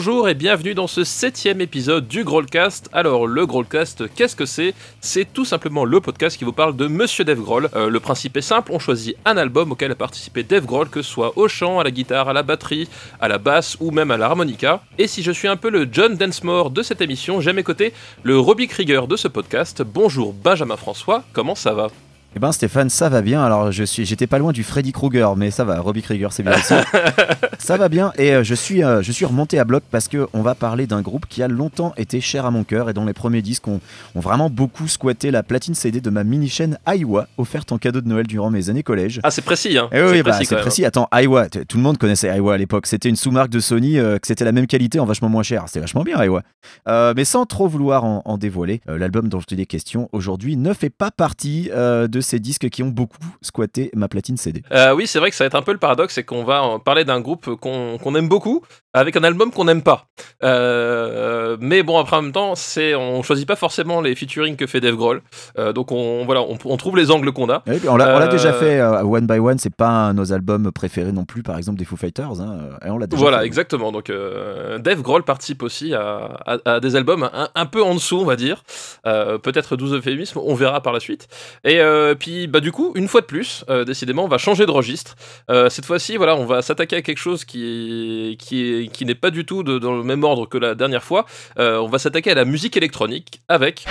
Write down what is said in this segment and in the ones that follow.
Bonjour et bienvenue dans ce 7ème épisode du Grollcast. Alors le Grollcast, qu'est-ce que c'est ? C'est tout simplement le podcast qui vous parle de Monsieur Dave Grohl. Le principe est simple, on choisit un album auquel a participé Dave Grohl, que ce soit au chant, à la guitare, à la batterie, à la basse ou même à l'harmonica. Et si je suis un peu le John Densmore de cette émission, j'ai à mes côtés le Robbie Krieger de ce podcast. Bonjour Benjamin François, comment ça va ? Eh ben Stéphane, ça va bien. Alors j'étais pas loin du Freddy Krueger, mais ça va. Robbie Krieger, c'est bien aussi. Ça va bien. Et je suis remonté à bloc parce que on va parler d'un groupe qui a longtemps été cher à mon cœur et dont les premiers disques ont vraiment beaucoup squatté la platine CD de ma mini chaîne Aiwa, offerte en cadeau de Noël durant mes années collège. Ah, c'est précis, hein. Et oui, c'est précis. Attends, Aiwa, tout le monde connaissait Aiwa à l'époque. C'était une sous-marque de Sony, que c'était la même qualité en vachement moins cher. C'était vachement bien Aiwa. Mais sans trop vouloir en dévoiler, l'album dont je te dis question aujourd'hui ne fait pas partie de ces disques qui ont beaucoup squatté ma platine CD. Oui, c'est vrai que ça va être un peu le paradoxe, c'est qu'on va parler d'un groupe qu'on aime beaucoup, avec un album qu'on n'aime pas. Mais bon, après en même temps, on choisit pas forcément les featuring que fait Dave Grohl, donc on trouve les angles qu'on a. Oui, on l'a déjà fait, One by One, c'est pas un de nos albums préférés non plus, par exemple des Foo Fighters, hein, et on l'a déjà fait. Exactement, donc Dave Grohl participe aussi à des albums un peu en dessous, on va dire, peut-être 12 euphémismes, on verra par la suite. Et puis du coup, une fois de plus, décidément, on va changer de registre. Cette fois-ci, voilà, on va s'attaquer à quelque chose qui n'est pas du tout dans le même ordre que la dernière fois. On va s'attaquer à la musique électronique avec...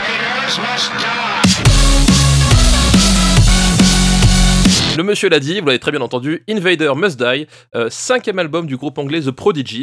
Le monsieur l'a dit, vous l'avez très bien entendu, Invader Must Die, 5e album du groupe anglais The Prodigy.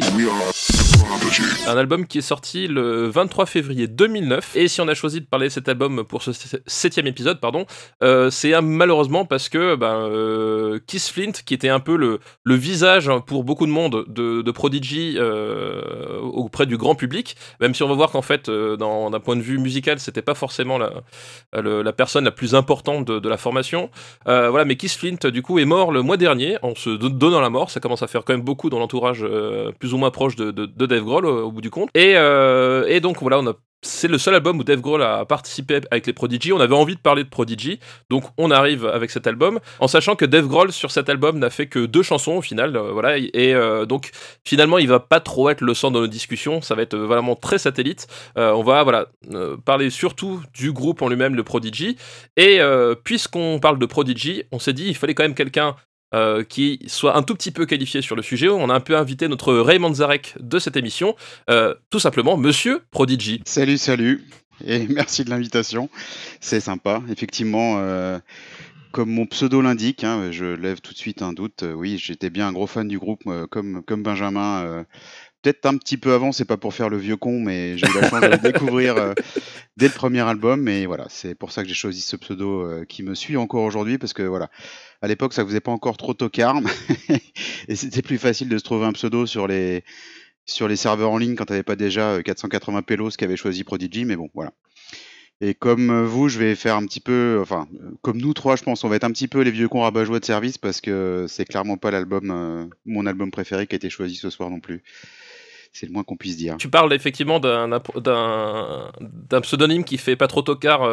Un album qui est sorti le 23 février 2009. Et si on a choisi de parler de cet album pour ce 7e épisode, c'est malheureusement parce que Keith Flint, qui était un peu le visage pour beaucoup de monde de Prodigy auprès du grand public, même si on va voir qu'en fait, d'un point de vue musical, c'était pas forcément la personne la plus importante de la formation. Mais Keith Flint, du coup, est mort le mois dernier, en se donnant la mort. Ça commence à faire quand même beaucoup dans l'entourage plus ou moins proche de Dave Grohl, au bout du compte. Et donc, voilà, c'est le seul album où Dave Grohl a participé avec les Prodigy. On avait envie de parler de Prodigy, donc on arrive avec cet album, en sachant que Dave Grohl, sur cet album, n'a fait que 2 chansons au final, donc finalement, il va pas trop être le centre de nos discussions, ça va être vraiment très satellite. On va parler surtout du groupe en lui-même, le Prodigy, et puisqu'on parle de Prodigy, on s'est dit, il fallait quand même quelqu'un qui soit un tout petit peu qualifié sur le sujet. On a un peu invité notre Ray Manzarek de cette émission, tout simplement Monsieur Prodigy. Salut, et merci de l'invitation, c'est sympa, effectivement, comme mon pseudo l'indique, hein, je lève tout de suite un doute, oui, j'étais bien un gros fan du groupe, comme Benjamin, peut-être un petit peu avant, c'est pas pour faire le vieux con, mais j'ai eu la chance de le découvrir dès le premier album, et voilà, c'est pour ça que j'ai choisi ce pseudo qui me suit encore aujourd'hui, parce que voilà, à l'époque ça faisait pas encore trop tocard, et c'était plus facile de se trouver un pseudo sur les serveurs en ligne quand t'avais pas déjà 480 pélos qui avaient choisi Prodigy, mais bon, voilà. Et comme vous, je vais faire un petit peu, comme nous trois, je pense, on va être un petit peu les vieux cons rabat-joie de service, parce que c'est clairement pas mon album préféré qui a été choisi ce soir non plus. C'est le moins qu'on puisse dire. Tu parles effectivement d'un pseudonyme qui faisait pas trop tocard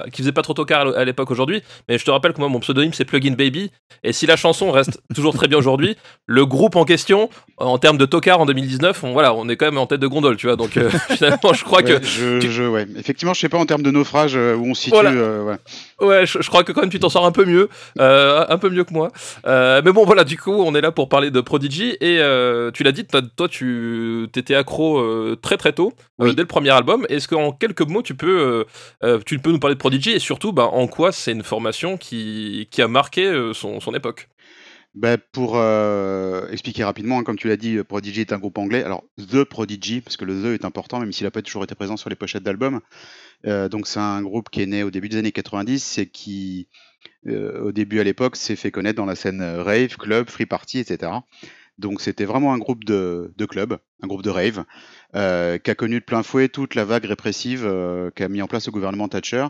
à l'époque aujourd'hui, mais je te rappelle que moi mon pseudonyme c'est Plugin Baby, et si la chanson reste toujours très bien aujourd'hui, le groupe en question, en termes de tocard en 2019, on est quand même en tête de gondole, tu vois, donc finalement je crois ouais. Effectivement, je sais pas en termes de naufrage où on se situe. Voilà. Ouais, je crois que quand même tu t'en sors un peu mieux que moi. Mais bon, voilà, du coup, on est là pour parler de Prodigy, et tu l'as dit, toi, tu t'étais accro très très tôt, oui. Dès le premier album. Est-ce qu'en quelques mots, tu peux nous parler de Prodigy, et surtout, en quoi c'est une formation qui a marqué son époque? Pour expliquer rapidement, hein, comme tu l'as dit, Prodigy est un groupe anglais. Alors, The Prodigy, parce que le The est important, même s'il n'a pas toujours été présent sur les pochettes d'albums. Donc, c'est un groupe qui est né au début des années 90 et qui, au début à l'époque, s'est fait connaître dans la scène rave, club, free party, etc. Donc, c'était vraiment un groupe de club, un groupe de rave, qui a connu de plein fouet toute la vague répressive qu'a mis en place le gouvernement Thatcher.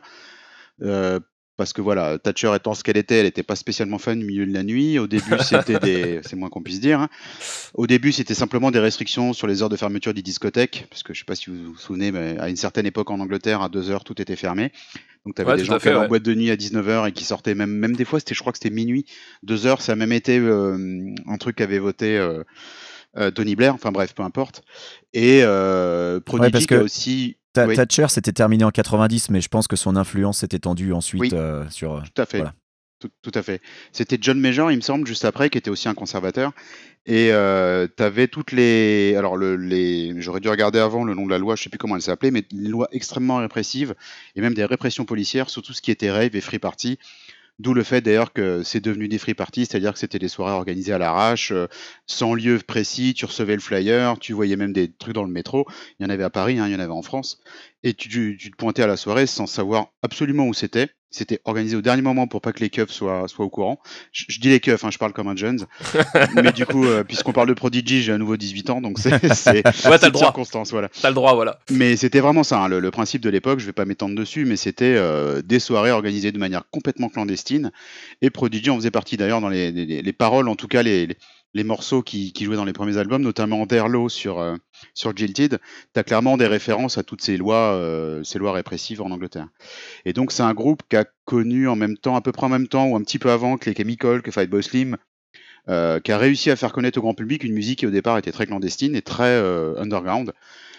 Parce que voilà, Thatcher étant ce qu'elle était pas spécialement fan du milieu de la nuit. Au début, c'est moins qu'on puisse dire, hein. Au début, c'était simplement des restrictions sur les heures de fermeture des discothèques, parce que je sais pas si vous vous souvenez, mais à une certaine époque en Angleterre, à 2h, tout était fermé. Donc t'avais des gens qui allaient en boîte de nuit à 19h et qui sortaient même des fois, je crois que c'était minuit. 2h, ça a même été un truc qu'avait voté Tony Blair, enfin bref, peu importe. Et Prodigy parce qui a que aussi... Oui, Thatcher s'était terminé en 90, mais je pense que son influence s'est étendue ensuite oui, sur. tout à fait. Voilà. Tout à fait. C'était John Major, il me semble, juste après, qui était aussi un conservateur. Et t'avais toutes les... Alors, j'aurais dû regarder avant le nom de la loi, je sais plus comment elle s'appelait, mais une loi extrêmement répressive, et même des répressions policières sur tout ce qui était rave et free party. D'où le fait d'ailleurs que c'est devenu des free parties, c'est-à-dire que c'était des soirées organisées à l'arrache, sans lieu précis, tu recevais le flyer, tu voyais même des trucs dans le métro, il y en avait à Paris, hein, il y en avait en France, et tu te pointais à la soirée sans savoir absolument où c'était. C'était organisé au dernier moment pour pas que les keufs soient au courant. Je dis les keufs, hein, je parle comme un Jones. Mais du coup, puisqu'on parle de Prodigy, j'ai à nouveau 18 ans, donc c'est Ouais, t'as le une droit. circonstance, voilà. T'as le droit, voilà. Mais c'était vraiment ça, hein, le principe de l'époque, je vais pas m'étendre dessus, mais c'était des soirées organisées de manière complètement clandestine. Et Prodigy en faisait partie d'ailleurs dans les paroles, en tout cas les morceaux qui jouaient dans les premiers albums, notamment Derlo sur Jilted. T'as clairement des références à toutes ces lois répressives en Angleterre. Et donc c'est un groupe qui a connu en même temps, à peu près en même temps, ou un petit peu avant que les Chemical, que Fatboy Slim, qui a réussi à faire connaître au grand public une musique qui au départ était très clandestine et très underground.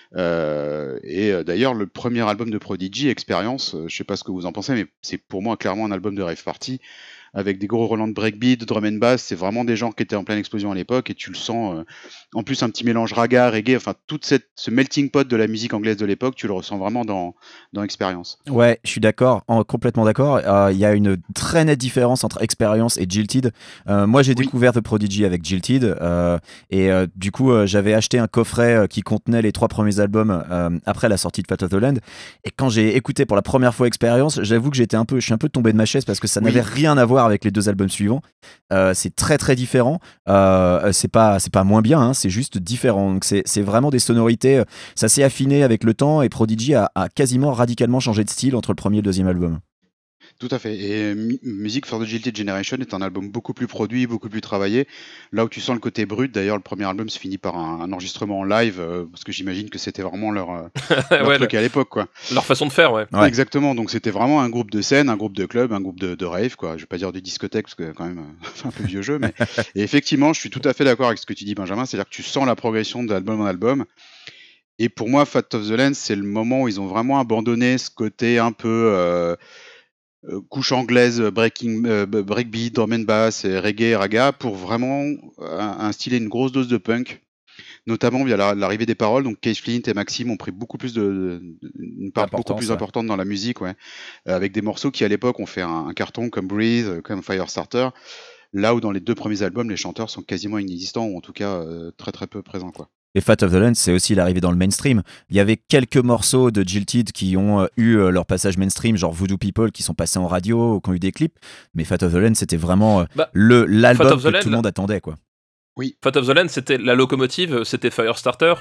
D'ailleurs, le premier album de Prodigy, Experience, je sais pas ce que vous en pensez, mais c'est pour moi clairement un album de rave party, avec des gros relents de breakbeat, de drum and bass. C'est vraiment des gens qui étaient en pleine explosion à l'époque, et tu le sens. En plus, un petit mélange raga, reggae, enfin tout ce melting pot de la musique anglaise de l'époque, tu le ressens vraiment dans Experience. Ouais, je suis d'accord, complètement d'accord. Il y a une très nette différence entre Experience et Jilted. Moi, j'ai découvert The Prodigy avec Jilted, du coup, j'avais acheté un coffret qui contenait les 3 premiers albums après la sortie de Fat of the Land. Et quand j'ai écouté pour la première fois Experience, j'avoue que je suis un peu tombé de ma chaise parce que ça n'avait rien à voir avec les 2 albums suivants. C'est très très différent. C'est pas moins bien, hein, c'est juste différent. Donc c'est vraiment des sonorités. Ça s'est affiné avec le temps et Prodigy a quasiment radicalement changé de style entre le premier et le deuxième album. Tout à fait. Et Music for the Jilted Generation est un album beaucoup plus produit, beaucoup plus travaillé. Là où tu sens le côté brut, d'ailleurs, le premier album se finit par un enregistrement en live, parce que j'imagine que c'était vraiment leur truc à l'époque, quoi. Leur façon de faire, ouais. Exactement. Donc c'était vraiment un groupe de scène, un groupe de club, un groupe de rave, quoi. Je vais pas dire de discothèque, parce que quand même, c'est un peu vieux jeu, mais et effectivement, je suis tout à fait d'accord avec ce que tu dis, Benjamin. C'est-à-dire que tu sens la progression d'album en album. Et pour moi, Fat of the Land, c'est le moment où ils ont vraiment abandonné ce côté un peu couche anglaise, breakbeat, drum and bass, et reggae, raga, pour vraiment instiller une grosse dose de punk, notamment via l'arrivée des paroles. Donc Keith Flint et Maxime ont pris beaucoup plus une part beaucoup plus importante dans la musique, avec des morceaux qui à l'époque ont fait un carton comme Breathe, comme Firestarter, là où dans les 2 premiers albums, les chanteurs sont quasiment inexistants, ou en tout cas très très peu présents, quoi. Et Fat of the Land, c'est aussi l'arrivée dans le mainstream. Il y avait quelques morceaux de Jilted qui ont eu leur passage mainstream, genre Voodoo People, qui sont passés en radio, qui ont eu des clips. Mais Fat of the Land, c'était vraiment l'album que tout le monde attendait, quoi. Oui. Fat of the Land, c'était la locomotive, c'était Firestarter.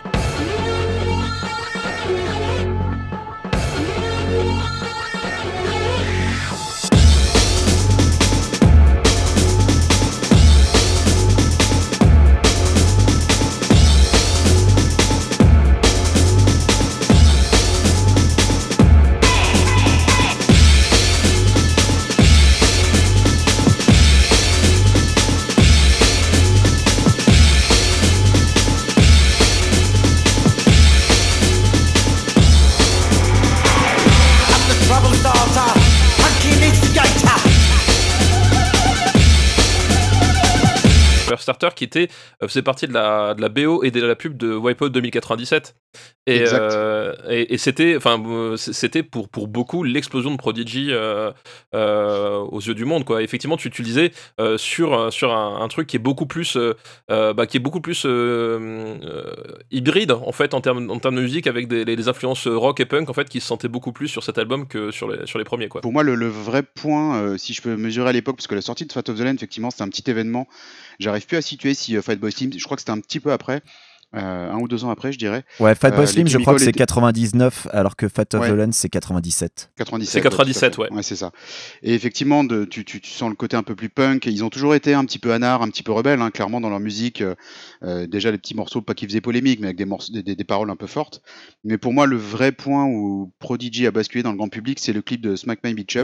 Starter qui faisait partie de la BO et de la pub de Wipeout 2097 et c'était pour beaucoup l'explosion de Prodigy aux yeux du monde, quoi. Effectivement, tu le disais sur un truc qui est beaucoup plus hybride en fait en termes de musique, avec des influences rock et punk en fait qui se sentaient beaucoup plus sur cet album que sur les premiers, quoi. Pour moi, le vrai point, si je peux mesurer à l'époque, parce que la sortie de Fat of the Land, effectivement, c'était un petit événement. J'arrive plus à situer si Fatboy Slim, je crois que c'était un petit peu après, 1 ou 2 ans après, je dirais. Ouais, Fatboy Slim, je crois que c'est 99, alors que Fat of the Land, c'est 97. C'est 97, ouais. Ouais, c'est ça. Et effectivement, tu sens le côté un peu plus punk. Et ils ont toujours été un petit peu anards, un petit peu rebelles, hein, clairement, dans leur musique. Déjà, les petits morceaux, pas qui faisaient polémique, mais avec des paroles un peu fortes. Mais pour moi, le vrai point où Prodigy a basculé dans le grand public, c'est le clip de Smack My Bitch Up.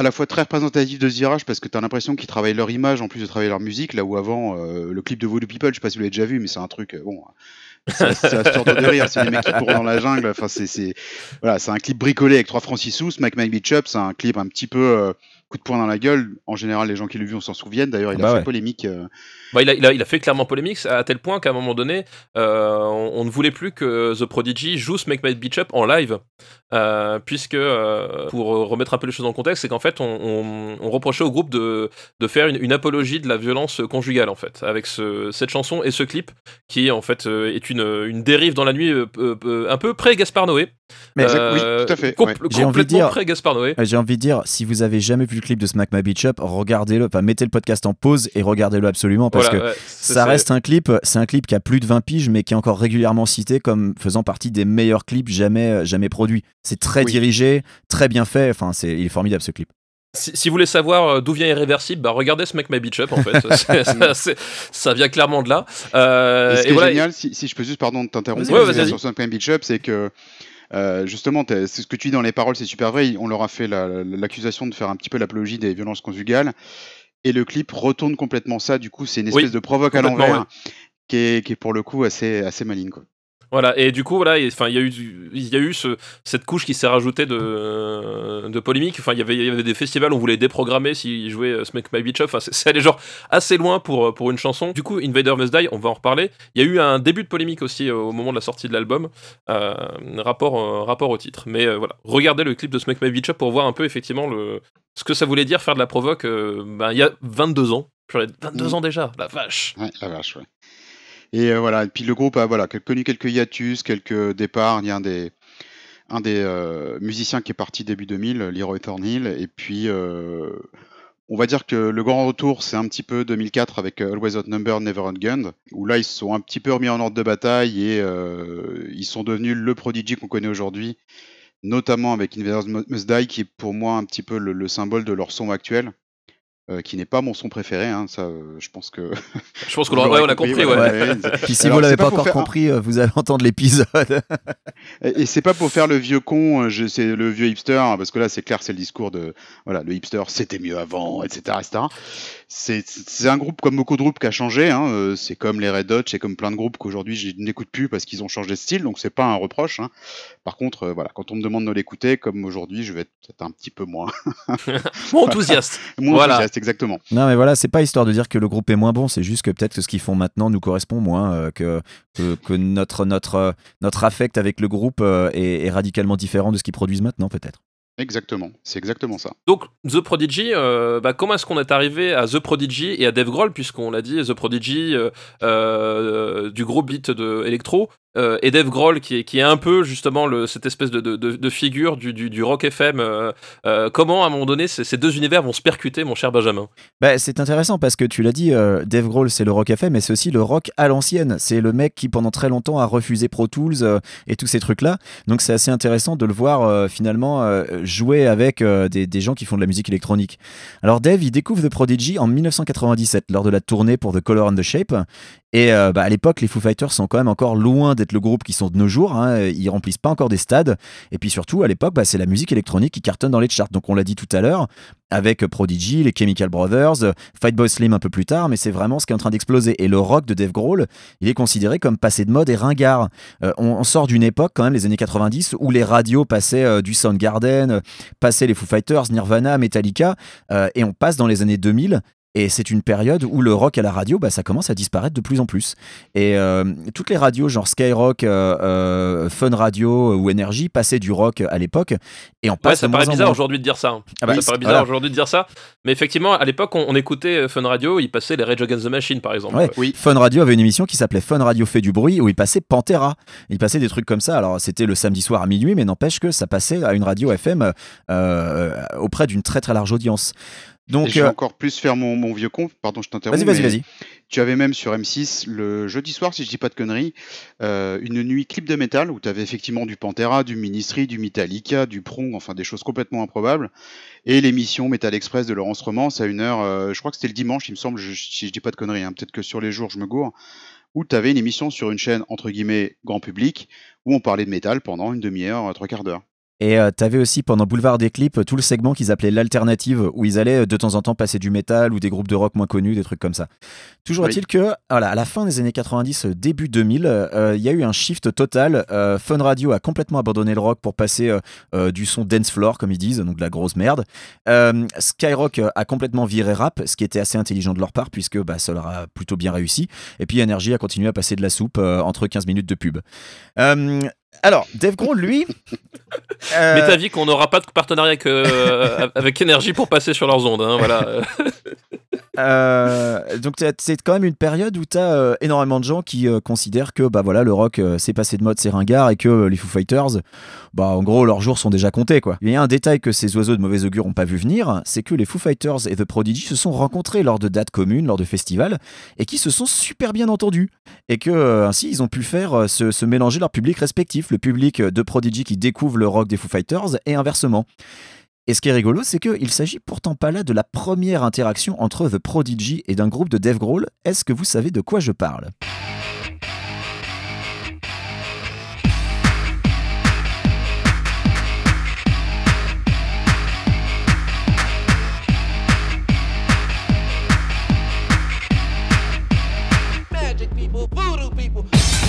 la fois très représentatif de ce virage parce que tu as l'impression qu'ils travaillent leur image en plus de travailler leur musique, là où avant, le clip de Voodoo People, je sais pas si vous l'avez déjà vu, mais c'est un truc, bon, c'est à se tordre de rire, c'est les mecs qui courent dans la jungle, enfin voilà, c'est un clip bricolé avec 3 francs 6 sous, Smack My Bitch Up, c'est un clip un petit peu coup de poing dans la gueule. En général, les gens qui l'ont vu, on s'en souviennent. D'ailleurs, il a fait polémique. Bah, il a fait clairement polémique à tel point qu'à un moment donné, on ne voulait plus que The Prodigy joue Smack My Bitch Up en live, puisque pour remettre un peu les choses en contexte, c'est qu'en fait on reprochait au groupe de faire une apologie de la violence conjugale en fait, avec cette chanson et ce clip qui en fait est une dérive dans la nuit un peu pré-Gaspard Noé. Mais oui, tout à fait. Complètement pré-Gaspard Noé. J'ai envie de dire, si vous avez jamais vu le clip de Smack My Bitch Up, regardez-le, enfin mettez le podcast en pause et regardez-le absolument parce que ça reste un clip, c'est un clip qui a plus de 20 piges mais qui est encore régulièrement cité comme faisant partie des meilleurs clips jamais produits. C'est très dirigé, très bien fait, enfin il est formidable ce clip. Si vous voulez savoir d'où vient Irréversible, bah regardez Smack My Bitch Up en fait. ça vient clairement de là. Et ce qui est génial, si je peux juste de t'interrompre sur Smack My Bitch Up, c'est que justement, c'est ce que tu dis dans les paroles, c'est super vrai. On leur a fait l'accusation de faire un petit peu l'apologie des violences conjugales, et le clip retourne complètement ça. Du coup, c'est une espèce de provoque à l'envers qui est pour le coup assez maligne, quoi. Voilà, et du coup, voilà, il y a eu cette couche qui s'est rajoutée de polémique. Enfin, il y avait des festivals où on voulait déprogrammer s'ils jouaient Smack My Bitch Up. Enfin, c'est allé genre assez loin pour une chanson. Du coup, Invader Must Die, on va en reparler. Il y a eu un début de polémique aussi au moment de la sortie de l'album, rapport au titre. Mais voilà, regardez le clip de Smack My Bitch Up pour voir un peu effectivement ce que ça voulait dire faire de la provoque il y a 22 ans. 22 ans déjà, la vache. Ouais, la vache, ouais. Et voilà, et puis le groupe a connu quelques hiatus, quelques départs. Il y a un des musiciens qui est parti début 2000, Leroy Thornhill, et puis on va dire que le grand retour, c'est un petit peu 2004 avec Always Outnumbered, Never Outgunned, où là ils se sont un petit peu remis en ordre de bataille et ils sont devenus le Prodigy qu'on connaît aujourd'hui, notamment avec Invaders Must Die, qui est pour moi un petit peu le symbole de leur son actuel. Qui n'est pas mon son préféré, hein, ça, je pense que. Je pense qu'on on a compris, ouais. Puis si vous l'avez pas encore compris, vous allez entendre l'épisode. Et c'est pas pour faire le vieux con, c'est le vieux hipster, hein, parce que là, c'est clair, c'est le discours de, voilà, le hipster, c'était mieux avant, etc., etc. C'est un groupe comme beaucoup de groupes qui a changé, hein, c'est comme les Red Hot, c'est comme plein de groupes qu'aujourd'hui je n'écoute plus parce qu'ils ont changé de style, donc c'est pas un reproche, hein. Par contre, voilà, quand on me demande de l'écouter, comme aujourd'hui, je vais être peut-être un petit peu moins. Moins enthousiaste. Enthousiaste, exactement. Non, mais voilà, c'est pas histoire de dire que le groupe est moins bon, c'est juste que peut-être que ce qu'ils font maintenant nous correspond moins, que notre affect avec le groupe est radicalement différent de ce qu'ils produisent maintenant, peut-être. Exactement, c'est exactement ça. Donc The Prodigy, comment est-ce qu'on est arrivé à The Prodigy et à Dave Grohl, puisqu'on l'a dit, The Prodigy du gros beat de électro, et Dave Grohl qui est un peu justement cette espèce de figure du rock FM. Comment à un moment donné ces deux univers vont se percuter, mon cher Benjamin? C'est intéressant parce que tu l'as dit, Dave Grohl c'est le rock FM, mais c'est aussi le rock à l'ancienne. C'est le mec qui pendant très longtemps a refusé Pro Tools et tous ces trucs là. Donc c'est assez intéressant de le voir finalement jouer avec des gens qui font de la musique électronique. Alors Dave il découvre The Prodigy en 1997 lors de la tournée pour The Color and the Shape. Et à l'époque, les Foo Fighters sont quand même encore loin d'être le groupe qui sont de nos jours, hein. Ils remplissent pas encore des stades. Et puis surtout, à l'époque, c'est la musique électronique qui cartonne dans les charts. Donc on l'a dit tout à l'heure, avec Prodigy, les Chemical Brothers, Fatboy Slim un peu plus tard, mais c'est vraiment ce qui est en train d'exploser. Et le rock de Dave Grohl, il est considéré comme passé de mode et ringard. On sort d'une époque, quand même, les années 90, où les radios passaient du Soundgarden, passaient les Foo Fighters, Nirvana, Metallica, et on passe dans les années 2000. Et c'est une période où le rock à la radio, ça commence à disparaître de plus en plus. Et toutes les radios, genre Skyrock, Fun Radio ou Energy, passaient du rock à l'époque. Et on passe ça paraît bizarre aujourd'hui de dire ça. Ça paraît bizarre aujourd'hui de dire ça. Mais effectivement, à l'époque, on écoutait Fun Radio, il passait les Rage Against the Machine, par exemple. Ouais. Oui. Fun Radio avait une émission qui s'appelait Fun Radio fait du bruit, où il passait Pantera. Il passait des trucs comme ça. Alors, c'était le samedi soir à minuit, mais n'empêche que ça passait à une radio FM auprès d'une très très large audience. Donc, et je vais encore plus faire mon vieux con, pardon, je t'interromps. Vas-y. Tu avais même sur M6 le jeudi soir, si je dis pas de conneries, une nuit clip de métal où tu avais effectivement du Pantera, du Ministry, du Metallica, du Prong, enfin des choses complètement improbables. Et l'émission Metal Express de Laurence Romance à 1h, je crois que c'était le dimanche, il me semble, si je dis pas de conneries, hein, peut-être que sur les jours je me gourre, où tu avais une émission sur une chaîne entre guillemets grand public où on parlait de métal pendant une demi-heure, 3/4 d'heure. Et t'avais aussi pendant Boulevard des Clips tout le segment qu'ils appelaient l'alternative, où ils allaient de temps en temps passer du métal ou des groupes de rock moins connus, des trucs comme ça. Toujours Oui. est-il que, voilà, à la fin des années 90, début 2000, il y a eu un shift total. Fun Radio a complètement abandonné le rock pour passer du son dance floor, comme ils disent, donc de la grosse merde. Skyrock a complètement viré rap, ce qui était assez intelligent de leur part, puisque ça leur a plutôt bien réussi. Et puis Energy a continué à passer de la soupe entre 15 minutes de pub. Alors, Dave Grohl, lui... Mais t'as vu qu'on n'aura pas de partenariat avec Energy pour passer sur leurs ondes, hein, voilà. Donc c'est quand même une période où t'as énormément de gens qui considèrent que le rock c'est passé de mode, c'est ringard, et que les Foo Fighters, en gros leurs jours sont déjà comptés, quoi. Il y a un détail que ces oiseaux de mauvais augure ont pas vu venir, c'est que les Foo Fighters et The Prodigy se sont rencontrés lors de dates communes, lors de festivals, et qui se sont super bien entendus, et que ainsi ils ont pu faire se mélanger leurs publics respectifs, le public de Prodigy qui découvre le rock des Foo Fighters et inversement. Et ce qui est rigolo, c'est qu'il s'agit pourtant pas là de la première interaction entre The Prodigy et d'un groupe de Dave Grohl. Est-ce que vous savez de quoi je parle ? Magic people, voodoo people.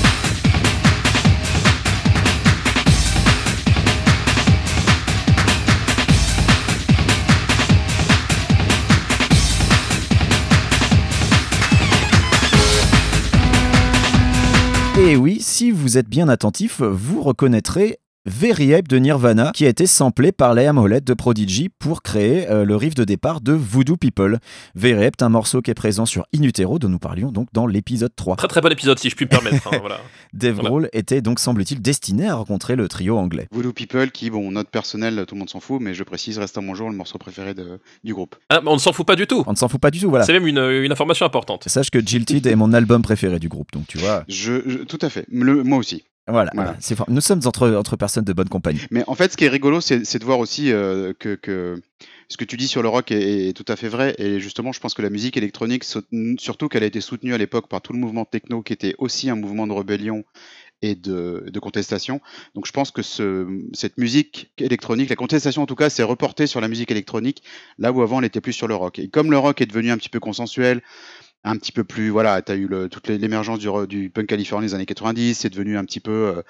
Et oui, si vous êtes bien attentif, vous reconnaîtrez Very Ape de Nirvana, qui a été samplé par Liam Howlett de Prodigy pour créer le riff de départ de Voodoo People. Very Ape est un morceau qui est présent sur In Utero, dont nous parlions donc dans l'épisode 3. Très très bon épisode, si je puis me permettre. Hein, voilà. Dave Grohl était donc, semble-t-il, destiné à rencontrer le trio anglais. Voodoo People, qui, note personnelle, tout le monde s'en fout, mais je précise, reste à mon jour le morceau préféré du groupe. Ah, on ne s'en fout pas du tout. On ne s'en fout pas du tout, voilà. C'est même une information importante. Sache que Jilted est mon album préféré du groupe, donc tu vois. Tout à fait. Moi aussi. Voilà. Nous sommes entre personnes de bonne compagnie. Mais en fait, ce qui est rigolo, c'est de voir aussi que ce que tu dis sur le rock est tout à fait vrai. Et justement, je pense que la musique électronique, surtout qu'elle a été soutenue à l'époque par tout le mouvement techno, qui était aussi un mouvement de rébellion et de contestation. Donc je pense que cette musique électronique, la contestation en tout cas, s'est reportée sur la musique électronique, là où avant elle était plus sur le rock. Et comme le rock est devenu un petit peu consensuel, un petit peu plus, t'as eu toute l'émergence du punk californien des années 90, c'est devenu un petit peu,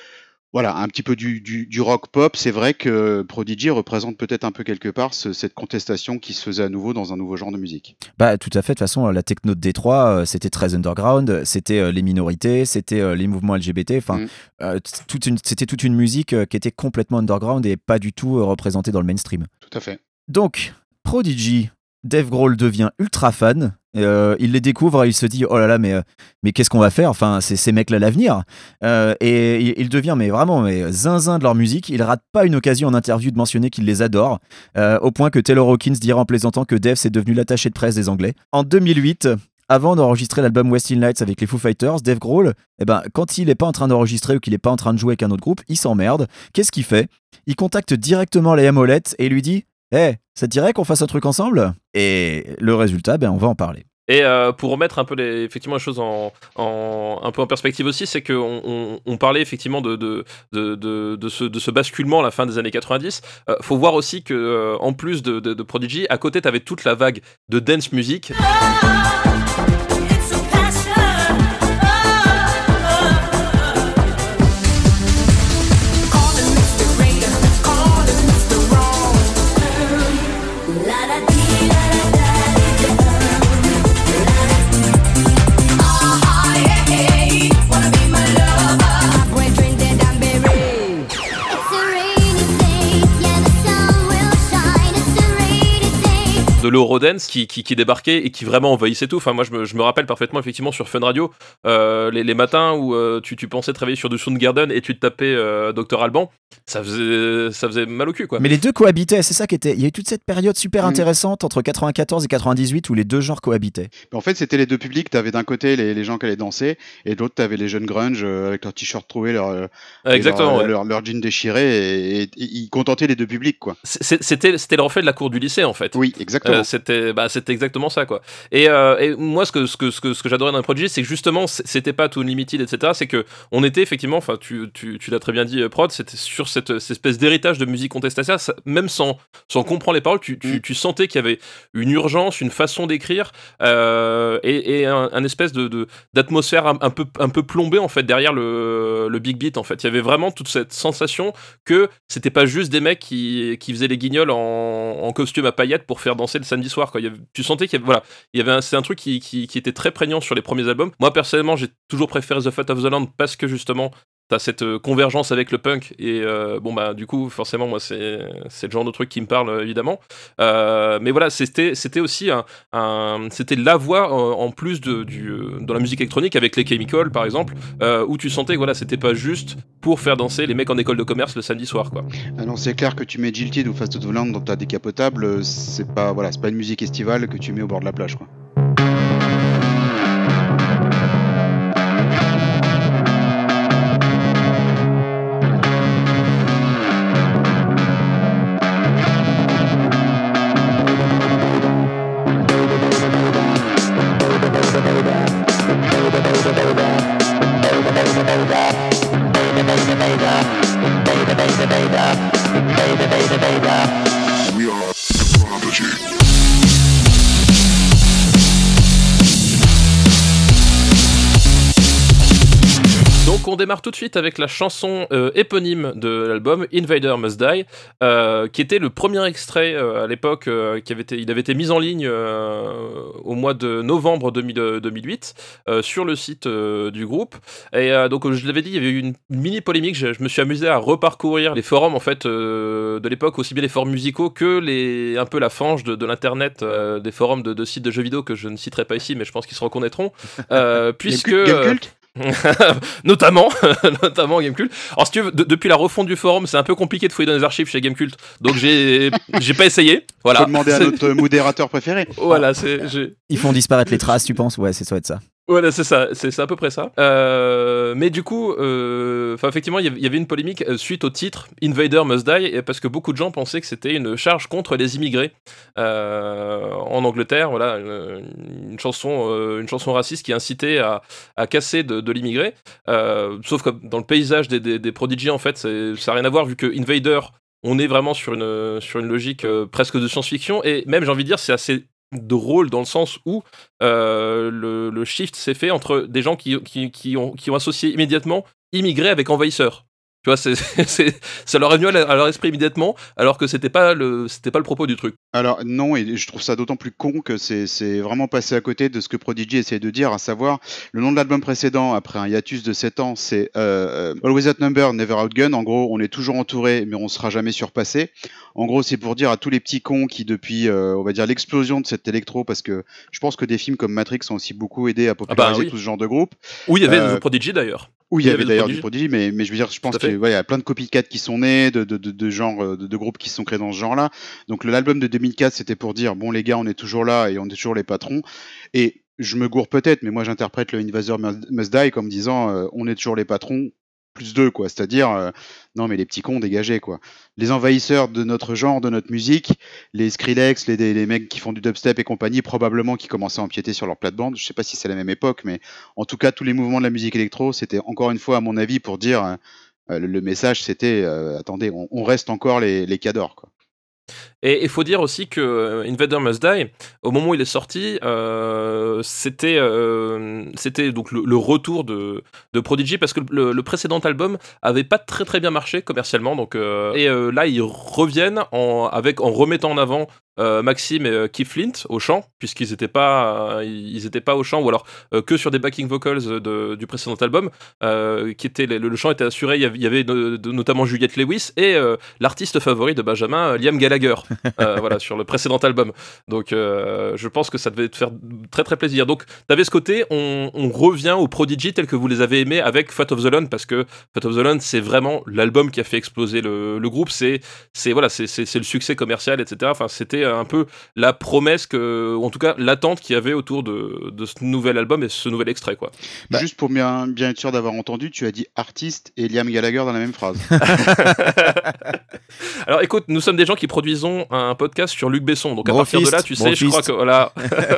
un petit peu du rock pop. C'est vrai que Prodigy représente peut-être un peu quelque part cette contestation qui se faisait à nouveau dans un nouveau genre de musique. Tout à fait. De toute façon, la techno de Détroit, c'était très underground, c'était les minorités, c'était les mouvements LGBT. C'était toute une musique qui était complètement underground et pas du tout représentée dans le mainstream. Tout à fait. Donc, Prodigy, Dave Grohl devient ultra fan. Il les découvre, il se dit oh là là, mais qu'est-ce qu'on va faire, enfin c'est ces mecs là l'avenir, et il devient vraiment zinzin de leur musique. Il rate pas une occasion en interview de mentionner qu'il les adore, au point que Taylor Hawkins dira en plaisantant que Dave c'est devenu l'attaché de presse des Anglais. En 2008, avant d'enregistrer l'album Wasting Lights avec les Foo Fighters, Dave Grohl, quand il est pas en train d'enregistrer ou qu'il est pas en train de jouer avec un autre groupe, il s'emmerde. Qu'est-ce qu'il fait ? Il contacte directement Liam Howlett et lui dit ça te dirait qu'on fasse un truc ensemble ? Et le résultat, on va en parler. Et pour remettre un peu effectivement les choses un peu en perspective aussi, c'est qu'on parlait effectivement de ce basculement à la fin des années 90. Faut voir aussi que en plus de Prodigy, à côté t'avais toute la vague de dance music. De l'Eurodance qui débarquait et qui vraiment envahissait tout. Enfin, moi, je me rappelle parfaitement, effectivement, sur Fun Radio, les matins où tu pensais travailler sur du Soundgarden et tu te tapais Dr Alban, ça faisait mal au cul, quoi. Mais les deux cohabitaient, c'est ça qui était... Il y a eu toute cette période super intéressante entre 94 et 98 où les deux genres cohabitaient. En fait, c'était les deux publics. T'avais d'un côté les gens qui allaient danser et de l'autre, t'avais les jeunes grunge avec leur t-shirt troué, leur jean déchiré, et ils contentaient les deux publics, quoi. C'était le reflet de la cour du lycée, en fait. Oui, exactement. c'était exactement ça, quoi. Et moi, ce que j'adorais dans Prodigy, c'est que justement, c'était pas Too Unlimited, etc. C'est que on était effectivement, enfin, tu l'as très bien dit, Prod, c'était sur cette espèce d'héritage de musique contestataire, même sans comprendre les paroles, tu sentais qu'il y avait une urgence, une façon d'écrire, et un espèce d'atmosphère un peu plombée, en fait, derrière le big beat, en fait. Il y avait vraiment toute cette sensation que c'était pas juste des mecs qui faisaient les guignols en costume à paillettes pour faire danser le samedi soir, quoi. Tu sentais qu'il y avait c'est un truc qui était très prégnant sur les premiers albums. Moi, personnellement, j'ai toujours préféré The Fate of the Land parce que justement t'as cette convergence avec le punk et du coup forcément moi c'est le genre de truc qui me parle évidemment, mais voilà, c'était aussi c'était la voix en plus dans la musique électronique avec les Chemical par exemple, où tu sentais que voilà, c'était pas juste pour faire danser les mecs en école de commerce le samedi soir, quoi. Ah non, c'est clair que tu mets Jilted ou Fast of the Land dans ta décapotable, c'est pas une musique estivale que tu mets au bord de la plage, quoi. Donc on démarre tout de suite avec la chanson éponyme de l'album, Invader Must Die, qui était le premier extrait à l'époque, il avait été mis en ligne au mois de novembre 2008 sur le site du groupe. Et donc je l'avais dit, il y avait eu une mini polémique. Je me suis amusé à reparcourir les forums en fait de l'époque, aussi bien les forums musicaux que un peu la fange de l'internet, des forums de sites de jeux vidéo que je ne citerai pas ici, mais je pense qu'ils se reconnaîtront, puisque Gamecult notamment Gamecult. Alors si tu veux, depuis la refonte du forum, c'est un peu compliqué de fouiller dans les archives chez Gamecult, donc j'ai pas essayé. Voilà. Faut demander à notre modérateur préféré. Voilà, Ils font disparaître les traces, tu penses? Ouais, ça doit être ça. Voilà, c'est ça, c'est à peu près ça. Mais du coup, effectivement, il y avait une polémique suite au titre Invader Must Die, parce que beaucoup de gens pensaient que c'était une charge contre les immigrés en Angleterre. Voilà, une chanson raciste qui incitait à casser de l'immigré. Sauf que dans le paysage des Prodigy, en fait, ça n'a rien à voir, vu que Invader, on est vraiment sur une logique presque de science-fiction, et même, j'ai envie de dire, c'est assez drôle dans le sens où le shift s'est fait entre des gens qui ont associé immédiatement immigrés avec envahisseurs. Tu vois, ça leur est venu à leur esprit immédiatement, alors que c'était pas le propos du truc. Alors non, et je trouve ça d'autant plus con que c'est vraiment passé à côté de ce que Prodigy essayait de dire, à savoir le nom de l'album précédent, après un hiatus de 7 ans, c'est Always Outnumbered, Never Outgunned. En gros, on est toujours entouré, mais on sera jamais surpassé. En gros, c'est pour dire à tous les petits cons qui, depuis, on va dire, l'explosion de cette électro, parce que je pense que des films comme Matrix ont aussi beaucoup aidé à populariser tout ce genre de groupe. Où il y avait The Prodigy d'ailleurs. Oui, il y avait d'ailleurs du Prodigy, mais je veux dire, je pense qu'il y a plein de copycats qui sont nés, de groupes qui sont créés dans ce genre-là. Donc l'album de 2004, c'était pour dire, bon les gars, on est toujours là et on est toujours les patrons. Et je me gourre peut-être, mais moi j'interprète le Invader Must Die comme disant, on est toujours les patrons, plus 2, quoi. C'est-à-dire, non mais les petits cons, dégagez, quoi. Les envahisseurs de notre genre, de notre musique, les Skrillex, les mecs qui font du dubstep et compagnie, probablement qui commençaient à empiéter sur leur plate-bande. Je sais pas si c'est la même époque, mais en tout cas, tous les mouvements de la musique électro, c'était encore une fois, à mon avis, pour dire, le message, c'était, attendez, on reste encore les cadors, quoi. Et il faut dire aussi que Invader Must Die, au moment où il est sorti, c'était donc le retour de Prodigy, parce que le précédent album avait pas très très bien marché commercialement, donc là ils reviennent en remettant en avant Maxime et Keith Flint au chant, puisqu'ils étaient pas au chant, ou alors que sur des backing vocals du précédent album, qui était le chant était assuré. Il y avait notamment Juliette Lewis et l'artiste favori de Benjamin, Liam Gallagher, voilà, sur le précédent album. Donc je pense que ça devait te faire très très plaisir. Donc t'avais ce côté, on revient au Prodigy tel que vous les avez aimés avec Fate of the Land, parce que Fate of the Land, c'est vraiment l'album qui a fait exploser le groupe. C'est le succès commercial, etc. Enfin, c'était un peu la promesse ou en tout cas l'attente qu'il y avait autour de ce nouvel album et ce nouvel extrait, quoi. Juste pour bien être sûr d'avoir entendu, tu as dit artiste et Liam Gallagher dans la même phrase. Alors écoute, nous sommes des gens qui produisons un podcast sur Luc Besson, donc à Gros partir fist, de là, tu gros sais, je fist. crois que voilà,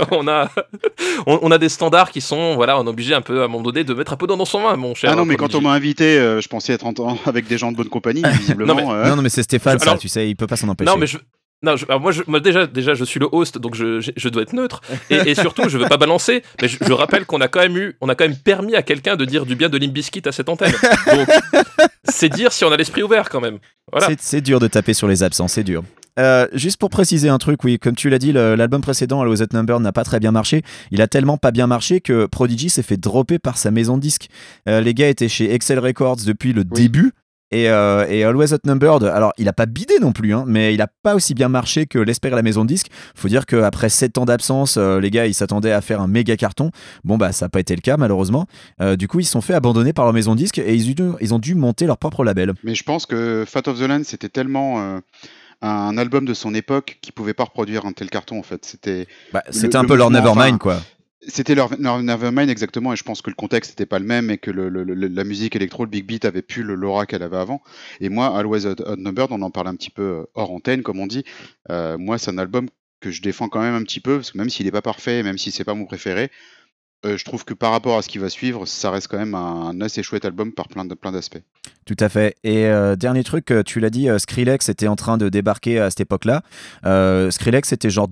on a des standards qui sont, voilà, on est obligé un peu à un moment donné de mettre un peu dans son vin, mon cher. Ah non, mais quand Prodigy. on m'a invité, je pensais être avec des gens de bonne compagnie, mais visiblement. Non, mais c'est Stéphane, Alors- ça, tu sais, il peut pas s'en empêcher. Non, mais alors moi déjà je suis le host, donc je dois être neutre et surtout je veux pas balancer, mais je rappelle qu'on a quand même permis à quelqu'un de dire du bien de Limp Bizkit à cette antenne, donc c'est dire si on a l'esprit ouvert quand même. Voilà. C'est dur de taper sur les absents, c'est dur. Juste pour préciser un truc, oui, comme tu l'as dit, l'album précédent, Always Outnumbered, n'a pas très bien marché. Il a tellement pas bien marché que Prodigy s'est fait dropper par sa maison de disques. Les gars étaient chez Excel Records depuis le début. Et Always Outnumbered, alors il a pas bidé non plus, hein, mais il a pas aussi bien marché que l'espérait la maison de disques. Faut dire qu'après 7 ans d'absence, les gars ils s'attendaient à faire un méga carton. Bon bah ça a pas été le cas malheureusement. Du coup ils se sont fait abandonner par leur maison de disques et ils ont dû monter leur propre label. Mais je pense que Fat of the Land, c'était tellement un album de son époque qu'il pouvait pas reproduire un tel carton en fait. C'était Un peu leur mouvement, Nevermind enfin, quoi. C'était leur Nevermind exactement, et je pense que le contexte n'était pas le même et que la musique électro, le big beat avait plus l'aura qu'elle avait avant. Et moi, Always Outnumbered, on en parle un petit peu hors antenne, comme on dit. Moi, c'est un album que je défends quand même un petit peu, parce que même s'il n'est pas parfait, même si c'est pas mon préféré, je trouve que par rapport à ce qui va suivre, ça reste quand même un assez chouette album par plein d'aspects. Tout à fait. Et dernier truc, tu l'as dit, Skrillex était en train de débarquer à cette époque-là. Skrillex, c'était genre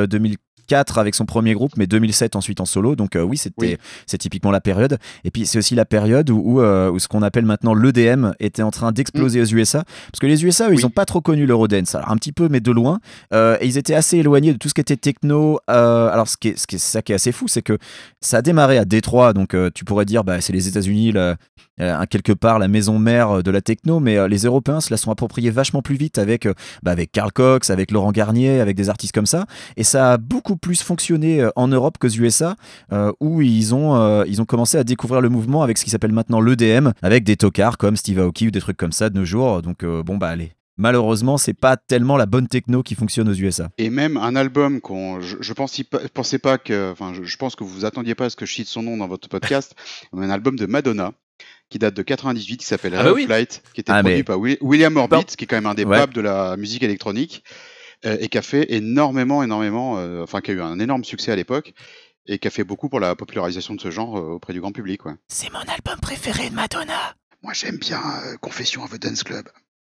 2004 avec son premier groupe, mais 2007 ensuite en solo. Donc oui, c'est typiquement la période. Et puis c'est aussi la période où ce qu'on appelle maintenant l'EDM était en train d'exploser aux USA. Parce que les USA, eux, ils n'ont pas trop connu l'Eurodance. Alors un petit peu, mais de loin. Et ils étaient assez éloignés de tout ce qui était techno. Alors ça qui est assez fou, c'est que ça a démarré à Détroit. Donc tu pourrais dire, bah, c'est les États-Unis, quelque part la maison mère de la techno. Mais les Européens se la sont appropriés vachement plus vite avec Carl Cox, avec Laurent Garnier, avec des artistes comme ça. Et ça a beaucoup plus fonctionné en Europe qu'aux USA, où ils ont commencé à découvrir le mouvement avec ce qui s'appelle maintenant l'EDM, avec des tocards comme Steve Aoki ou des trucs comme ça de nos jours. Donc allez. Malheureusement, c'est pas tellement la bonne techno qui fonctionne aux USA. Et même un album je pense que vous attendiez pas à ce que je cite son nom dans votre podcast, mais un album de Madonna qui date de 98, qui s'appelle Red Flight, qui était produit par William Orbit, qui est quand même un des papes de la musique électronique, et qui a fait énormément, qui a eu un énorme succès à l'époque, et qui a fait beaucoup pour la popularisation de ce genre auprès du grand public. Ouais. C'est mon album préféré de Madonna. Moi j'aime bien Confession of a Dance Club.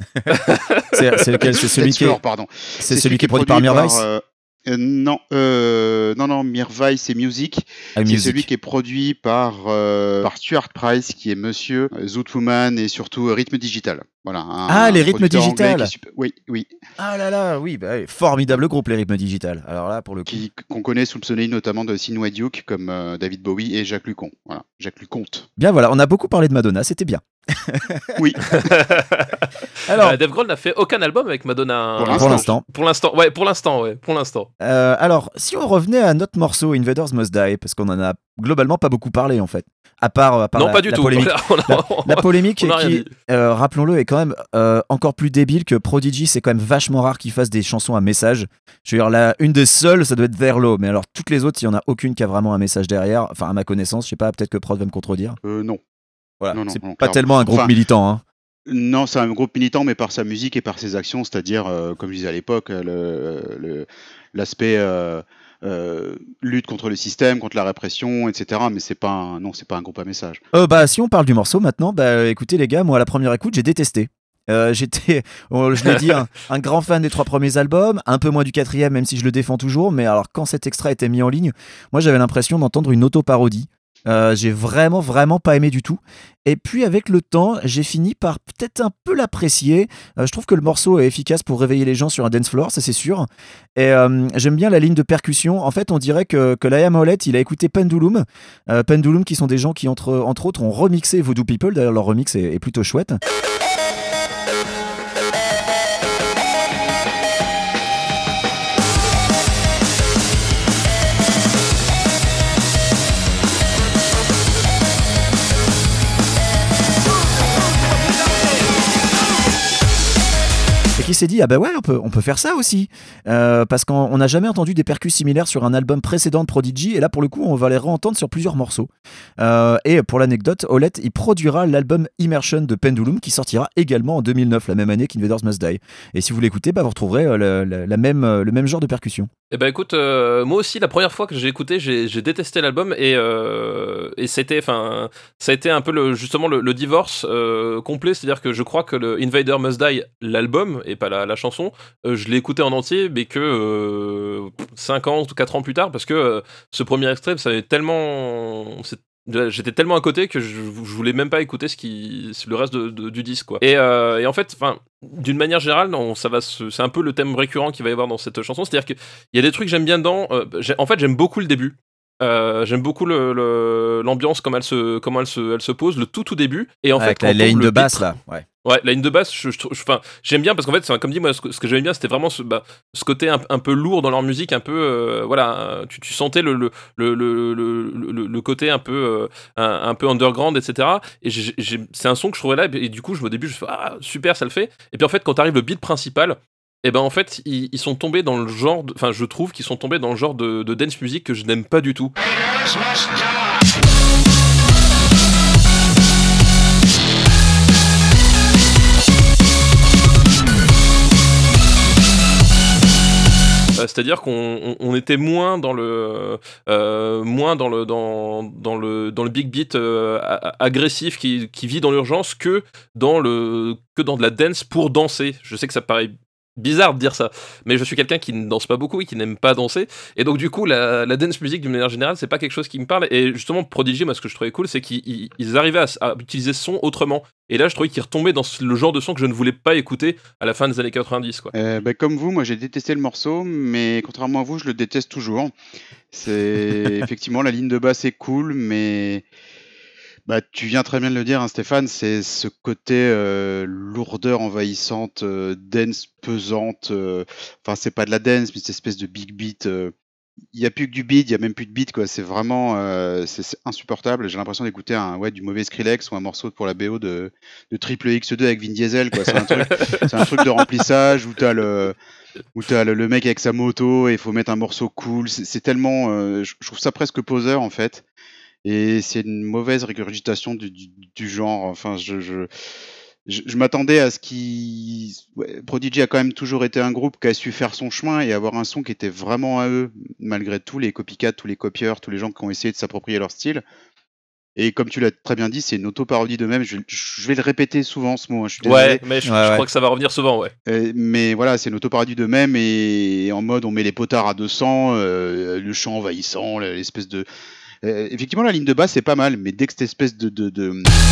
C'est lequel? C'est celui qui est... pardon. C'est celui qui est produit par Mirvice. Non, Mirvice c'est Music. C'est celui qui est produit par Stuart Price, qui est monsieur Zootwoman et surtout Rythme Digital. Voilà. Les Rythmes Digital. Oui. Ah là là, oui, formidable groupe, les Rythmes Digital. Alors là, pour le coup. Qu'on connaît sous le pseudonyme notamment de Sinway Duke, comme David Bowie et Jacques Lucon. Voilà, Jacques Luconte. Bien voilà, on a beaucoup parlé de Madonna, c'était bien. Oui. Alors, Dave Grohl n'a fait aucun album avec Madonna. Pour l'instant. Pour l'instant. Alors, si on revenait à notre morceau Invaders Must Die, parce qu'on en a globalement pas beaucoup parlé en fait, à part non, pas du tout. Polémique. La polémique qui, rappelons-le, est quand même encore plus débile que Prodigy. C'est quand même vachement rare qu'ils fassent des chansons à message. Je veux dire, une des seules, ça doit être Verlo, mais alors toutes les autres, il y en a aucune qui a vraiment un message derrière. Enfin, à ma connaissance, je sais pas, peut-être que Prod va me contredire. Non. Voilà, non, c'est pas clairement. tellement un groupe militant. Hein. Non, c'est un groupe militant, mais par sa musique et par ses actions, c'est-à-dire, comme je disais à l'époque, l'aspect lutte contre le système, contre la répression, etc. Mais c'est pas un groupe à message. Si on parle du morceau maintenant, écoutez les gars, moi à la première écoute, j'ai détesté. J'étais, je l'ai dit, un grand fan des 3 premiers albums, un peu moins du 4e, même si je le défends toujours. Mais alors, quand cet extrait était mis en ligne, moi j'avais l'impression d'entendre une auto-parodie. J'ai vraiment pas aimé du tout. Et puis avec le temps, j'ai fini par peut-être un peu l'apprécier. Je trouve que le morceau est efficace pour réveiller les gens sur un dance floor, ça c'est sûr. Et j'aime bien la ligne de percussion. En fait, on dirait que Liam Howlett, il a écouté Pendulum. Pendulum, qui sont des gens qui entre autres ont remixé Voodoo People. D'ailleurs, leur remix est plutôt chouette. qui s'est dit ah bah ouais on peut faire ça aussi parce qu'on n'a jamais entendu des percus similaires sur un album précédent de Prodigy et là pour le coup on va les réentendre sur plusieurs morceaux et pour l'anecdote Olet il produira l'album Immersion de Pendulum qui sortira également en 2009 la même année qu'Invaders Must Die et si vous l'écoutez vous retrouverez le même genre de percussion. Eh ben écoute, moi aussi la première fois que j'ai écouté, j'ai détesté l'album et c'était, enfin, ça a été un peu le divorce complet, c'est-à-dire que je crois que le Invader Must Die, l'album et pas la chanson, je l'ai écouté en entier, mais que 5 ans ou 4 ans plus tard, parce que ce premier extrait, ça avait tellement, j'étais tellement à côté que je voulais même pas écouter le reste du disque quoi. Et en fait, enfin, d'une manière générale, c'est un peu le thème récurrent qu'il va y avoir dans cette chanson, c'est-à-dire qu'il y a des trucs que j'aime bien dedans. En fait, j'aime beaucoup le début. J'aime beaucoup l'ambiance, comment elle se pose, le tout début. Et en fait, la ligne de basse là, ouais. Ouais, la ligne de basse, j'aime bien parce qu'en fait, comme dit, moi, ce que j'aimais bien, c'était vraiment ce côté un peu lourd dans leur musique, un peu, voilà, tu sentais le côté un peu underground, etc. Et c'est un son que je trouvais là, et du coup, au début, je fais ah super, ça le fait. Et puis en fait, quand arrive le beat principal, et ben en fait, ils sont tombés dans le genre, enfin, je trouve qu'ils sont tombés dans le genre de dance music que je n'aime pas du tout. C'est-à-dire qu'on était moins dans le big beat agressif qui vit dans l'urgence que dans de la dance pour danser. Je sais que ça paraît bizarre de dire ça, mais je suis quelqu'un qui ne danse pas beaucoup et qui n'aime pas danser, et donc du coup la dance music d'une manière générale c'est pas quelque chose qui me parle, et justement Prodigy, moi ce que je trouvais cool c'est qu'ils arrivaient à utiliser ce son autrement, et là je trouvais qu'ils retombaient dans le genre de son que je ne voulais pas écouter à la fin des années 90 quoi. Comme vous, moi j'ai détesté le morceau, mais contrairement à vous je le déteste toujours. C'est effectivement la ligne de basse est cool, mais tu viens très bien de le dire, hein, Stéphane, c'est ce côté lourdeur envahissante, dance pesante. Enfin, c'est pas de la dance, mais cette espèce de big beat. Il y a plus que du beat, il y a même plus de beat, quoi. C'est vraiment, c'est insupportable. J'ai l'impression d'écouter du mauvais Skrillex ou un morceau pour la BO de Triple X2 avec Vin Diesel, quoi. C'est un truc de remplissage où t'as le mec avec sa moto et il faut mettre un morceau cool. C'est tellement, je trouve ça presque poseur en fait. Et c'est une mauvaise régurgitation du genre. Enfin, je m'attendais à ce qui. Ouais, Prodigy a quand même toujours été un groupe qui a su faire son chemin et avoir un son qui était vraiment à eux, malgré tous les copycats, tous les copieurs, tous les gens qui ont essayé de s'approprier leur style. Et comme tu l'as très bien dit, c'est une auto-parodie d'eux-mêmes. Je vais le répéter souvent ce mot, hein, je suis désolé. Ouais, mais je crois que ça va revenir souvent, ouais. Mais voilà, c'est une auto-parodie d'eux-mêmes et en mode on met les potards à 200, le chant envahissant, l'espèce de. Effectivement, la ligne de basse c'est pas mal, mais dès que cette espèce de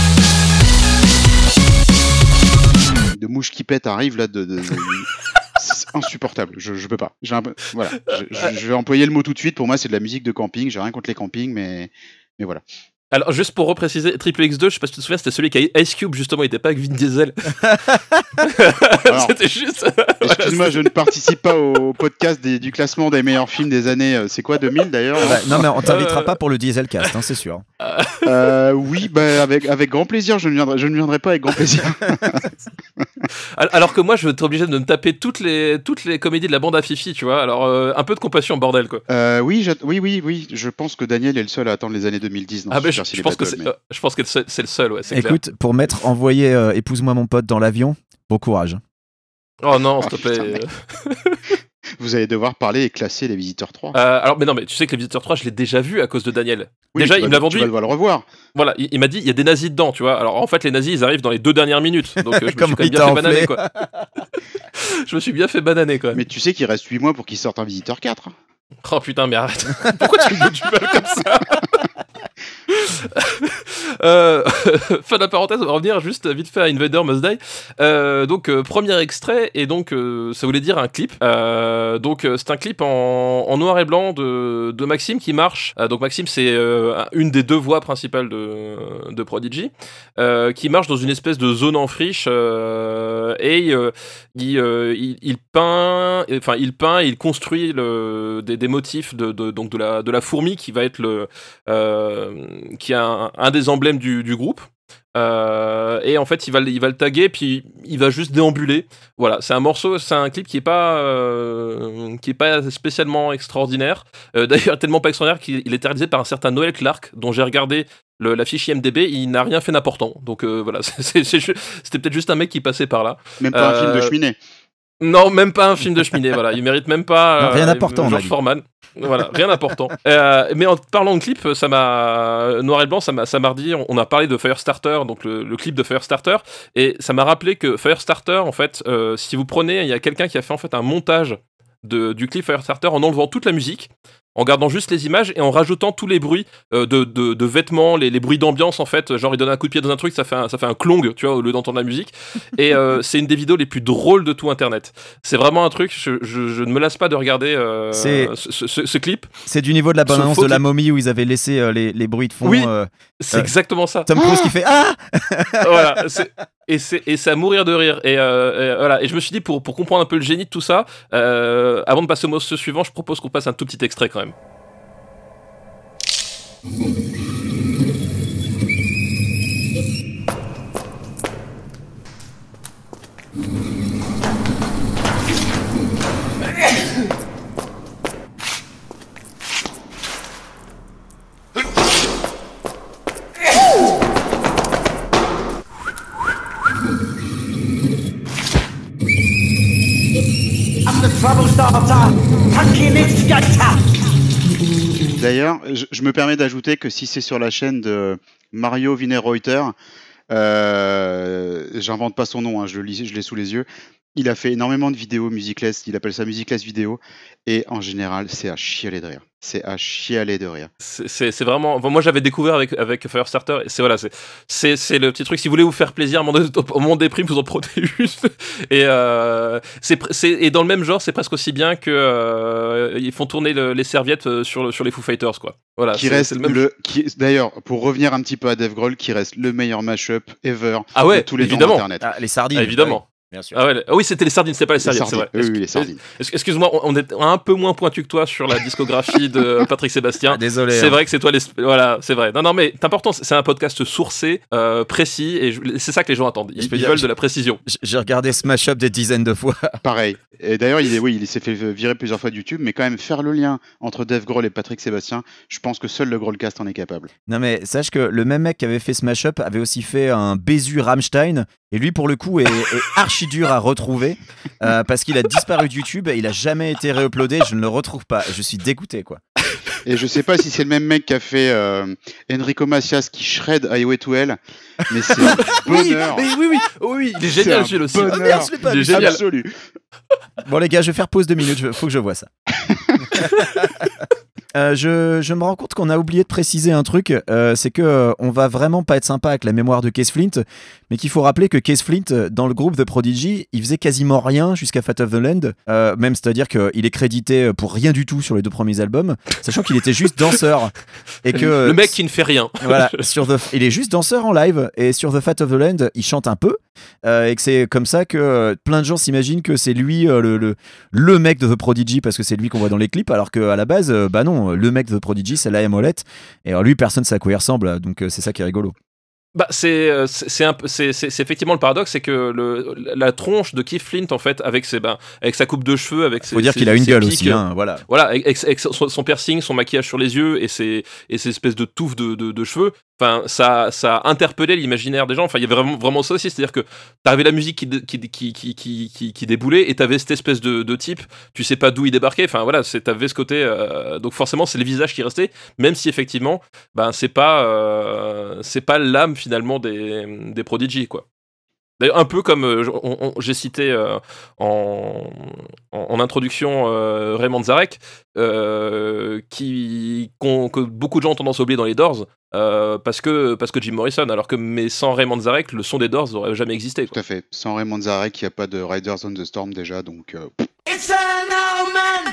mouche qui pète arrive là, c'est insupportable. Je peux pas. Voilà. Je vais employer le mot tout de suite. Pour moi, c'est de la musique de camping. J'ai rien contre les campings, mais voilà. Alors, juste pour repréciser, Triple X2, je sais pas si tu te souviens, c'était celui qui a Ice Cube, justement, il était pas avec Vin Diesel. Alors, c'était juste. Excuse-moi, je ne participe pas au podcast du classement des meilleurs films des années. C'est quoi, 2000 d'ailleurs Non, mais on t'invitera pas pour le Dieselcast, hein, c'est sûr. Oui, avec grand plaisir. Je ne viendrai pas avec grand plaisir. Alors que moi, je vais être obligé de me taper toutes les comédies de la bande à Fifi, tu vois. Alors, un peu de compassion, bordel, quoi. Oui. Je pense que Daniel est le seul à attendre les années 2010. Je pense que c'est le seul, ouais. Écoute, clair. pour envoyer Épouse-moi mon pote dans l'avion, bon courage. Oh non, s'il te plaît. Vous allez devoir parler et classer Les Visiteurs 3. Alors, mais non, mais tu sais que Les Visiteurs 3, je l'ai déjà vu à cause de Daniel. Oui, déjà, il me l'a vendu. Tu vas devoir le revoir. Voilà, il m'a dit, il y a des nazis dedans, tu vois. Alors, en fait, les nazis, ils arrivent dans les 2 dernières minutes. Donc, je me suis quand même bien fait bananer, quoi. Je me suis bien fait bananer, quoi. Mais tu sais qu'il reste 8 mois pour qu'il sorte un Visiteur 4. Oh putain, mais arrête. Pourquoi tu me dis du mal comme ça? Fin de la parenthèse, on va revenir juste vite fait à Invader Must Die. Donc premier extrait, et donc ça voulait dire un clip. Donc c'est un clip en noir et blanc de Maxime qui marche. Donc Maxime, c'est une des 2 voix principales de Prodigy, qui marche dans une espèce de zone en friche, et il peint, il construit des motifs de la fourmi qui va être qui est un des emblèmes du groupe. Et en fait il va le taguer puis il va juste déambuler. Voilà, c'est un clip qui est pas spécialement extraordinaire. D'ailleurs tellement pas extraordinaire qu'il est réalisé par un certain Noel Clark dont j'ai regardé la fiche IMDb, il n'a rien fait d'important. Donc voilà, c'était peut-être juste un mec qui passait par là. Même pas un film de cheminée. Non, même pas un film de cheminée, voilà. Il mérite même pas. Rien d'important, George Foreman. Voilà, rien d'important. Mais en parlant de clip, ça m'a. Noir et blanc, ça m'a redit. On a parlé de Firestarter, donc le clip de Firestarter. Et ça m'a rappelé que Firestarter, en fait, si vous prenez. Il y a quelqu'un qui a fait en fait un montage du clip Firestarter en enlevant toute la musique, en gardant juste les images et en rajoutant tous les bruits de vêtements, les bruits d'ambiance en fait, genre il donne un coup de pied dans un truc, ça fait un clong, tu vois, au lieu d'entendre la musique. Et c'est une des vidéos les plus drôles de tout internet. C'est vraiment un truc, je ne me lasse pas de regarder ce clip. C'est du niveau de la bande-annonce de La Momie où ils avaient laissé les bruits de fond. Oui, c'est exactement ça. Tom Cruise qui fait ah. Voilà, et c'est à mourir de rire. Et voilà. Et je me suis dit, pour comprendre un peu le génie de tout ça, avant de passer au mot suivant, je propose qu'on passe un tout petit extrait quand même. D'ailleurs, je me permets d'ajouter que si c'est sur la chaîne de Mario Wienerreuter, j'invente pas son nom, hein, je l'ai sous les yeux. Il a fait énormément de vidéos musicless, il appelle ça musicless vidéo, et en général, c'est à chialer de rire. C'est à chialer de rire. C'est vraiment. Moi, j'avais découvert avec Firestarter, et c'est le petit truc. Si vous voulez vous faire plaisir, au moment des primes, vous en prenez une. Et et dans le même genre, c'est presque aussi bien que ils font tourner les serviettes sur les Foo Fighters, quoi. Voilà. C'est le même. D'ailleurs, pour revenir un petit peu à Dave Grohl, qui reste le meilleur mashup ever de tous les évidemment. temps d'internet. Les sardines. Évidemment. Bien sûr. Oui, c'était les sardines, c'est pas les serviettes, c'est vrai. Oui, les sardines. Excuse-moi, on est un peu moins pointu que toi sur la discographie de Patrick Sébastien. Désolé. C'est vrai que c'est toi voilà, c'est vrai. Non, mais c'est important, c'est un podcast sourcé, précis, et c'est ça que les gens attendent. Ils veulent de la précision. J'ai regardé ce mashup des dizaines de fois. Pareil. Et d'ailleurs, il s'est fait virer plusieurs fois de YouTube, mais quand même faire le lien entre Dave Grohl et Patrick Sébastien, je pense que seul le Grohlcast en est capable. Non mais sache que le même mec qui avait fait ce mashup avait aussi fait un Bézu Rammstein, et lui pour le coup est archi dur à retrouver parce qu'il a disparu de YouTube et il a jamais été réuploadé. Je ne le retrouve pas. Je suis dégoûté, quoi. Et je sais pas si c'est le même mec qui a fait Enrico Macias qui shred Highway to Hell, mais c'est un bonheur. Oui, il est génial, Gilles aussi. Ah merde, je l'ai pas Il est vu. génial. Absolu. Bon les gars, je vais faire pause 2 minutes. Faut que je vois ça. Je me rends compte qu'on a oublié de préciser un truc, c'est que on va vraiment pas être sympa avec la mémoire de Keith Flint, mais qu'il faut rappeler que Keith Flint, dans le groupe The Prodigy, il faisait quasiment rien jusqu'à Fate of the Land, même c'est-à-dire qu'il est crédité pour rien du tout sur les 2 premiers albums, sachant qu'il était juste danseur. Et que, le mec qui ne fait rien. Voilà, il est juste danseur en live, et sur The Fate of the Land, il chante un peu, et que c'est comme ça que plein de gens s'imaginent que c'est lui le mec de The Prodigy, parce que c'est lui qu'on voit dans les clips, alors qu'à la base, bah non, le mec de The Prodigy, c'est Liam Howlett, et alors lui, personne ne sait à quoi il ressemble, donc c'est ça qui est rigolo. Bah c'est effectivement le paradoxe, c'est que la tronche de Keith Flint en fait avec sa coupe de cheveux, avec faut dire qu'il a une gueule aussi, hein, voilà. Avec son piercing, son maquillage sur les yeux et ses espèces de touffes de cheveux. Enfin, ça a interpellé l'imaginaire des gens. Enfin, il y avait vraiment ça aussi, c'est-à-dire que t'avais la musique qui déboulait et t'avais cette espèce de type, tu sais pas d'où il débarquait. Enfin voilà, t'avais ce côté. Donc forcément, c'est les visages qui restaient, même si effectivement, c'est pas l'âme finalement des Prodigy, quoi. D'ailleurs, un peu comme j'ai cité en introduction Ray Manzarek, que beaucoup de gens ont tendance à oublier dans les Doors, parce que Jim Morrison, alors que mais sans Ray Manzarek, le son des Doors n'aurait jamais existé, quoi. Tout à fait. Sans Ray Manzarek, il n'y a pas de Riders on the Storm déjà, donc... It's a no man.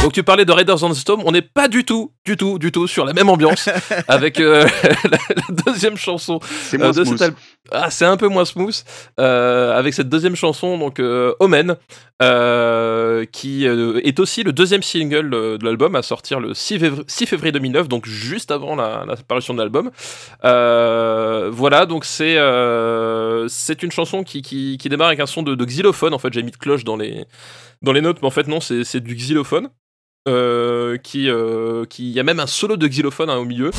Donc tu parlais de Raiders on the Storm, on n'est pas du tout sur la même ambiance avec la deuxième chanson C'est moins de smooth. cet album. Ah, c'est un peu moins smooth avec cette deuxième chanson, donc Omen, qui est aussi le deuxième single de l'album à sortir le 6 février 2009, donc juste avant la parution de l'album. Voilà, donc c'est une chanson qui démarre avec un son de xylophone. En fait, j'ai mis de cloche dans les notes, mais en fait non, c'est du xylophone. Qui y a même un solo de xylophone au milieu.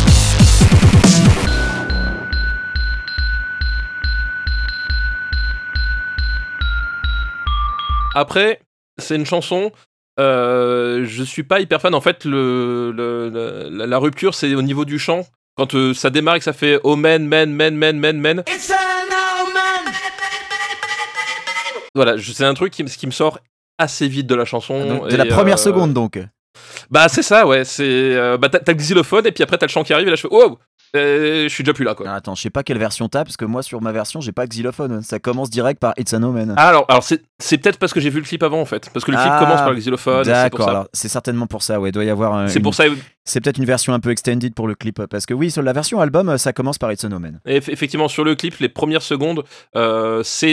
Après, c'est une chanson. Je suis pas hyper fan. En fait, la rupture, c'est au niveau du chant. Quand ça démarre et que ça fait oh men. It's an omen. Voilà, c'est un truc qui me sort assez vite de la chanson. Donc, de la première seconde donc. Bah c'est ça, ouais. C'est t'as le xylophone et puis après t'as le chant qui arrive et là je fais oh. Je suis déjà plus là quoi. Ah, attends, je sais pas quelle version t'as parce que moi sur ma version j'ai pas de xylophone. Ça commence direct par It's an Omen. Ah, alors c'est peut-être parce que j'ai vu le clip avant en fait, parce que le clip commence par le xylophone. D'accord, alors c'est certainement pour ça. Ouais, doit y avoir. C'est pour ça. C'est peut-être une version un peu extended pour le clip parce que oui, sur la version album ça commence par It's an Omen. Et effectivement sur le clip, les premières secondes, c'est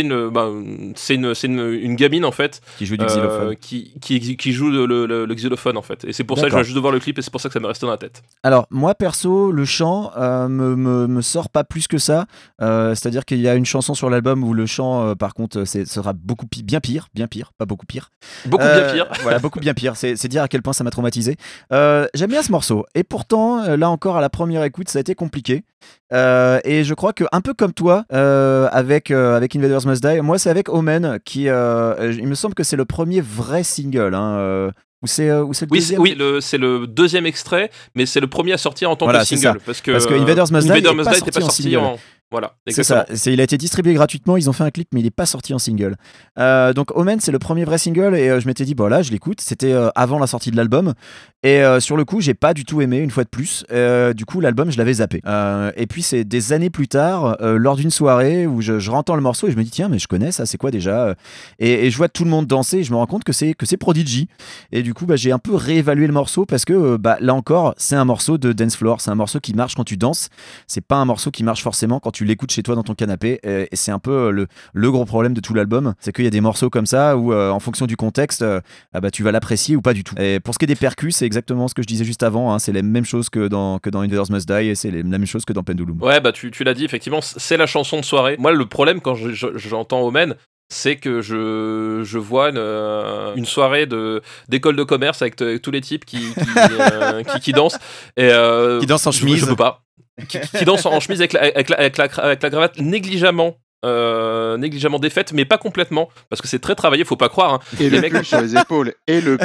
une gamine en fait qui joue du xylophone, qui joue le xylophone en fait. Et c'est pour ça que je viens juste de voir le clip et c'est pour ça que ça m'est resté dans la tête. Alors moi perso, le chant me sort pas plus que ça. C'est-à-dire qu'il y a une chanson sur l'album où le chant, par contre, sera bien pire, pas beaucoup pire. Beaucoup bien pire. Voilà, beaucoup bien pire. C'est dire à quel point ça m'a traumatisé. J'aime bien ce morceau. Et pourtant, là encore, à la première écoute, ça a été compliqué. Et je crois que un peu comme toi, avec Invaders Must Die, moi c'est avec Omen qui, il me semble que c'est le premier vrai single. Ou c'est le deuxième. Oui, c'est le deuxième extrait, mais c'est le premier à sortir en tant que single. Parce que Invaders Must Die n'était pas sorti en single. Voilà, c'est ça. Il a été distribué gratuitement, ils ont fait un clip, mais il n'est pas sorti en single. Donc Omen, c'est le premier vrai single, et je m'étais dit, bon là, je l'écoute. C'était avant la sortie de l'album. Et sur le coup, j'ai pas du tout aimé, une fois de plus. Du coup, l'album, je l'avais zappé. Et puis, c'est des années plus tard, lors d'une soirée où je rentends le morceau et je me dis, tiens, mais je connais ça, c'est quoi déjà et je vois tout le monde danser et je me rends compte que c'est Prodigy. Et du coup, j'ai un peu réévalué le morceau parce que là encore, c'est un morceau de dance floor, c'est un morceau qui marche quand tu danses. C'est pas un morceau qui marche forcément quand tu l'écoutes chez toi dans ton canapé. Et c'est un peu le gros problème de tout l'album, c'est qu'il y a des morceaux comme ça où, en fonction du contexte, tu vas l'apprécier ou pas du tout. Et pour ce qui est des percus, c'est exactement ce que je disais juste avant, c'est les mêmes choses que dans Invaders Must Die et c'est la même chose que dans Pendulum. Ouais, tu l'as dit, effectivement, c'est la chanson de soirée. Moi, le problème quand j'entends Omen, c'est que je vois une soirée d'école de commerce avec tous les types qui dansent. Et, qui dansent en chemise. Je peux pas. Qui dansent en chemise avec la cravate négligemment défaite, mais pas complètement, parce que c'est très travaillé, faut pas croire. Et le pull sur les épaules.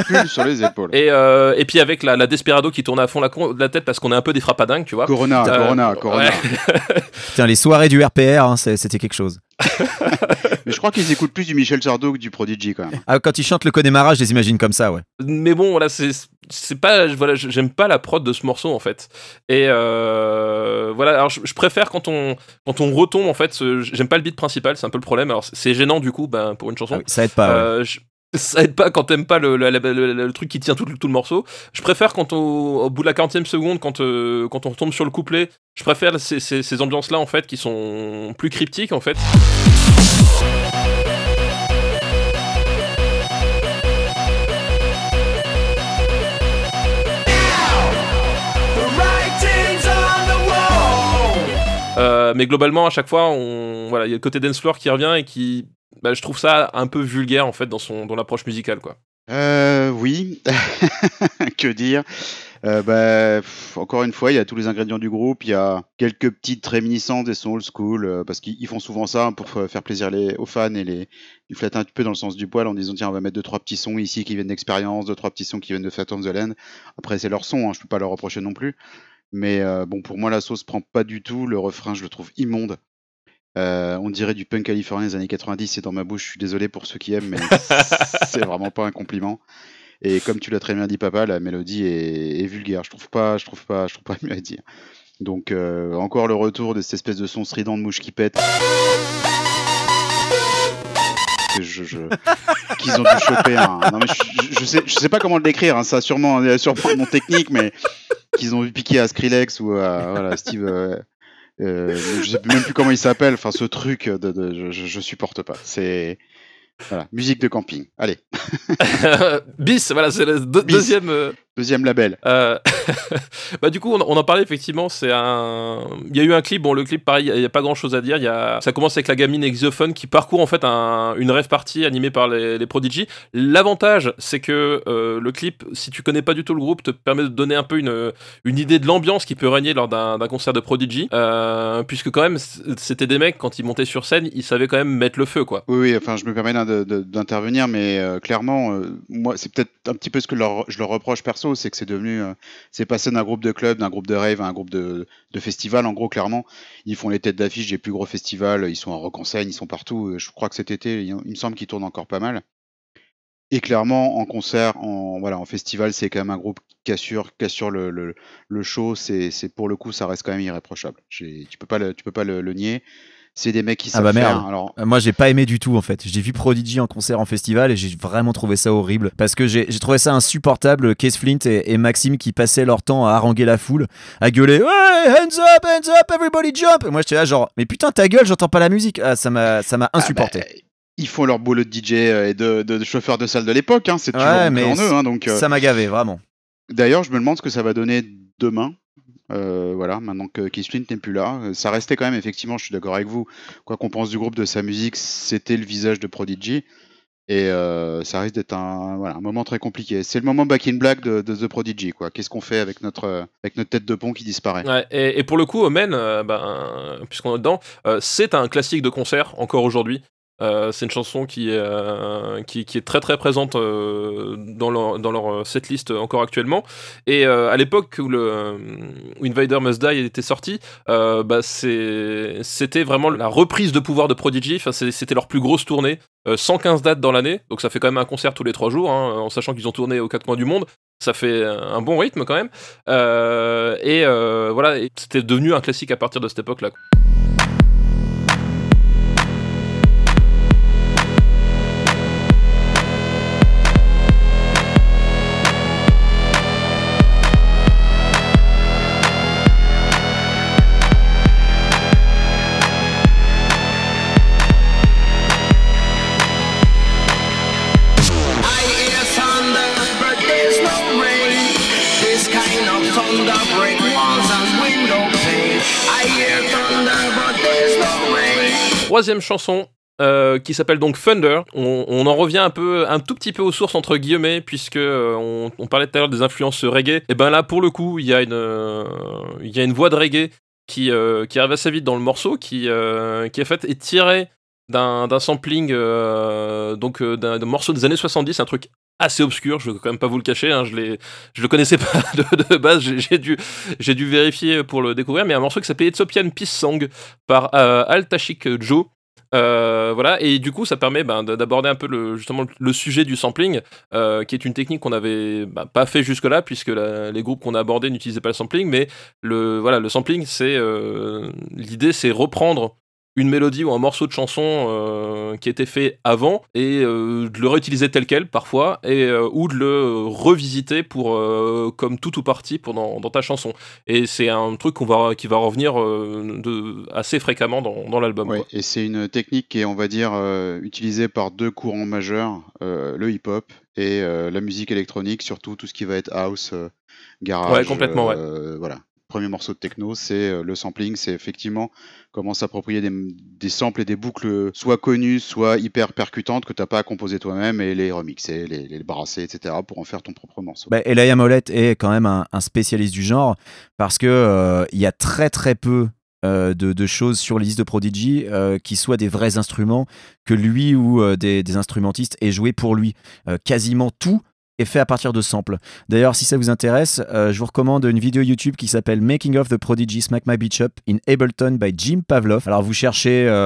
Et puis avec la Desperado qui tourne à fond la tête parce qu'on est un peu des frappadingues, tu vois. Corona. Ouais. Putain, les soirées du RPR, c'était quelque chose. Mais je crois qu'ils écoutent plus du Michel Sardou que du Prodigy quand même. Ah, quand ils chantent le Connemara, je les imagine comme ça, ouais. Mais bon, voilà, c'est pas, voilà, j'aime pas la prod de ce morceau en fait. Et voilà, alors je préfère quand on retombe en fait. J'aime pas le beat principal, c'est un peu le problème. Alors c'est gênant du coup, pour une chanson. Ah oui, ça aide pas. Ouais. Ça aide pas quand t'aimes pas le truc qui tient tout le morceau. Je préfère quand au bout de la 40e seconde, quand on retombe sur le couplet, je préfère ces ambiances-là en fait qui sont plus cryptiques en fait. Mais globalement, à chaque fois, il y a le côté dance floor qui revient et qui, je trouve ça un peu vulgaire en fait dans l'approche musicale, quoi. Oui, que dire. Encore une fois, il y a tous les ingrédients du groupe. Il y a quelques petites réminiscences des sons old school, parce qu'ils font souvent ça pour faire plaisir aux fans et ils flattent un peu dans le sens du poil en disant tiens, on va mettre 2-3 petits sons ici qui viennent d'Expérience, 2-3 petits sons qui viennent de Fat on the Land. Après, c'est leur son, je peux pas leur reprocher non plus. Mais pour moi, la sauce prend pas du tout. Le refrain, je le trouve immonde. On dirait du punk californien des années 90, c'est dans ma bouche. Je suis désolé pour ceux qui aiment, mais c'est vraiment pas un compliment. Et comme tu l'as très bien dit, papa, la mélodie est vulgaire. Je trouve pas mieux à dire. Donc encore le retour de cette espèce de son strident de mouche qui pète. qu'ils ont dû choper un. Non, mais je sais pas comment le décrire, hein, ça a sûrement mon technique, mais qu'ils ont piqué à Skrillex ou à voilà, Steve. Je sais même plus comment il s'appelle. Enfin, ce truc je supporte pas. C'est voilà, musique de camping. Allez. Bis, voilà, c'est le deuxième label. Bah du coup, on en parlait effectivement. Il y a eu un clip. Bon, le clip, pareil, il y a pas grand chose à dire. Ça commence avec la gamine Exophone qui parcourt en fait une rave party animée par les Prodigy. L'avantage, c'est que le clip, si tu connais pas du tout le groupe, te permet de donner un peu une idée de l'ambiance qui peut régner lors d'un concert de Prodigy, puisque quand même, c'était des mecs quand ils montaient sur scène, ils savaient quand même mettre le feu, quoi. Oui. Enfin, je me permets d'intervenir, mais clairement, moi, c'est peut-être un petit peu ce que je leur reproche perso, c'est que c'est passé d'un groupe de club, d'un groupe de rave à un groupe de festival. En gros, clairement, ils font les têtes d'affiche des plus gros festivals, ils sont à Rock en Seine, ils sont partout. Je crois que cet été, il me semble qu'ils tournent encore pas mal. Et clairement, en concert, en festival, c'est quand même un groupe qui assure le show. C'est pour le coup, ça reste quand même irréprochable. Tu peux pas le nier. C'est des mecs qui savent faire. Alors... Moi, j'ai pas aimé du tout en fait. J'ai vu Prodigy en concert en festival et j'ai vraiment trouvé ça horrible parce que j'ai trouvé ça insupportable. Case Flint et Maxime qui passaient leur temps à haranguer la foule, à gueuler hey, hands up, everybody jump. Et moi, j'étais là genre mais putain ta gueule, j'entends pas la musique. Ah, ça m'a insupporté. Ils font leur boulot de DJ et de chauffeur de salle de l'époque. Hein. C'est toujours en eux. Hein, donc, ça m'a gavé vraiment. D'ailleurs, je me demande ce que ça va donner demain. Voilà, maintenant que Keith Flint n'est plus là, ça restait quand même, effectivement, je suis d'accord avec vous, quoi qu'on pense du groupe, de sa musique, c'était le visage de Prodigy, et ça risque d'être un moment très compliqué. C'est le moment Back in Black de The Prodigy, quoi. Qu'est-ce qu'on fait avec notre tête de pont qui disparaît? Ouais, et pour le coup, Men, puisqu'on est dedans, c'est un classique de concert encore aujourd'hui. C'est une chanson qui est très très présente dans leur setlist encore actuellement, et à l'époque où Invader Must Die était sorti, c'était vraiment la reprise de pouvoir de Prodigy. Enfin, c'était leur plus grosse tournée, 115 dates dans l'année, donc ça fait quand même un concert tous les 3 jours, hein, en sachant qu'ils ont tourné aux 4 coins du monde. Ça fait un bon rythme quand même, voilà, et c'était devenu un classique à partir de cette époque-là. Troisième chanson, qui s'appelle donc Thunder. On en revient un tout petit peu aux sources entre guillemets, puisque on parlait tout à l'heure des influences reggae. Et ben là, pour le coup, il y a une voix de reggae qui arrive assez vite dans le morceau, qui en fait est tirée d'un sampling d'un morceau des années 70, un truc assez obscur, je vais quand même pas vous le cacher, hein, je le connaissais pas de base, j'ai dû vérifier pour le découvrir, mais un morceau qui s'appelait Ethiopian Peace Song par Al Tashik Joe. Voilà, et du coup ça permet d'aborder un peu le sujet du sampling, qui est une technique qu'on avait pas fait jusque là, puisque les groupes qu'on a abordés n'utilisaient pas le sampling, mais le sampling, l'idée c'est reprendre une mélodie ou un morceau de chanson qui était fait avant et de le réutiliser tel quel parfois, et ou de le revisiter pour comme tout ou partie dans ta chanson, et c'est un truc qui va revenir assez fréquemment dans l'album. Ouais, et c'est une technique qui est, on va dire, utilisée par 2 courants majeurs, le hip-hop et la musique électronique, surtout tout ce qui va être house, garage. Ouais, complètement, voilà. Premier morceau de techno, c'est le sampling, c'est effectivement comment s'approprier des samples et des boucles soit connues, soit hyper percutantes que t'as pas à composer toi-même, et les remixer, les brasser, etc. pour en faire ton propre morceau. Elijah Mollet est quand même un spécialiste du genre, parce que il y a très très peu de choses sur les listes de Prodigy qui soient des vrais instruments que lui ou des instrumentistes aient joué pour lui. Quasiment tout est fait à partir de samples. D'ailleurs, si ça vous intéresse, je vous recommande une vidéo YouTube qui s'appelle Making of the Prodigy Smack My Bitch Up in Ableton by Jim Pavlov. Alors vous cherchez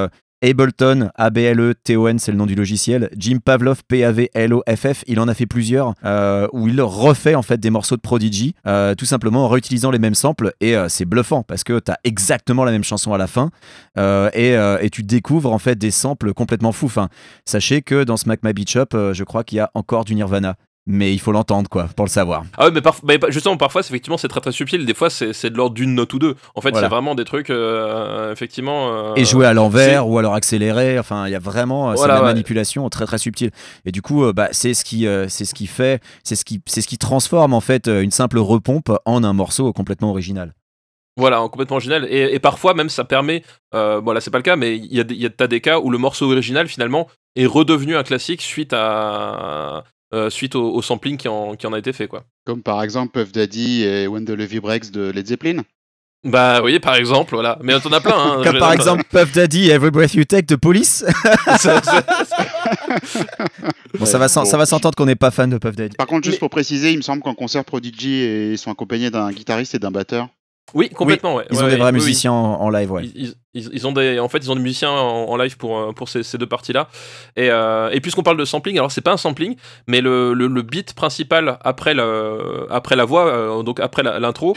Ableton, A-B-L-E-T-O-N, c'est le nom du logiciel. Jim Pavlov, P-A-V-L-O-F-F, il en a fait plusieurs où il refait en fait des morceaux de Prodigy, tout simplement en réutilisant les mêmes samples, et c'est bluffant parce que t'as exactement la même chanson à la fin, et tu découvres en fait des samples complètement fous. Enfin, sachez que dans Smack My Beach Up, je crois qu'il y a encore du Nirvana. Mais il faut l'entendre, quoi, pour le savoir. Ah ouais, mais justement, parfois, effectivement, c'est très très subtil. Des fois, c'est de l'ordre d'une note ou deux. En fait, voilà. C'est vraiment des trucs, effectivement. Et jouer à l'envers ou alors accélérer. Enfin, il y a vraiment c'est de la manipulation très très subtile. Et du coup, c'est ce qui transforme en fait une simple repompe en un morceau complètement original. Voilà, complètement original. Et parfois, même, ça permet. Bon, là, c'est pas le cas, mais t'as des cas où le morceau original, finalement, est redevenu un classique suite au sampling qui en a été fait, quoi. Comme par exemple Puff Daddy et When the Levee Breaks de Led Zeppelin. Bah oui, par exemple, voilà. Mais t'en as plein. Hein, comme par exemple Puff Daddy, Every Breath You Take de Police. Bon, ça va s'entendre qu'on n'est pas fan de Puff Daddy. Par contre, juste pour préciser, il me semble qu'en concert Prodigy, ils sont accompagnés d'un guitariste et d'un batteur. Oui, complètement, ouais. Ils ont des vrais musiciens en live, ouais. Ils ont des musiciens en live pour ces deux parties-là. Et puisqu'on parle de sampling, alors c'est pas un sampling, mais le beat principal après la voix, donc après l'intro.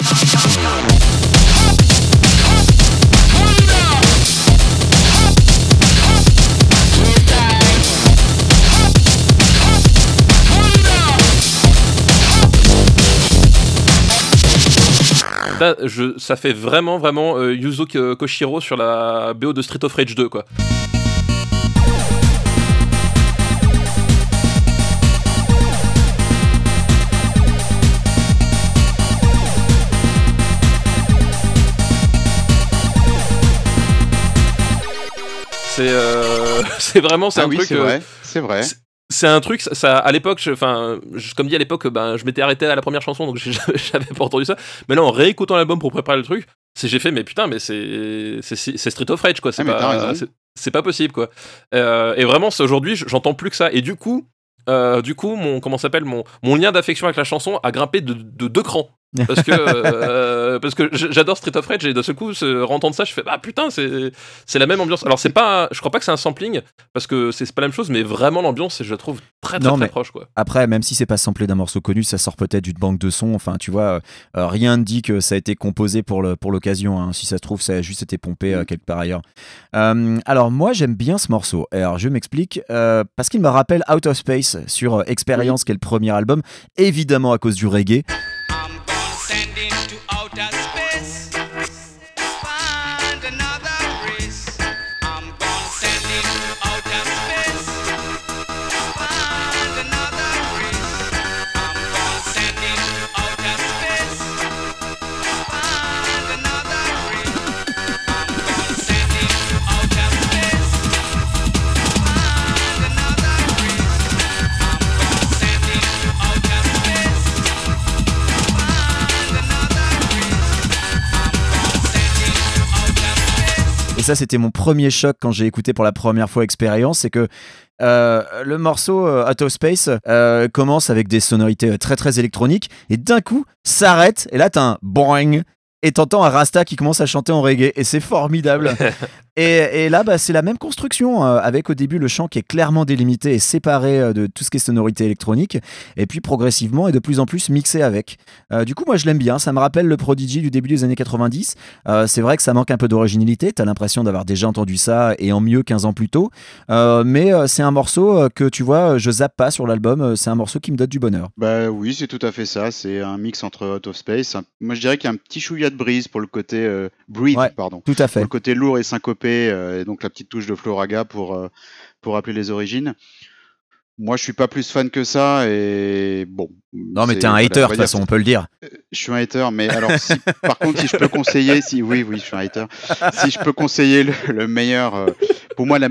Ça fait vraiment Yuzo Koshiro sur la BO de Street of Rage 2, quoi. C'est vraiment un truc. C'est vrai. C'est un truc, ça à l'époque, comme dit à l'époque, je m'étais arrêté à la première chanson, donc j'avais pas entendu ça. Mais là, en réécoutant l'album pour préparer le truc, j'ai fait, mais putain, mais c'est Street of Rage, quoi. C'est pas possible, quoi. Et vraiment, aujourd'hui, j'entends plus que ça. Et du coup, mon lien d'affection avec la chanson a grimpé de 2 crans. Parce que j'adore Street of Rage et d'un seul coup entendre ça je fais putain c'est la même ambiance. Alors je crois pas que c'est un sampling parce que c'est pas la même chose, mais vraiment l'ambiance je la trouve très proche, quoi. Après, même si c'est pas samplé d'un morceau connu, ça sort peut-être d'une banque de sons, enfin tu vois, rien ne dit que ça a été composé pour l'occasion, hein. Si ça se trouve ça a juste été pompé quelque part ailleurs. Alors moi j'aime bien ce morceau, alors je m'explique, parce qu'il me rappelle Out of Space sur Experience, qui est le premier album, évidemment à cause du reggae. Ça, c'était mon premier choc quand j'ai écouté pour la première fois Experience, c'est que le morceau Out of Space commence avec des sonorités très très électroniques et d'un coup s'arrête et là t'as un boing et t'entends un Rasta qui commence à chanter en reggae et c'est formidable. Et là, c'est la même construction, avec au début le chant qui est clairement délimité et séparé de tout ce qui est sonorité électronique, et puis progressivement et de plus en plus mixé avec. Du coup, moi je l'aime bien, ça me rappelle le Prodigy du début des années 90. C'est vrai que ça manque un peu d'originalité, t'as l'impression d'avoir déjà entendu ça, et en mieux 15 ans plus tôt, mais c'est un morceau que tu vois, je zappe pas sur l'album, c'est un morceau qui me donne du bonheur. Bah oui, c'est tout à fait ça, c'est un mix entre Out of Space, moi je dirais qu'il y a un petit chouïa de brise pour le côté breathe, pardon. Tout à fait. Pour le côté lourd et syncopé. Et donc la petite touche de Floraga pour rappeler les origines. Moi, je suis pas plus fan que ça et bon. Non, mais t'es un hater, de toute façon, on peut le dire. Je suis un hater, mais alors, par contre, si je peux conseiller, oui, je suis un hater. Si je peux conseiller le meilleur, pour moi, le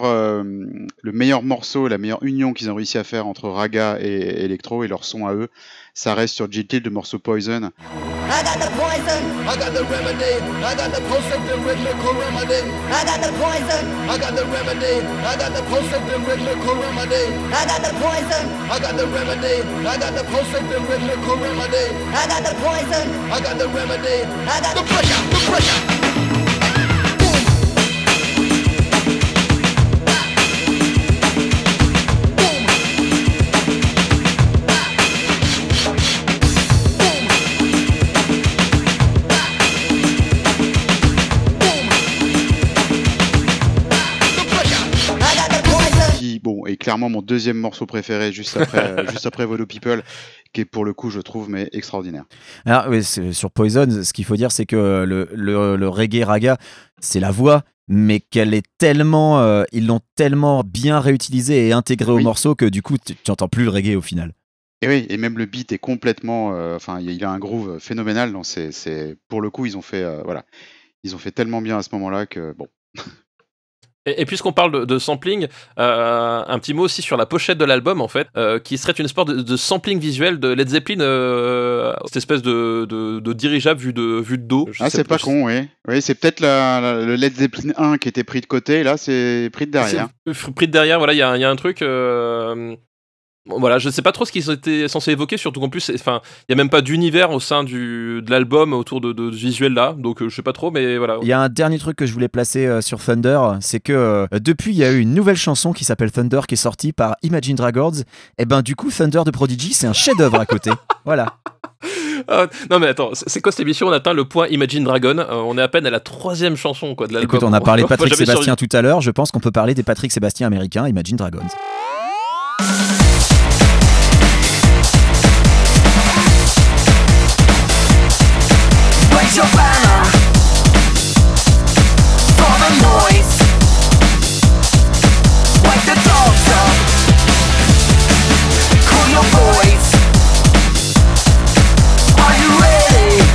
meilleur morceau, la meilleure union qu'ils ont réussi à faire entre Raga et Electro et leur son à eux, ça reste sur Jill Till, le morceau Poison. I got the poison, I got the remedy, I got the post-symptom rhythmical remedy. I got the poison, I got the remedy, I got the post-symptom rhythmical remedy. I got the poison, I got the remedy, I got the post-symptom rhythmical remedy. I got the poison, I got the remedy, I got the pressure. clairement mon deuxième morceau préféré, juste après Voodoo People, qui est pour le coup, je trouve, mais extraordinaire. Alors, oui, sur Poison, ce qu'il faut dire, c'est que le reggae raga, c'est la voix, mais qu'elle est tellement, ils l'ont tellement bien réutilisée et intégrée au morceau que du coup, tu n'entends plus le reggae au final. Et oui, et même le beat est complètement, il a un groove phénoménal. Donc c'est pour le coup, ils ont fait tellement bien à ce moment-là que bon. Et puisqu'on parle de sampling, un petit mot aussi sur la pochette de l'album, en fait, qui serait une sorte de sampling visuel de Led Zeppelin, cette espèce de dirigeable vu de dos. C'est pas con, oui. Oui, c'est peut-être le Led Zeppelin 1 qui était pris de côté, et là c'est pris de derrière. Pris de derrière, voilà, il y a un truc... Voilà, je sais pas trop ce qu'ils étaient censés évoquer, surtout qu'en plus, il y a même pas d'univers au sein de l'album autour de ce visuel-là, donc je sais pas trop, mais voilà. Il y a un dernier truc que je voulais placer sur Thunder, c'est que depuis, il y a eu une nouvelle chanson qui s'appelle Thunder, qui est sortie par Imagine Dragons, et ben du coup, Thunder de Prodigy, c'est un chef-d'œuvre à côté. Voilà. Non mais attends, c'est quoi cette émission? On atteint le point Imagine Dragon, on est à peine à la 3e chanson quoi, de l'album. Écoute, on a parlé de Patrick Sébastien tout à l'heure, je pense qu'on peut parler des Patrick Sébastien américains, Imagine Dragons. Raise your banner for the noise. Wake the dogs up. Call your boys. Are you ready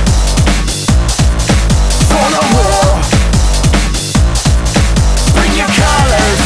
for the war? Bring your colors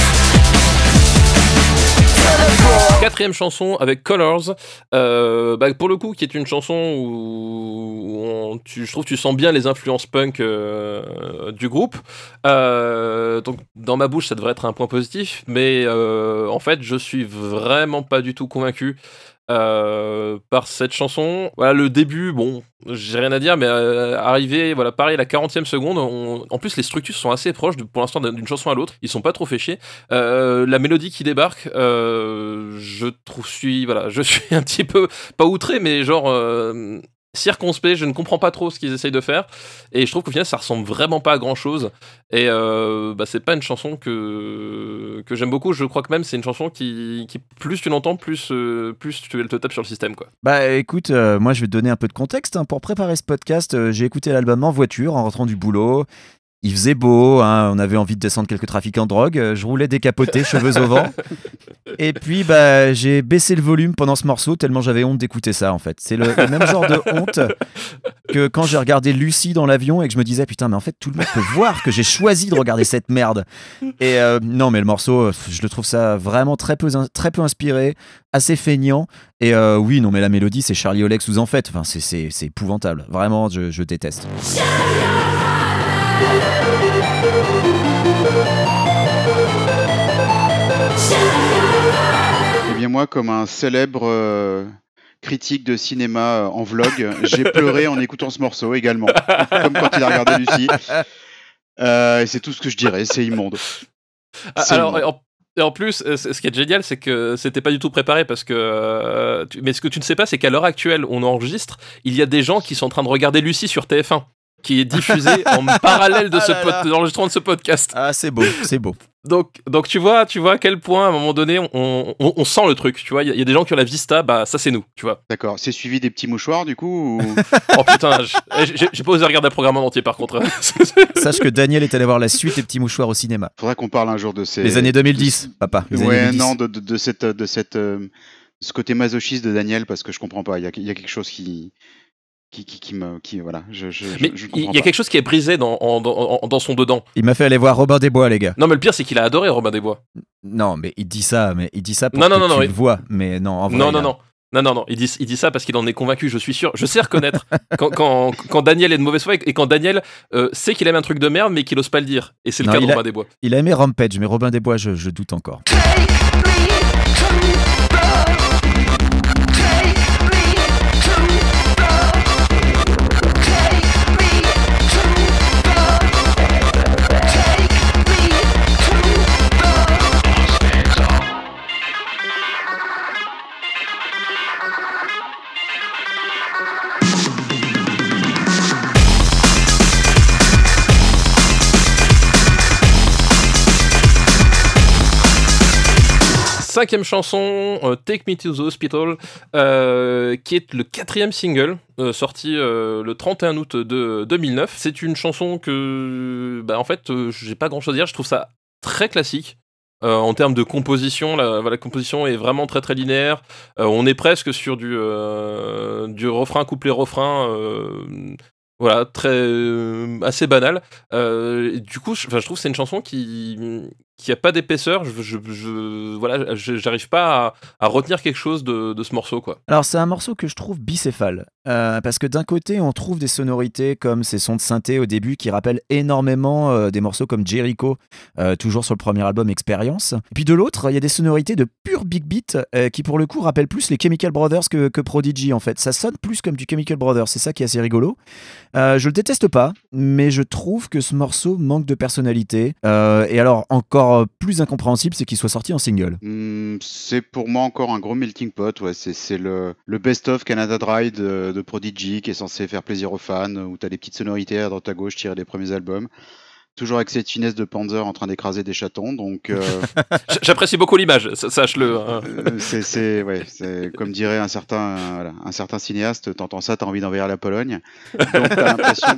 to the floor. 4e chanson avec Colors, pour le coup qui est une chanson où je trouve que tu sens bien les influences punk du groupe, donc dans ma bouche ça devrait être un point positif, mais en fait je suis vraiment pas du tout convaincu par cette chanson. Voilà, le début, bon, j'ai rien à dire, mais arrivé, voilà, pareil, la 40e seconde, en plus les structures sont assez proches pour l'instant d'une chanson à l'autre, ils sont pas trop fait chier. La mélodie qui débarque, je suis un petit peu, pas outré, mais genre circonspect, je ne comprends pas trop ce qu'ils essayent de faire, et je trouve qu'au final ça ressemble vraiment pas à grand chose, et c'est pas une chanson que j'aime beaucoup. Je crois que même c'est une chanson qui plus tu l'entends, plus elle te tape sur le système, quoi. Bah écoute, moi je vais te donner un peu de contexte, hein. Pour préparer ce podcast, j'ai écouté l'album en voiture en rentrant du boulot. Il faisait beau, hein, on avait envie de descendre quelques trafiquants de drogue, je roulais décapoté, cheveux au vent. Et puis j'ai baissé le volume pendant ce morceau tellement j'avais honte d'écouter ça en fait. C'est le même genre de honte que quand j'ai regardé Lucie dans l'avion et que je me disais putain mais en fait tout le monde peut voir que j'ai choisi de regarder cette merde. Et non mais le morceau, je le trouve ça vraiment très peu inspiré, assez feignant. Et oui non mais la mélodie c'est Charlie Olex sous en fait. Enfin c'est épouvantable. Vraiment je déteste. Eh bien moi, comme un célèbre critique de cinéma en vlog, j'ai pleuré en écoutant ce morceau également, comme quand il a regardé Lucie. Et c'est tout ce que je dirais, c'est immonde. Et en plus, ce qui est génial, c'est que c'était pas du tout préparé parce que. Mais ce que tu ne sais pas, c'est qu'à l'heure actuelle, on enregistre, il y a des gens qui sont en train de regarder Lucie sur TF1, qui est diffusé en parallèle de l'enregistrement de ce podcast. Ah, c'est beau, c'est beau. Donc tu vois à quel point à un moment donné on sent le truc, tu vois, il y a des gens qui ont la vista, bah ça c'est nous, tu vois. D'accord, c'est suivi des petits mouchoirs du coup ou... Oh putain, j'ai pas osé regarder un programme en entier par contre. Sache que Daniel est allé voir la suite des petits mouchoirs au cinéma. Faudrait qu'on parle un jour de ces... Les années 2010, papa. Les ouais, années 2010. Non, de ce côté masochiste de Daniel, parce que je comprends pas, il y a quelque chose qui voilà, je il y a quelque chose qui est brisé dans son dedans. Il m'a fait aller voir Robin des Bois, les gars. Non mais le pire c'est qu'il a adoré Robin des Bois. Non mais il dit ça pour que tu le vois, mais non en vrai. Non, il dit ça parce qu'il en est convaincu, je suis sûr. Je sais reconnaître quand Daniel est de mauvaise foi et quand Daniel sait qu'il aime un truc de merde mais qu'il ose pas le dire. Et c'est le cas de Robin des Bois. Il a aimé Rampage, mais Robin des Bois, je doute encore. 5e chanson, Take Me to the Hospital, qui est le 4e single, sorti le 31 août de 2009. C'est une chanson que, en fait, j'ai pas grand chose à dire, je trouve ça très classique. En termes de composition, la composition est vraiment très très linéaire. On est presque sur du refrain, couplet-refrain. Voilà, assez banal. Du coup, je trouve que c'est une chanson qui a pas d'épaisseur. J'arrive pas à retenir quelque chose de ce morceau, quoi. Alors c'est un morceau que je trouve bicéphale, parce que d'un côté on trouve des sonorités comme ces sons de synthé au début qui rappellent énormément des morceaux comme Jericho, toujours sur le premier album Experience. Et puis de l'autre, il y a des sonorités de pur big beat qui pour le coup rappellent plus les Chemical Brothers que Prodigy en fait. Ça sonne plus comme du Chemical Brothers, c'est ça qui est assez rigolo. Je le déteste pas, mais je trouve que ce morceau manque de personnalité. Et alors encore plus incompréhensible, c'est qu'il soit sorti en single. C'est pour moi encore un gros melting pot. Ouais, c'est le best-of Canada Dry de Prodigy qui est censé faire plaisir aux fans, où t'as des petites sonorités à droite à gauche tirées des premiers albums. Toujours avec cette finesse de Panzer en train d'écraser des chatons, donc J'apprécie beaucoup l'image, sache-le. c'est comme dirait un certain cinéaste, t'entends ça, t'as envie d'envahir la Pologne. Donc t'as l'impression,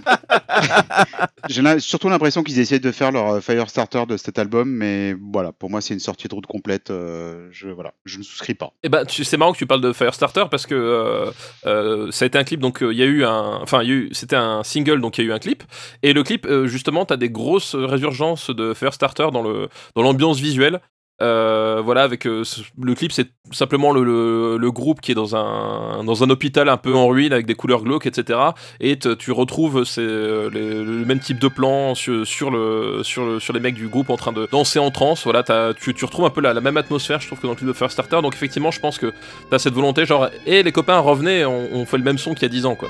j'ai surtout l'impression qu'ils essaient de faire leur Firestarter de cet album, mais voilà, pour moi c'est une sortie de route complète. Je ne souscris pas. Et c'est marrant que tu parles de Firestarter parce que ça a été un clip, donc c'était un single, donc il y a eu un clip, et le clip justement t'as des grosse résurgence de Firestarter dans l'ambiance visuelle. Avec le clip, c'est simplement le groupe qui est dans un hôpital un peu en ruine avec des couleurs glauques, etc. Et tu retrouves le même type de plan sur les mecs du groupe en train de danser en transe. Voilà, tu retrouves un peu la même atmosphère, je trouve, que dans le clip de Firestarter. Donc effectivement, je pense que t'as cette volonté, genre, les copains, revenez, on fait le même son qu'il y a 10 ans, quoi.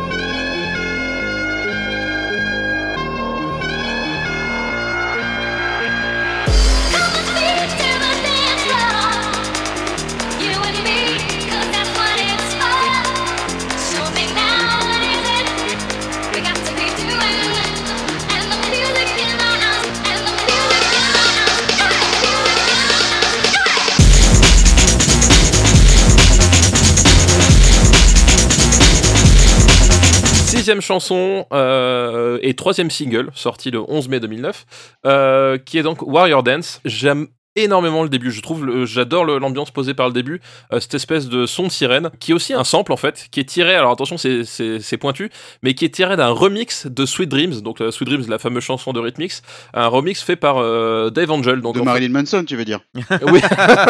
Sixième chanson et 3e single, sorti le 11 mai 2009, qui est donc Warrior Dance. J'aime énormément le début, j'adore l'ambiance posée par le début, cette espèce de son de sirène, qui est aussi un sample en fait, qui est tiré, alors attention c'est pointu, mais qui est tiré d'un remix de Sweet Dreams, donc Sweet Dreams, la fameuse chanson de Rhythmix, un remix fait par Dave Angel. Donc, de Marilyn Manson, tu veux dire? Oui.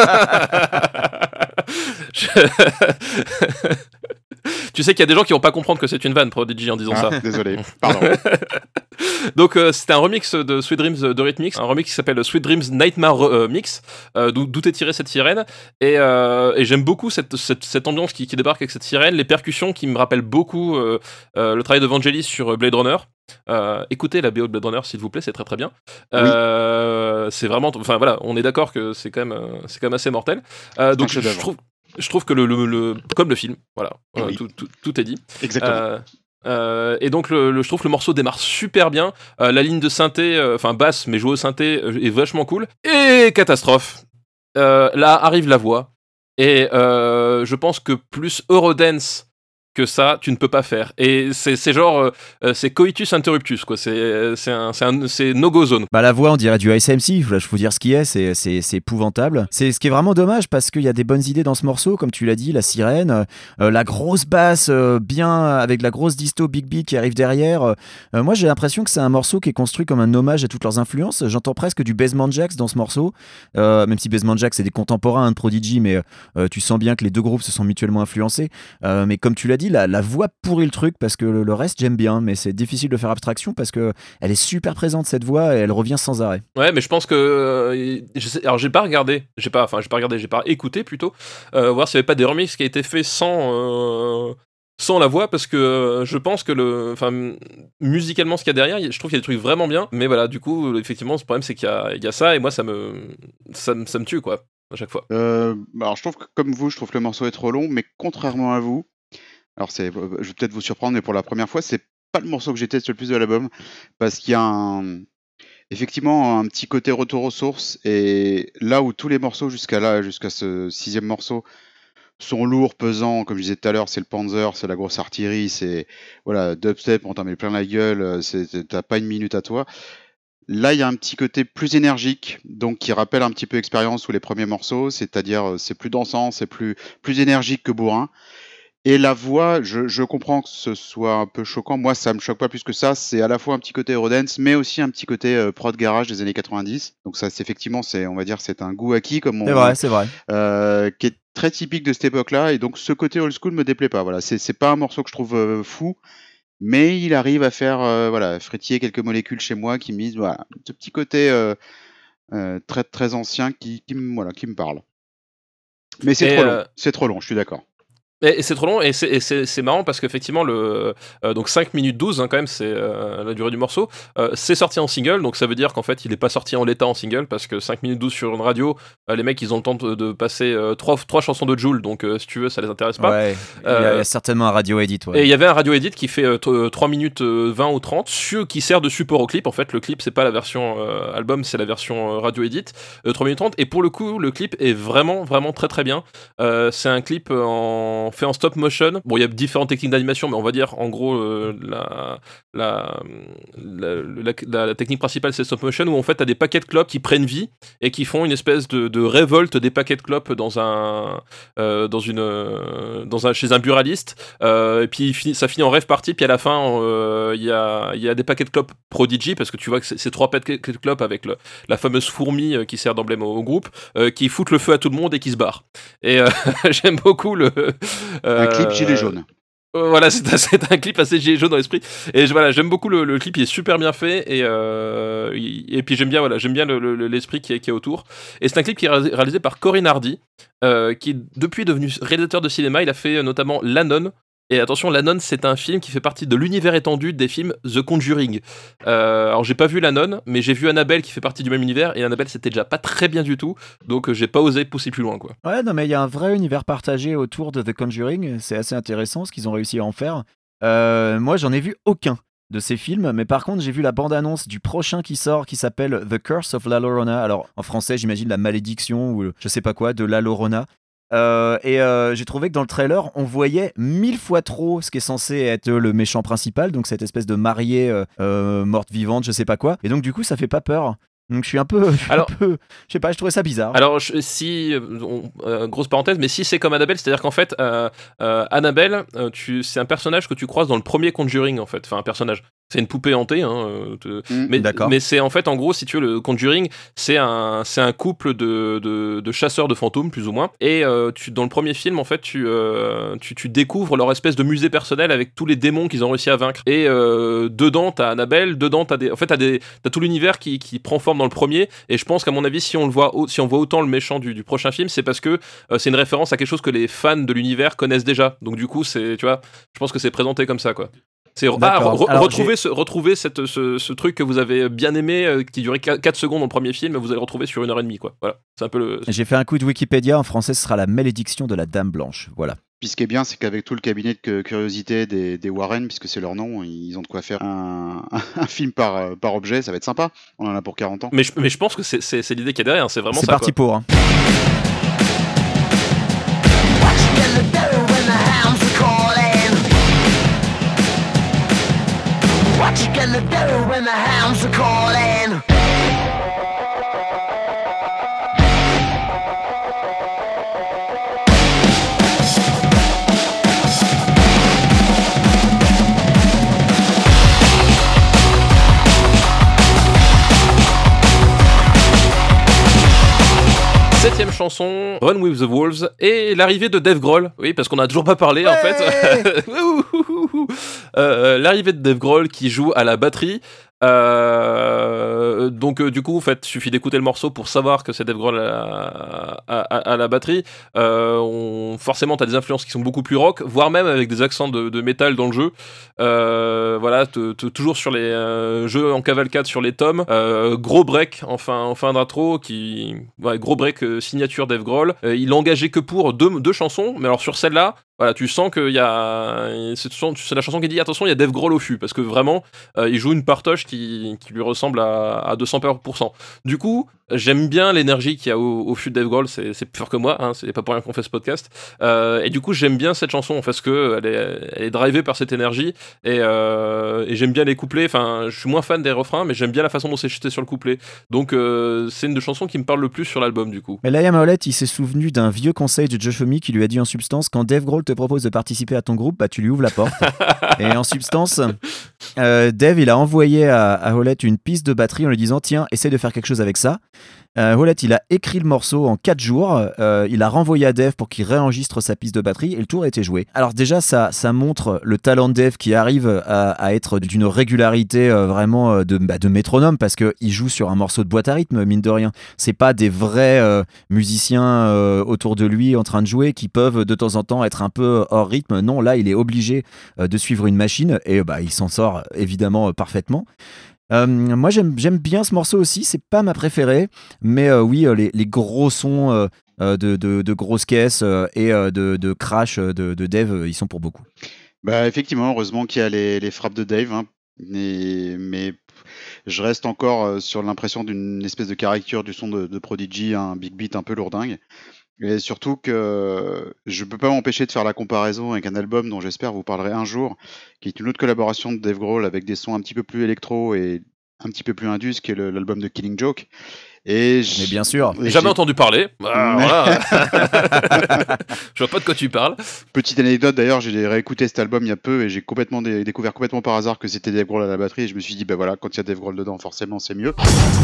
Tu sais qu'il y a des gens qui vont pas comprendre que c'est une vanne, Prodigy, en disant ça. Désolé, pardon. Donc c'était un remix de Sweet Dreams de Rhythmix, un remix qui s'appelle Sweet Dreams Nightmare Mix, d'où est tirée cette sirène, et j'aime beaucoup cette ambiance qui débarque avec cette sirène, les percussions qui me rappellent beaucoup le travail de Vangelis sur Blade Runner. Écoutez la BO de Blade Runner s'il vous plaît, c'est très très bien. Oui. C'est vraiment, enfin voilà, on est d'accord que c'est quand même assez mortel. Donc je trouve que comme le film, voilà, oui. tout est dit. Exactement. Et donc je trouve que le morceau démarre super bien, la ligne de synthé, basse mais jouée au synthé, est vachement cool, et catastrophe, là arrive la voix, et je pense que plus Eurodance que ça, tu ne peux pas faire. Et c'est genre, c'est coitus interruptus, quoi. C'est no-go zone. La voix, on dirait du ASMC. Je vais vous dire ce qui est, c'est épouvantable. C'est ce qui est vraiment dommage parce qu'il y a des bonnes idées dans ce morceau, comme tu l'as dit, la sirène, la grosse basse, bien avec la grosse disto big beat qui arrive derrière. Moi, j'ai l'impression que c'est un morceau qui est construit comme un hommage à toutes leurs influences. J'entends presque du Basement Jaxx dans ce morceau, même si Basement Jaxx c'est des contemporains de Prodigy, mais tu sens bien que les deux groupes se sont mutuellement influencés. Mais comme tu l'as dit, la voix pourrit le truc parce que le reste j'aime bien, mais c'est difficile de faire abstraction parce que elle est super présente cette voix et elle revient sans arrêt. Ouais, mais je pense que alors j'ai pas écouté plutôt, voir s'il y avait pas des remixes qui a été fait sans la voix, parce que je pense que musicalement ce qu'il y a derrière, je trouve qu'il y a des trucs vraiment bien, mais voilà, du coup effectivement le problème c'est qu'il y a ça, et moi ça me tue, quoi, à chaque fois. Alors je trouve que comme vous, je trouve que le morceau est trop long, mais contrairement à vous, alors je vais peut-être vous surprendre, mais pour la première fois, c'est pas le morceau que je déteste le plus de l'album, parce qu'il y a effectivement un petit côté retour aux sources. Et là où tous les morceaux jusqu'à ce 6e morceau sont lourds, pesants, comme je disais tout à l'heure, c'est le Panzer, c'est la grosse artillerie, c'est voilà, dubstep, on t'en met plein la gueule, t'as pas une minute à toi. Là, il y a un petit côté plus énergique, donc qui rappelle un petit peu Expérience ou les premiers morceaux, c'est-à-dire c'est plus dansant, c'est plus énergique que bourrin. Et la voix, je comprends que ce soit un peu choquant. Moi, ça me choque pas plus que ça. C'est à la fois un petit côté Eurodance, mais aussi un petit côté prod garage des années 90. Donc ça, c'est effectivement, on va dire, c'est un goût acquis, comme C'est vrai. qui est très typique de cette époque-là. Et donc, ce côté old school me déplaît pas. Voilà, c'est pas un morceau que je trouve fou, mais il arrive à faire frétiller quelques molécules chez moi qui me disent, voilà, ce petit côté très très ancien qui me parle. Mais c'est trop long. C'est trop long, je suis d'accord. Et c'est trop long, et c'est marrant parce qu'effectivement, donc 5 minutes 12, hein, quand même, c'est la durée du morceau. C'est sorti en single, donc ça veut dire qu'en fait, il n'est pas sorti en l'état en single, parce que 5 minutes 12 sur une radio, les mecs, ils ont le temps de passer 3 chansons de Jul, donc si tu veux, ça les intéresse pas. Ouais, il y a certainement un radio edit. Ouais. Et il y avait un radio edit qui fait 3 minutes 20 ou 30, qui sert de support au clip. En fait, le clip, c'est pas la version album, c'est la version radio edit, 3 minutes 30. Et pour le coup, le clip est vraiment, vraiment très très bien. C'est un clip fait en stop motion. Bon, il y a différentes techniques d'animation, mais on va dire en gros la technique principale, c'est stop motion, où en fait t'as des paquets de clopes qui prennent vie et qui font une espèce de révolte des paquets de clopes chez un buraliste. Et puis ça finit en rave party. Puis à la fin, il y a des paquets de clopes Prodigy, parce que tu vois que c'est 3 paquets de clopes avec la fameuse fourmi qui sert d'emblème au groupe, qui foutent le feu à tout le monde et qui se barrent. Et j'aime beaucoup un clip gilet jaune. Voilà, c'est un clip assez gilet jaune dans l'esprit. Et voilà, j'aime beaucoup le clip, il est super bien fait. Et puis j'aime bien l'esprit qui est autour. Et c'est un clip qui est réalisé par Corinne Hardy, qui est depuis devenu réalisateur de cinéma. Il a fait notamment La Nonne. Et attention, La Nonne, c'est un film qui fait partie de l'univers étendu des films The Conjuring. Alors, j'ai pas vu La Nonne, mais j'ai vu Annabelle qui fait partie du même univers, et Annabelle, c'était déjà pas très bien du tout, donc j'ai pas osé pousser plus loin, quoi. Ouais, non, mais il y a un vrai univers partagé autour de The Conjuring, c'est assez intéressant ce qu'ils ont réussi à en faire. Moi, j'en ai vu aucun de ces films, mais par contre, j'ai vu la bande-annonce du prochain qui sort, qui s'appelle The Curse of La Llorona. Alors, en français, j'imagine la malédiction, ou je sais pas quoi, de La Llorona. J'ai trouvé que dans le trailer, on voyait 1000 fois trop ce qui est censé être le méchant principal, donc cette espèce de mariée morte-vivante, je sais pas quoi. Et donc du coup, ça fait pas peur. Donc je suis un peu, je sais pas, je trouvais ça bizarre. Alors grosse parenthèse, mais si c'est comme Annabelle, c'est-à-dire qu'en fait, Annabelle, c'est un personnage que tu croises dans le premier Conjuring, en fait. Enfin, un personnage. C'est une poupée hantée, hein, mais c'est en fait, en gros, si tu veux, le Conjuring, c'est un couple de chasseurs de fantômes, plus ou moins. Et dans le premier film, en fait, tu découvres leur espèce de musée personnel avec tous les démons qu'ils ont réussi à vaincre. Et dedans, t'as Annabelle, dedans, t'as tout l'univers qui prend forme dans le premier. Et je pense qu'à mon avis, si on voit autant le méchant du prochain film, c'est parce que c'est une référence à quelque chose que les fans de l'univers connaissent déjà. Donc du coup, tu vois, je pense que c'est présenté comme ça, quoi. C'est retrouver ce truc que vous avez bien aimé, qui durait 4 secondes dans le premier film, vous allez le retrouver sur 1h30, quoi. Voilà, c'est un peu J'ai fait un coup de Wikipédia, en français ce sera la malédiction de la Dame Blanche, voilà. Puis ce qui est bien, c'est qu'avec tout le cabinet de curiosité des Warren, puisque c'est leur nom, ils ont de quoi faire un film par objet, ça va être sympa, on en a pour 40 ans. Mais je pense que c'est l'idée qu'il y a derrière, c'est vraiment ça. C'est parti quoi. Pour. Hein. What you gonna do when the hounds are calling? Septième chanson, Run with the Wolves, et l'arrivée de Dave Grohl. Oui, parce qu'on a toujours pas parlé, ouais. En fait. L'arrivée de Dave Grohl qui joue à la batterie. Donc du coup, en fait, il suffit d'écouter le morceau pour savoir que c'est Dave Grohl à la batterie. Forcément, t'as des influences qui sont beaucoup plus rock, voire même avec des accents de métal dans le jeu. Voilà, toujours sur les jeux en cavalcade sur les tomes. Gros break en fin d'intro, gros break signature Dave Grohl. Il l'a engagé que pour deux chansons, mais alors sur celle-là, Voilà, tu sens qu'il y a. C'est la chanson qui dit attention, il y a Dave Grohl au fût, parce que vraiment, il joue une partoche qui lui ressemble à 200%. Du coup, j'aime bien l'énergie qu'il y a au fût de Dave Grohl, c'est plus fort que moi, hein, c'est pas pour rien qu'on fait ce podcast. Et du coup, j'aime bien cette chanson, parce qu'elle est drivée par cette énergie, et j'aime bien les couplets. Enfin, je suis moins fan des refrains, mais j'aime bien la façon dont c'est jeté sur le couplet. Donc, c'est une des chansons qui me parle le plus sur l'album, du coup. Mais Liam Howlett, il s'est souvenu d'un vieux conseil de Josh Homme qui lui a dit en substance, quand Dave Grohl te propose de participer à ton groupe, bah tu lui ouvres la porte. Et en substance, Dave, il a envoyé à Howlett une piste de batterie en lui disant tiens, essaie de faire quelque chose avec ça. Howlett, il a écrit le morceau en 4 jours, il a renvoyé à Dave pour qu'il réenregistre sa piste de batterie et le tour a été joué. Alors déjà, ça montre le talent de Dave qui arrive à être d'une régularité vraiment de métronome, parce qu'il joue sur un morceau de boîte à rythme, mine de rien. C'est pas des vrais musiciens autour de lui en train de jouer qui peuvent de temps en temps être un peu hors rythme. Non, là, il est obligé de suivre une machine et il s'en sort évidemment parfaitement. Moi j'aime bien ce morceau aussi, c'est pas ma préférée, mais oui, les gros sons de grosses caisses et de crash de Dave, ils sont pour beaucoup. Bah effectivement, heureusement qu'il y a les frappes de Dave, hein. Mais je reste encore sur l'impression d'une espèce de caricature du son de Prodigy, un big beat un peu lourdingue. Et surtout que je peux pas m'empêcher de faire la comparaison avec un album dont j'espère vous parlerai un jour, qui est une autre collaboration de Dave Grohl avec des sons un petit peu plus électro et un petit peu plus indus, qui est l'album de Killing Joke. Mais bien sûr. Jamais entendu parler. Voilà. Je vois pas de quoi tu parles. Petite anecdote d'ailleurs, j'ai réécouté cet album il y a peu et j'ai complètement découvert complètement par hasard que c'était Dave Grohl à la batterie et je me suis dit bah voilà, quand il y a Dave Grohl dedans, forcément c'est mieux.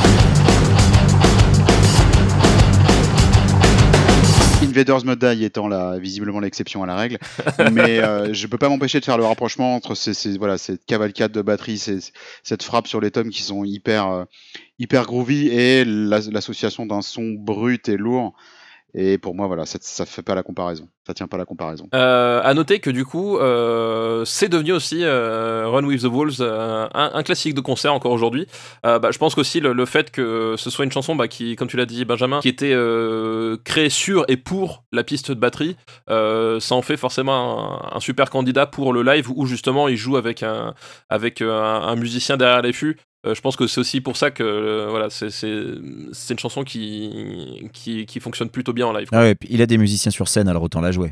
Invaders Must Die étant visiblement l'exception à la règle, mais je peux pas m'empêcher de faire le rapprochement entre cette cavalcade de batterie, cette frappe sur les tomes qui sont hyper groovy et l'association d'un son brut et lourd. Et pour moi, voilà, ça fait pas la comparaison. Ça tient pas la comparaison. À noter que du coup, c'est devenu aussi Run with the Wolves un classique de concert encore aujourd'hui. Je pense qu'aussi le fait que ce soit une chanson qui, comme tu l'as dit Benjamin, qui était créée sur et pour la piste de batterie, ça en fait forcément un super candidat pour le live où justement il joue avec un musicien derrière les fûts. Je pense que c'est aussi pour ça que c'est une chanson qui fonctionne plutôt bien en live. Ah ouais, puis il a des musiciens sur scène, alors autant la jouer.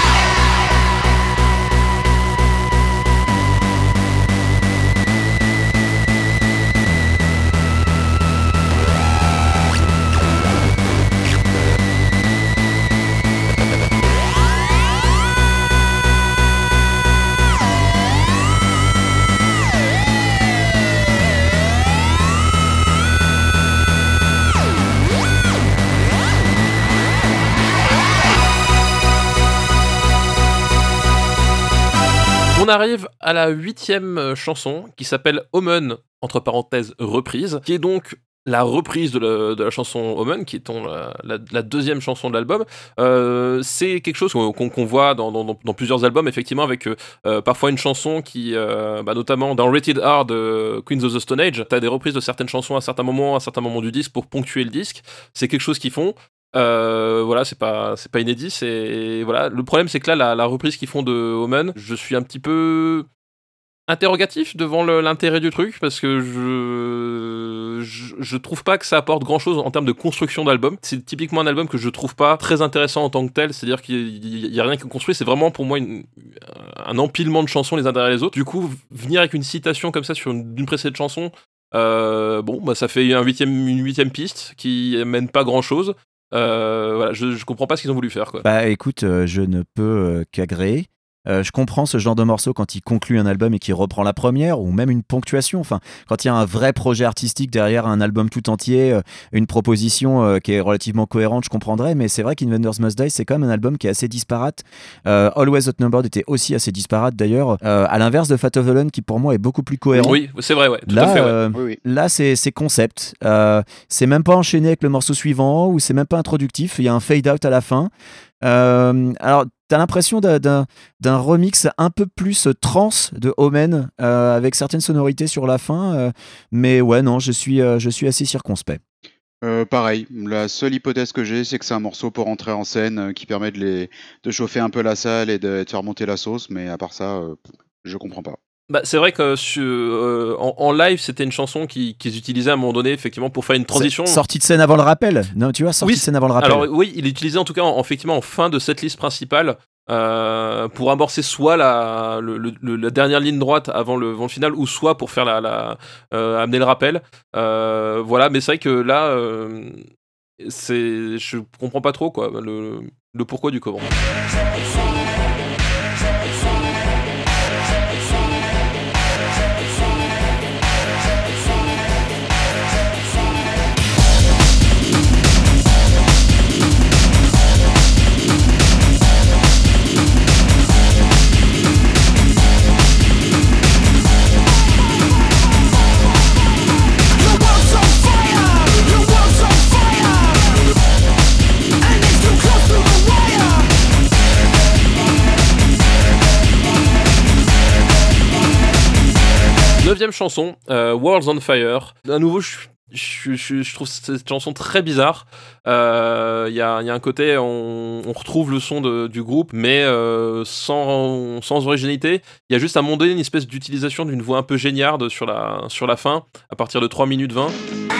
On arrive à la 8e chanson qui s'appelle Omen, entre parenthèses reprise, qui est donc la reprise de la chanson Omen, qui est la deuxième chanson de l'album. C'est quelque chose qu'on voit dans plusieurs albums, effectivement, avec parfois une chanson qui, notamment dans Rated R de Queens of the Stone Age, t'as des reprises de certaines chansons à certains moments du disque pour ponctuer le disque. C'est quelque chose qu'ils font. C'est pas inédit. Le problème, c'est que là, la reprise qu'ils font de Omen, je suis un petit peu interrogatif devant l'intérêt du truc, parce que je trouve pas que ça apporte grand chose en termes de construction d'album. C'est typiquement un album que je trouve pas très intéressant en tant que tel, c'est-à-dire qu'il y a rien qui est construit, c'est vraiment pour moi un empilement de chansons les uns derrière les autres. Du coup, venir avec une citation comme ça sur une précédente chanson, ça fait une huitième piste qui mène pas grand chose. Je comprends pas ce qu'ils ont voulu faire, quoi. Bah écoute, je ne peux qu'agréer. Je comprends ce genre de morceau quand il conclut un album et qu'il reprend la première, ou même une ponctuation. Enfin, quand il y a un vrai projet artistique derrière un album tout entier, une proposition qui est relativement cohérente, je comprendrais. Mais c'est vrai qu'Invaders Must Die, c'est quand même un album qui est assez disparate. Always Outnumbered était aussi assez disparate d'ailleurs, à l'inverse de Fat of the Land, qui pour moi est beaucoup plus cohérent. Oui, c'est vrai, ouais. Tout à fait, ouais. Oui. Là, c'est concept. C'est même pas enchaîné avec le morceau suivant, ou c'est même pas introductif. Il y a un fade out à la fin. Alors, t'as l'impression d'un remix un peu plus trance de Omen, avec certaines sonorités sur la fin, mais ouais, non, je suis assez circonspect. Pareil, la seule hypothèse que j'ai, c'est que c'est un morceau pour entrer en scène, qui permet de chauffer un peu la salle et de faire monter la sauce, mais à part ça, je comprends pas. Bah, c'est vrai que en live, c'était une chanson qu'ils utilisaient à un moment donné, effectivement, pour faire une transition. Sortie de scène avant le rappel. Non, tu vois, sortie Oui, de scène avant le rappel. Alors oui, il l'utilisait en tout cas effectivement en fin de setlist principale pour amorcer soit la dernière ligne droite avant le final, ou soit pour faire amener le rappel. Voilà, mais c'est vrai que là, je comprends pas trop quoi, le pourquoi du comment. Neuvième chanson, World's on Fire. À nouveau, je trouve cette chanson très bizarre. Il y a un côté, on retrouve le son du groupe, mais sans originalité. Il y a juste à un moment donné une espèce d'utilisation d'une voix un peu géniarde sur la fin, à partir de 3 minutes 20.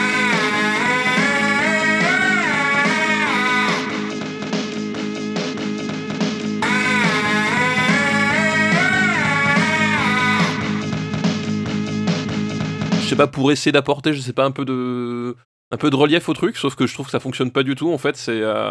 Je sais pas, pour essayer d'apporter, je sais pas, un peu de relief au truc, sauf que je trouve que ça fonctionne pas du tout. En fait,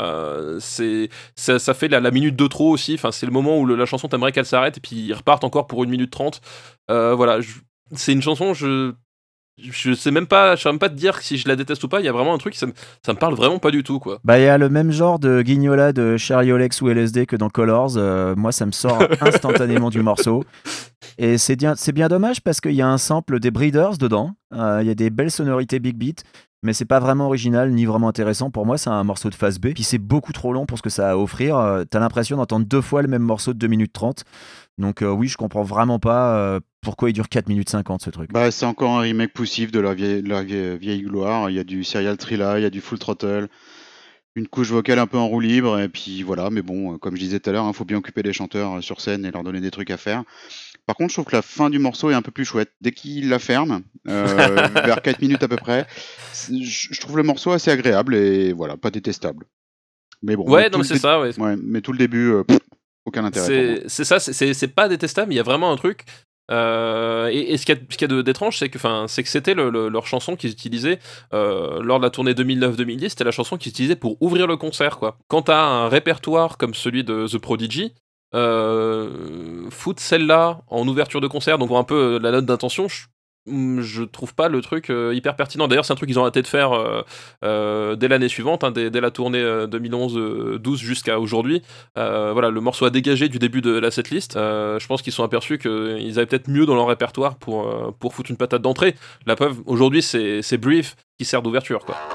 ça fait la minute de trop aussi. Enfin, c'est le moment où la chanson, t'aimerais qu'elle s'arrête, et puis ils repartent encore pour 1 minute 30. Voilà, c'est une chanson, je sais même pas te dire si je la déteste ou pas. Il y a vraiment un truc, ça me parle vraiment pas du tout, quoi. Bah, il y a le même genre de guignolade de Chariolex ou LSD que dans Colors. Moi, ça me sort instantanément du morceau. Et c'est bien dommage parce qu'il y a un sample des Breeders dedans. Il y a des belles sonorités big beat, mais c'est pas vraiment original ni vraiment intéressant. Pour moi, c'est un morceau de phase B. Puis c'est beaucoup trop long pour ce que ça a à offrir. T'as l'impression d'entendre 2 fois le même morceau de 2 minutes 30. Donc oui, je comprends vraiment pas pourquoi il dure 4 minutes 50 ce truc. Bah, c'est encore un remake poussif de leur vieille gloire. Il y a du Serial Trilla, il y a du Full Throttle, une couche vocale un peu en roue libre, et puis voilà. Mais bon, comme je disais tout à l'heure, faut bien occuper les chanteurs sur scène et leur donner des trucs à faire. Par contre, je trouve que la fin du morceau est un peu plus chouette. Dès qu'il la ferme, vers 4 minutes à peu près, je trouve le morceau assez agréable et voilà, pas détestable. Mais bon, Ouais, non, mais c'est ça, ouais. Mais tout le début, aucun intérêt. C'est ça, c'est pas détestable, mais il y a vraiment un truc. Et ce qu'il y a d'étrange, c'est que c'était leur chanson qu'ils utilisaient lors de la tournée 2009-2010. C'était la chanson qu'ils utilisaient pour ouvrir le concert, quoi. Quand t'as un répertoire comme celui de The Prodigy, foutre celle-là en ouverture de concert, donc un peu la note d'intention, je trouve pas le truc hyper pertinent. D'ailleurs, c'est un truc qu'ils ont arrêté de faire dès l'année suivante, dès la tournée 2011-12 jusqu'à aujourd'hui. Voilà, le morceau a dégagé du début de la setlist. Je pense qu'ils sont aperçus qu'ils avaient peut-être mieux dans leur répertoire pour foutre une patate d'entrée. La preuve, aujourd'hui, c'est Brief qui sert d'ouverture, quoi.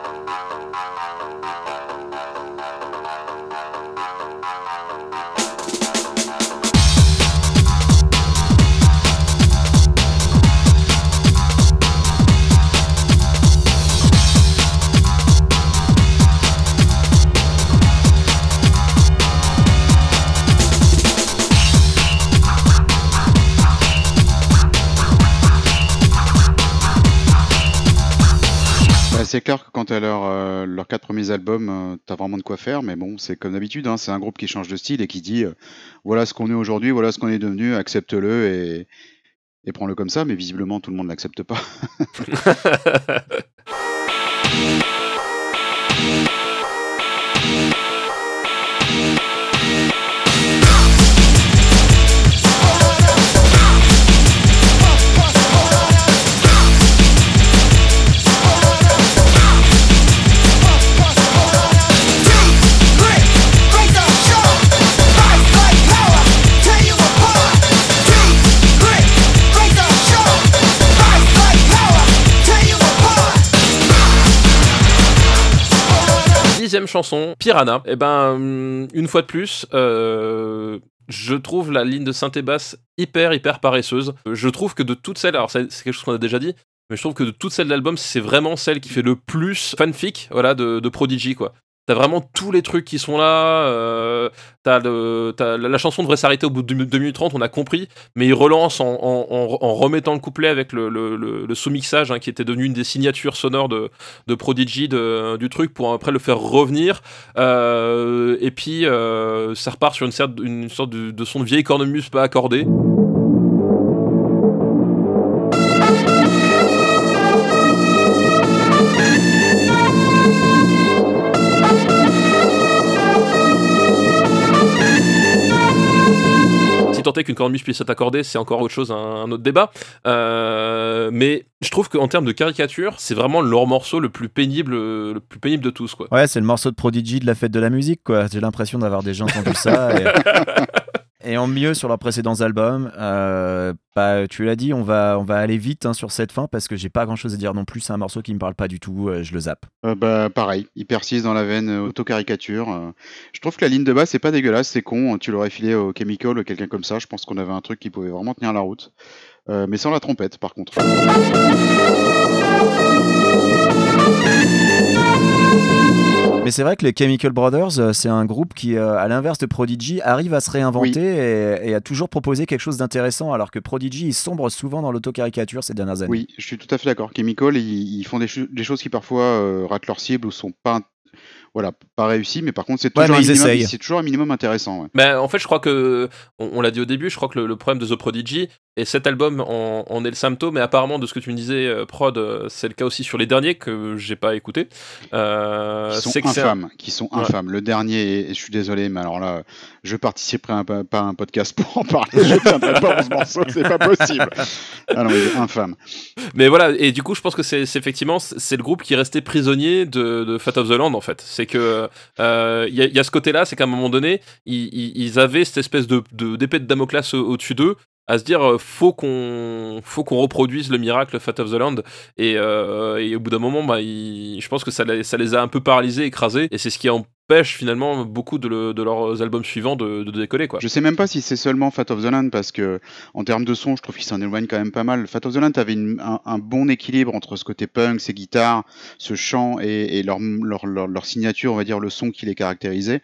C'est clair que quand t'as leurs 4 premiers albums, t'as vraiment de quoi faire, mais bon, c'est comme d'habitude, c'est un groupe qui change de style et qui dit voilà ce qu'on est aujourd'hui, voilà ce qu'on est devenu, accepte-le et prends-le comme ça, mais visiblement tout le monde l'accepte pas. Dixième chanson, Piranha. Et une fois de plus, je trouve la ligne de synthé basse hyper paresseuse. Je trouve que de toutes celles, alors c'est quelque chose qu'on a déjà dit, mais je trouve que de toutes celles de l'album, c'est vraiment celle qui fait le plus fanfic, voilà, de Prodigy, quoi. T'as vraiment tous les trucs qui sont là. La chanson devrait s'arrêter au bout de 2 minutes 30, on a compris, mais il relance en remettant le couplet avec le sous-mixage, hein, qui était devenu une des signatures sonores de Prodigy du truc, pour après le faire revenir. Et puis ça repart sur une sorte de son de vieille cornemuse pas accordée. Si tant est qu'une cornemuse puisse être accordée, c'est encore autre chose, un autre débat. Mais je trouve qu'en termes de caricature, c'est vraiment leur morceau le plus pénible de tous, quoi. Ouais, c'est le morceau de Prodigy de la fête de la musique, quoi. J'ai l'impression d'avoir déjà entendu ça. Et en mieux sur leurs précédents albums. Tu l'as dit, on va aller vite, hein, sur cette fin, parce que j'ai pas grand chose à dire non plus. C'est un morceau qui me parle pas du tout, je le zappe. Pareil, il persiste dans la veine auto-caricature. Je trouve que la ligne de base, c'est pas dégueulasse, c'est con. Tu l'aurais filé au Chemical ou quelqu'un comme ça. Je pense qu'on avait un truc qui pouvait vraiment tenir la route. Mais sans la trompette, par contre. Mais c'est vrai que les Chemical Brothers, c'est un groupe qui, à l'inverse de Prodigy, arrive à se réinventer et à toujours proposer quelque chose d'intéressant, alors que Prodigy, ils sombrent souvent dans l'autocaricature ces dernières années. Oui, je suis tout à fait d'accord. Chemical, ils font des choses qui parfois ratent leur cible ou sont pas réussi, mais par contre c'est toujours un minimum intéressant. Ouais. Ben, en fait, je crois que on l'a dit au début, je crois que le problème de The Prodigy, et cet album en est le symptôme, mais apparemment de ce que tu me disais, Prod, c'est le cas aussi sur les derniers que j'ai pas écouté. Qui sont infâmes. Le dernier, et je suis désolé, mais alors là, je participerai pas à un podcast pour en parler. Je tiendrai pas 11 morceaux, c'est pas possible. Ah non, il est infâme. Mais voilà, et du coup, je pense que c'est effectivement c'est le groupe qui est resté prisonnier de Fate of the Land, en fait. C'est que y a ce côté-là, c'est qu'à un moment donné, ils avaient cette espèce d'épée de Damoclès au-dessus d'eux, à se dire faut qu'on reproduise le miracle Fate of the Land, et au bout d'un moment, je pense que ça les a un peu paralysés, écrasés, et c'est ce qui empêche finalement beaucoup de leurs albums suivants de décoller, quoi. Je sais même pas si c'est seulement Fate of the Land, parce que en termes de son, je trouve qu'ils s'en éloignent quand même pas mal. Fate of the Land avait un bon équilibre entre ce côté punk, ses guitares, ce chant et leur signature, on va dire, le son qui les caractérisait.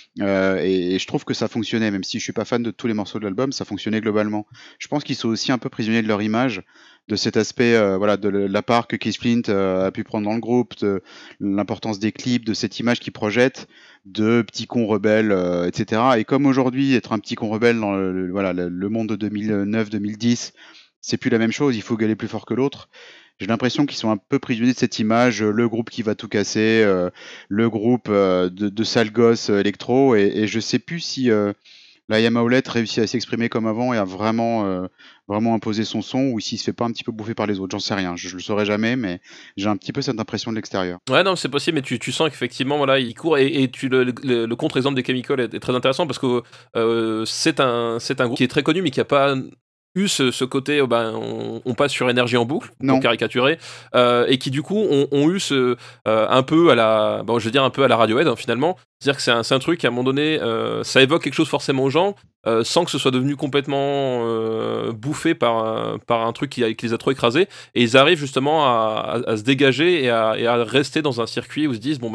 Et je trouve que ça fonctionnait, même si je suis pas fan de tous les morceaux de l'album, ça fonctionnait globalement. Je pense qu'ils sont aussi un peu prisonniers de leur image, de cet aspect, de la part que Keith Flint a pu prendre dans le groupe, de l'importance des clips, de cette image qu'ils projettent, de petits cons rebelles, etc. Et comme aujourd'hui, être un petit con rebelle dans le monde de 2009-2010, c'est plus la même chose, il faut gueuler plus fort que l'autre. J'ai l'impression qu'ils sont un peu prisonniers de cette image, le groupe qui va tout casser, le groupe de sales gosses électro, et je sais plus si la Yamaoulette réussit à s'exprimer comme avant et à vraiment imposer son son, ou s'il se fait pas un petit peu bouffer par les autres. J'en sais rien, je le saurai jamais, mais j'ai un petit peu cette impression de l'extérieur. Ouais, non, c'est possible, mais tu sens qu'effectivement, voilà, il court, et le contre-exemple des Chemical est très intéressant, parce que c'est un groupe qui est très connu, mais qui a pas eu ce côté, on passe sur énergie en boucle, pour caricaturer, et qui du coup ont eu un peu à la, je veux dire un peu à la Radiohead, hein, finalement. C'est-à-dire que c'est un truc, à un moment donné, ça évoque quelque chose forcément aux gens, sans que ce soit devenu complètement bouffé par un truc qui les a trop écrasés, et ils arrivent justement à se dégager et à rester dans un circuit où ils se disent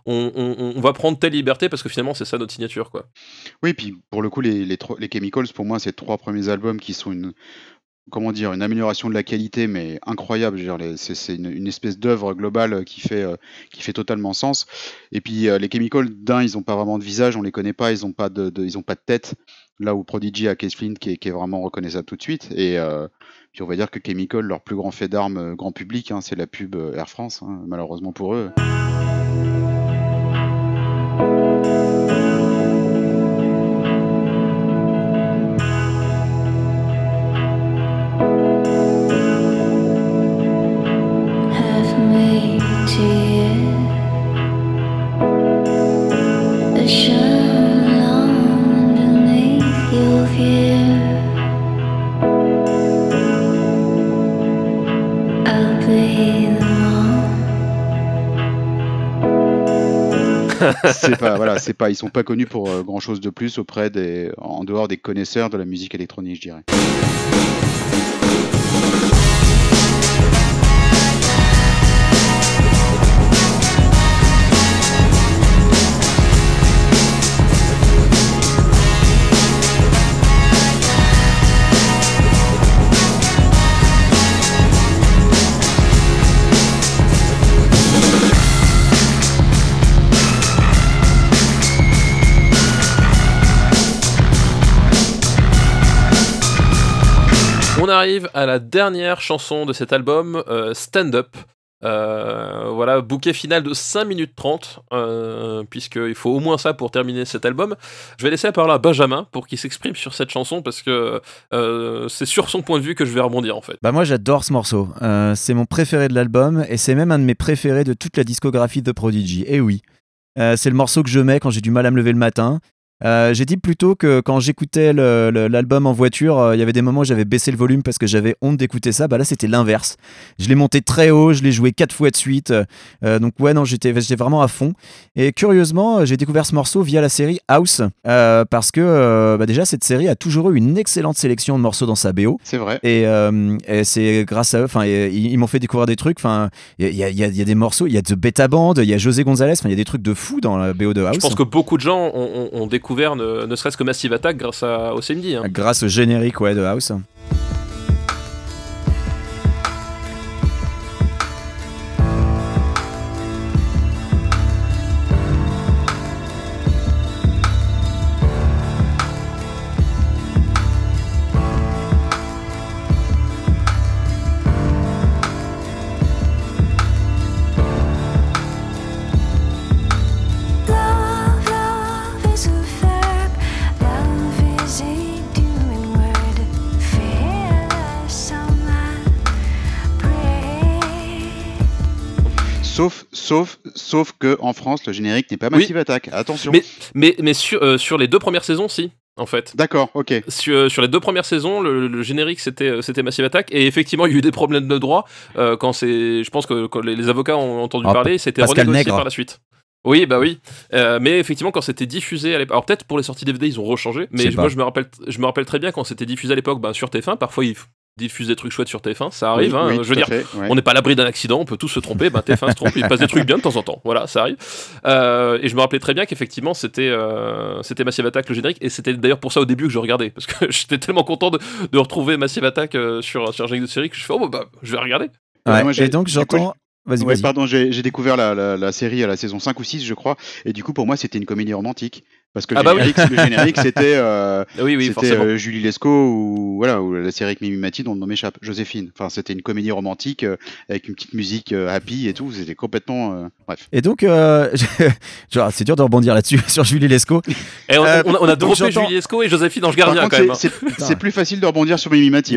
on va prendre telle liberté, parce que finalement c'est ça notre signature, quoi. Oui, puis pour le coup les Chemicals, pour moi, ces 3 premiers albums qui sont une amélioration de la qualité, mais incroyable. Je veux dire, c'est une espèce d'œuvre globale qui fait totalement sens. Et puis les Chemicals, ils ont pas vraiment de visage, on les connaît pas, ils ont pas de tête. Là où Prodigy a Keith Flint qui est vraiment reconnaissable tout de suite. Et puis on va dire que Chemical, leur plus grand fait d'armes grand public, hein, c'est la pub Air France, hein, malheureusement pour eux. Ils sont pas connus pour grand chose de plus en dehors des connaisseurs de la musique électronique, je dirais. On arrive à la dernière chanson de cet album, Stand Up. Voilà, bouquet final de 5 minutes 30, puisqu'il faut au moins ça pour terminer cet album. Je vais laisser la parole à Benjamin pour qu'il s'exprime sur cette chanson, parce que c'est sur son point de vue que je vais rebondir en fait. Bah moi j'adore ce morceau, c'est mon préféré de l'album et c'est même un de mes préférés de toute la discographie de Prodigy. Et oui, c'est le morceau que je mets quand j'ai du mal à me lever le matin. J'ai dit plutôt que quand j'écoutais l'album en voiture, il y avait des moments où j'avais baissé le volume parce que j'avais honte d'écouter ça. Bah là c'était l'inverse. Je l'ai monté très haut, je l'ai joué 4 fois de suite. Donc ouais non, j'étais vraiment à fond. Et curieusement, j'ai découvert ce morceau via la série House parce que déjà cette série a toujours eu une excellente sélection de morceaux dans sa BO. C'est vrai. Et c'est grâce à eux. Enfin, ils m'ont fait découvrir des trucs. Enfin, il y a des morceaux. Il y a The Beta Band, il y a José González. Enfin, il y a des trucs de fou dans la BO de House. Je pense que beaucoup de gens ont découvert ne serait-ce que Massive Attack grâce au CMD. Grâce au générique de House. Sauf que en France, le générique n'est pas Massive Attack. Attention. Mais sur les 2 premières saisons, si. En fait. D'accord, ok. Sur les 2 premières saisons, le générique c'était Massive Attack et effectivement il y a eu des problèmes de droit je pense que quand les avocats ont entendu parler, c'était renégocié par la suite. Oui, bah oui. Mais effectivement, quand c'était diffusé à l'époque, alors peut-être pour les sorties DVD ils ont rechangé, mais moi je me rappelle très bien quand c'était diffusé à l'époque, sur TF1, parfois ils diffusent des trucs chouettes sur TF1, ça arrive, je veux dire, on n'est pas à l'abri d'un accident, on peut tous se tromper, TF1 se trompe, il passe des trucs bien de temps en temps, voilà, ça arrive. Et je me rappelais très bien qu'effectivement c'était Massive Attack le générique, et c'était d'ailleurs pour ça au début que je regardais, parce que j'étais tellement content de retrouver Massive Attack sur un générique de série que je fais je vais regarder. Et donc j'entends... Vas-y. Pardon, j'ai découvert la série à la saison 5 ou 6, je crois, et du coup, pour moi, c'était une comédie romantique. Parce que le générique, c'était Julie Lescaut ou la série avec Mimi Mati, dont le nom m'échappe, Joséphine. Enfin, c'était une comédie romantique avec une petite musique happy et tout. C'était complètement... bref. Et donc, c'est dur de rebondir là-dessus, sur Julie Lescaut. Et on a droppé Julie Lescaut et Joséphine Ange Gardien, quand même. C'est plus facile de rebondir sur Mimi Mati.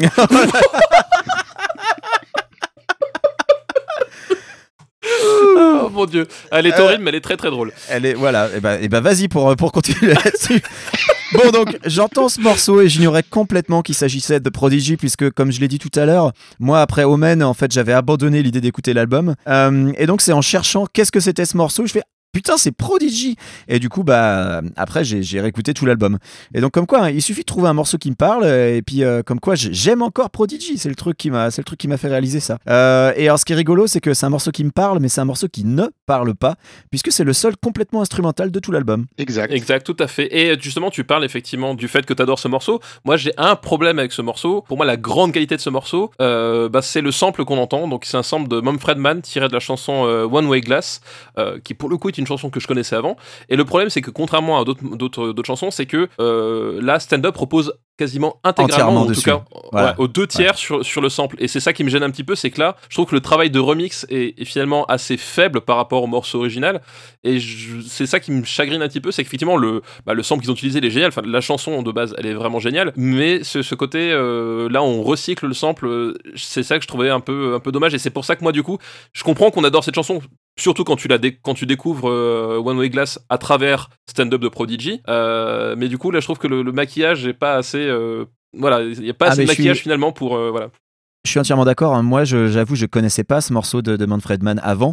Oh mon dieu, elle est horrible mais elle est très très drôle. Elle est et ben vas-y pour continuer là-dessus. Bon donc j'entends ce morceau et j'ignorais complètement qu'il s'agissait de Prodigy puisque comme je l'ai dit tout à l'heure, moi après Omen en fait j'avais abandonné l'idée d'écouter l'album et donc c'est en cherchant qu'est-ce que c'était ce morceau, je fais putain c'est Prodigy et du coup après j'ai réécouté tout l'album et donc comme quoi il suffit de trouver un morceau qui me parle et puis comme quoi j'aime encore Prodigy, c'est le truc qui m'a fait réaliser ça et alors ce qui est rigolo c'est que c'est un morceau qui me parle mais c'est un morceau qui ne parle pas puisque c'est le seul complètement instrumental de tout l'album. Exact, tout à fait. Et justement tu parles effectivement du fait que t'adores ce morceau. Moi j'ai un problème avec ce morceau. Pour moi la grande qualité de ce morceau c'est le sample qu'on entend. Donc c'est un sample de Mumford Man tiré de la chanson One Way Glass qui pour le coup est une chanson que je connaissais avant, et le problème c'est que contrairement à d'autres chansons, c'est que là Stand Up repose quasiment intégralement, en tout cas aux 2 tiers sur le sample, et c'est ça qui me gêne un petit peu, c'est que là je trouve que le travail de remix est finalement assez faible par rapport au morceau original, et c'est ça qui me chagrine un petit peu, c'est qu'effectivement le sample qu'ils ont utilisé il est génial, enfin la chanson de base elle est vraiment géniale, mais ce côté là on recycle le sample, c'est ça que je trouvais un peu dommage, et c'est pour ça que moi du coup je comprends qu'on adore cette chanson, surtout quand tu découvres One Way Glass à travers Stand Up de Prodigy, mais du coup là je trouve que le maquillage est pas assez il n'y a pas assez de maquillage finalement pour voilà. Je suis entièrement d'accord. Moi, j'avoue, je connaissais pas ce morceau de Manfred Mann avant.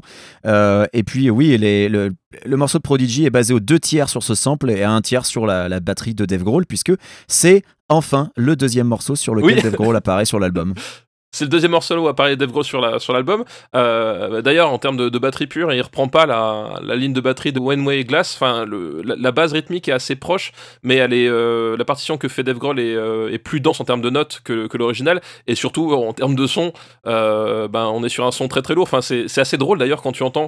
Et puis, oui, le morceau de Prodigy est basé aux 2 tiers sur ce sample et à 1 tiers sur la batterie de Dave Grohl, puisque c'est enfin le 2e morceau sur lequel Dave Grohl apparaît sur l'album. C'est le 2e morceau où apparaît Dave Grohl sur l'album. D'ailleurs, en termes de batterie pure, il reprend pas la ligne de batterie de One Way Glass. Enfin, la base rythmique est assez proche, mais la partition que fait Dave Grohl est plus dense en termes de notes que l'original, et surtout en termes de son, on est sur un son très très lourd. Enfin, c'est assez drôle d'ailleurs quand tu entends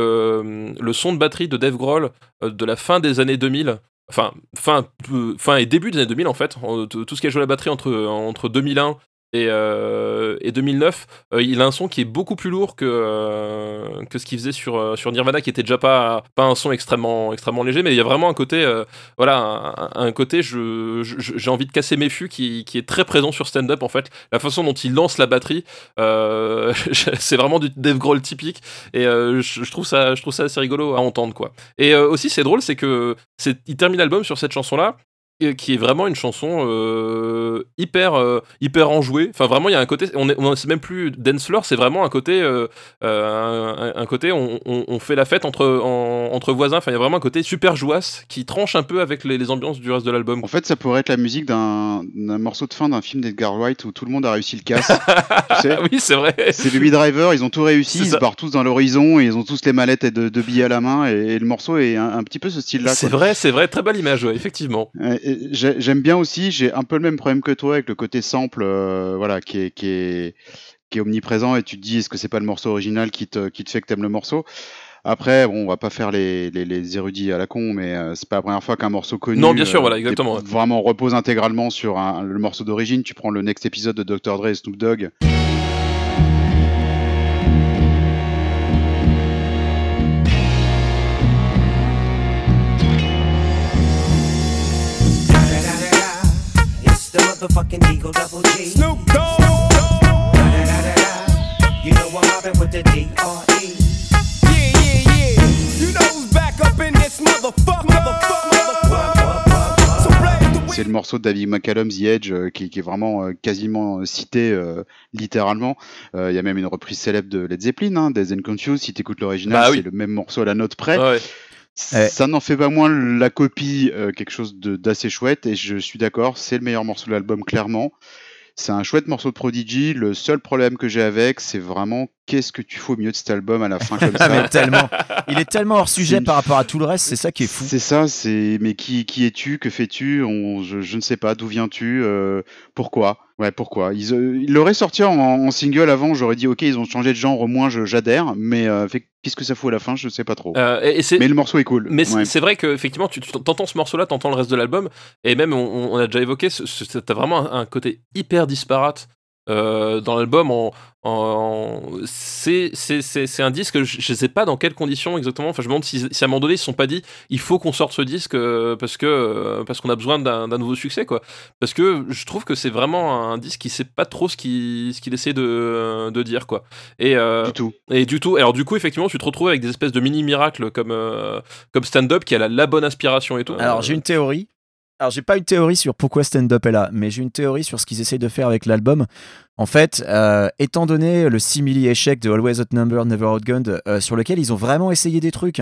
le son de batterie de Dave Grohl de la fin des années 2000. Enfin, fin et début des années 2000 en fait. Tout ce qui a joué la batterie entre 2001 Et 2009, il a un son qui est beaucoup plus lourd que ce qu'il faisait sur Nirvana, qui était déjà pas un son extrêmement léger, mais il y a vraiment un côté, un côté, j'ai envie de casser mes fûts qui est très présent sur Stand Up en fait. La façon dont il lance la batterie, c'est vraiment du Dave Grohl typique, et je trouve ça assez rigolo à entendre quoi. Et aussi c'est drôle, c'est que il termine l'album sur cette chanson là, qui est vraiment une chanson hyper enjouée. Enfin vraiment il y a un côté, c'est même plus dance floor, c'est vraiment un côté un côté on fait la fête entre voisins. Enfin il y a vraiment un côté super jouasse qui tranche un peu avec les ambiances du reste de l'album. En fait ça pourrait être la musique d'un morceau de fin d'un film d'Edgar Wright où tout le monde a réussi le casse. Tu sais, oui c'est vrai, c'est Baby Driver, ils ont tout réussi, ils se barrent tous dans l'horizon et ils ont tous les mallettes de billets à la main, et le morceau est un petit peu ce style là. C'est vrai, très belle image, ouais, effectivement. J'aime bien aussi, j'ai un peu le même problème que toi avec le côté sample, voilà, qui est omniprésent, et tu te dis est-ce que c'est pas le morceau original qui te fait que t'aimes le morceau. Après, bon, on va pas faire les érudits à la con, mais c'est pas la première fois qu'un morceau connu, non bien sûr, voilà, exactement, vraiment repose intégralement sur le morceau d'origine. Tu prends le Next épisode de Dr. Dre et Snoop Dogg. Motherfucking Eagle Double G. Snoop Dogg. You know I'm mobbing with the D.R.E. Yeah. You know who's back up in this motherfucker. C'est le morceau de David McCallum, The Edge, qui est vraiment quasiment cité littéralement. Il y a même une reprise célèbre de Led Zeppelin, Dazed and Confused. Si t'écoutes l'original, bah, oui. C'est le même morceau à la note près. Ouais. Ça n'en fait pas moins la copie, quelque chose d'assez chouette, et je suis d'accord, c'est le meilleur morceau de l'album, clairement. C'est un chouette morceau de Prodigy. Le seul problème que j'ai avec, c'est vraiment qu'est-ce que tu fais au milieu de cet album à la fin comme ça. Mais tellement, il est tellement hors sujet par rapport à tout le reste, c'est ça qui est fou. C'est ça, mais qui es-tu, que fais-tu, je ne sais pas, d'où viens-tu, pourquoi. Ouais, pourquoi ils l'auraient sorti en single avant, j'aurais dit ok, ils ont changé de genre, au moins j'adhère, mais qu'est-ce que ça fout à la fin, je sais pas trop. Mais le morceau est cool. Mais ouais. c'est vrai qu'effectivement, tu t'entends ce morceau-là, t'entends le reste de l'album, et même on a déjà évoqué, t'as vraiment un côté hyper disparate dans l'album. C'est un disque, je sais pas dans quelles conditions exactement. Enfin, je me demande si à un moment donné ils se sont pas dit il faut qu'on sorte ce disque parce qu'on a besoin d'un nouveau succès, quoi. Parce que je trouve que c'est vraiment un disque qui sait pas trop ce qu'il essaie de dire, quoi. Du tout. Alors du coup, effectivement, tu te retrouves avec des espèces de mini miracles comme Stand Up qui a la bonne inspiration et tout. Alors j'ai une théorie. Alors j'ai pas une théorie sur pourquoi Stand Up est là, mais j'ai une théorie sur ce qu'ils essayent de faire avec l'album. En fait, étant donné le simili-échec de Always Outnumbered, Never Outgunned, sur lequel ils ont vraiment essayé des trucs,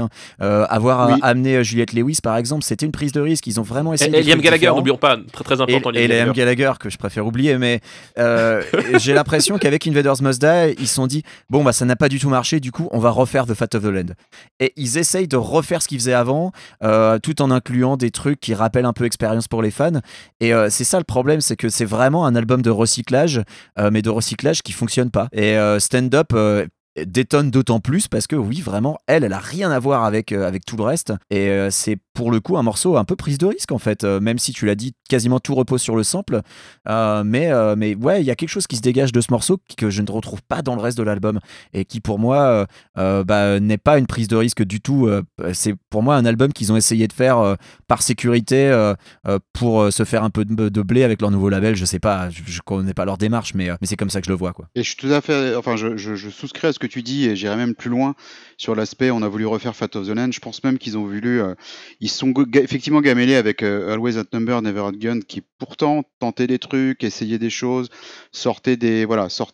amené Juliette Lewis par exemple, c'était une prise de risque, ils ont vraiment essayé des trucs Liam Gallagher, différents. n'oublions pas, très très important. Et Liam Gallagher, que je préfère oublier, mais j'ai l'impression qu'avec Invaders Must Die, ils se sont dit, bon bah ça n'a pas du tout marché, du coup on va refaire The Fat of the Land. Et ils essayent de refaire ce qu'ils faisaient avant, tout en incluant des trucs qui rappellent un peu expérience pour les fans. Et c'est ça le problème, c'est que c'est vraiment un album de recyclage, mais de recyclage qui fonctionne pas. Et Stand Up détonne d'autant plus parce que oui, vraiment, elle a rien à voir avec tout le reste, et c'est pour le coup un morceau un peu prise de risque en fait, même si tu l'as dit, quasiment tout repose sur le sample, mais ouais, il y a quelque chose qui se dégage de ce morceau que je ne retrouve pas dans le reste de l'album, et qui pour moi n'est pas une prise de risque du tout. C'est pour moi un album qu'ils ont essayé de faire par sécurité, pour se faire un peu de blé avec leur nouveau label. Je sais pas, je connais pas leur démarche, mais c'est comme ça que je le vois, quoi. Et je suis tout à fait, enfin je souscris à ce que tu dis, et j'irai même plus loin sur l'aspect on a voulu refaire Fat of the Land. Je pense même qu'ils ont voulu, ils sont effectivement gamellés avec Always Outnumbered, Never Outgunned, qui pourtant tentait des trucs, essayait des choses, sortait des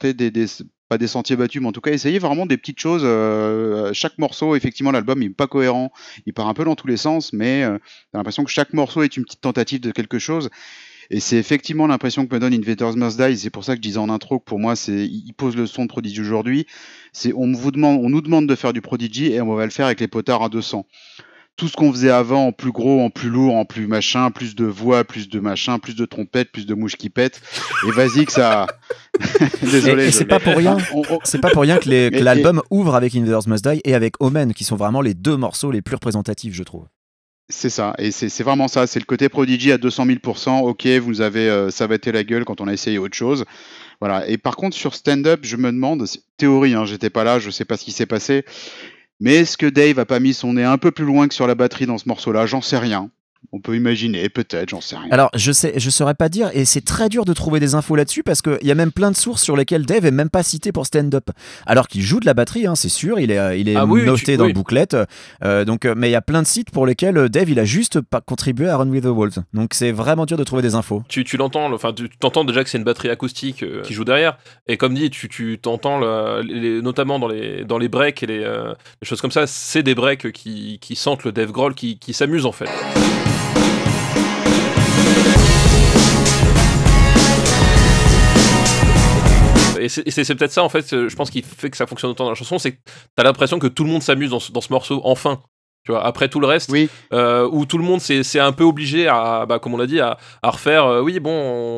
pas des sentiers battus, mais en tout cas essayait vraiment des petites choses. Chaque morceau, effectivement, l'album il est pas cohérent, il part un peu dans tous les sens, mais t'as l'impression que chaque morceau est une petite tentative de quelque chose. Et c'est effectivement l'impression que me donne Invaders Must Die. C'est pour ça que je disais en intro que pour moi, il pose le son de Prodigy aujourd'hui. On nous demande de faire du Prodigy, et on va le faire avec les potards à 200. Tout ce qu'on faisait avant, en plus gros, en plus lourd, en plus machin, plus de voix, plus de machin, plus de trompettes, plus de mouches qui pètent. Et vas-y que ça. Désolé. Et c'est pas pour rien. C'est pas pour rien que l'album ouvre avec Invaders Must Die et avec Omen, qui sont vraiment les deux morceaux les plus représentatifs, je trouve. C'est ça, et c'est vraiment ça, c'est le côté Prodigy à 200 000%. Ok, vous avez savaté la gueule quand on a essayé autre chose. Voilà. Et par contre, sur stand-up, je me demande, théorie, hein, j'étais pas là, je sais pas ce qui s'est passé, mais est-ce que Dave a pas mis son nez un peu plus loin que sur la batterie dans ce morceau-là? J'en sais rien. On peut imaginer, peut-être, j'en sais rien. Alors, je saurais pas dire, et c'est très dur de trouver des infos là-dessus parce qu'il y a même plein de sources sur lesquelles Dave est même pas cité pour stand-up. Alors qu'il joue de la batterie, hein, c'est sûr, il est noté dans le booklet. Mais il y a plein de sites pour lesquels Dave il a juste pas contribué à Run with the Wolves. Donc c'est vraiment dur de trouver des infos. Tu l'entends, enfin tu t'entends déjà que c'est une batterie acoustique qui joue derrière. Et comme dit, tu t'entends notamment dans les breaks et les choses comme ça, c'est des breaks qui sentent le Dave Grohl qui s'amuse en fait. Et c'est peut-être ça en fait, je pense, qui fait que ça fonctionne autant dans la chanson, c'est que t'as l'impression que tout le monde s'amuse dans ce morceau, enfin. Tu vois, après tout le reste, oui. Où tout le monde c'est un peu obligé à, comme on l'a dit, à refaire. Oui, bon,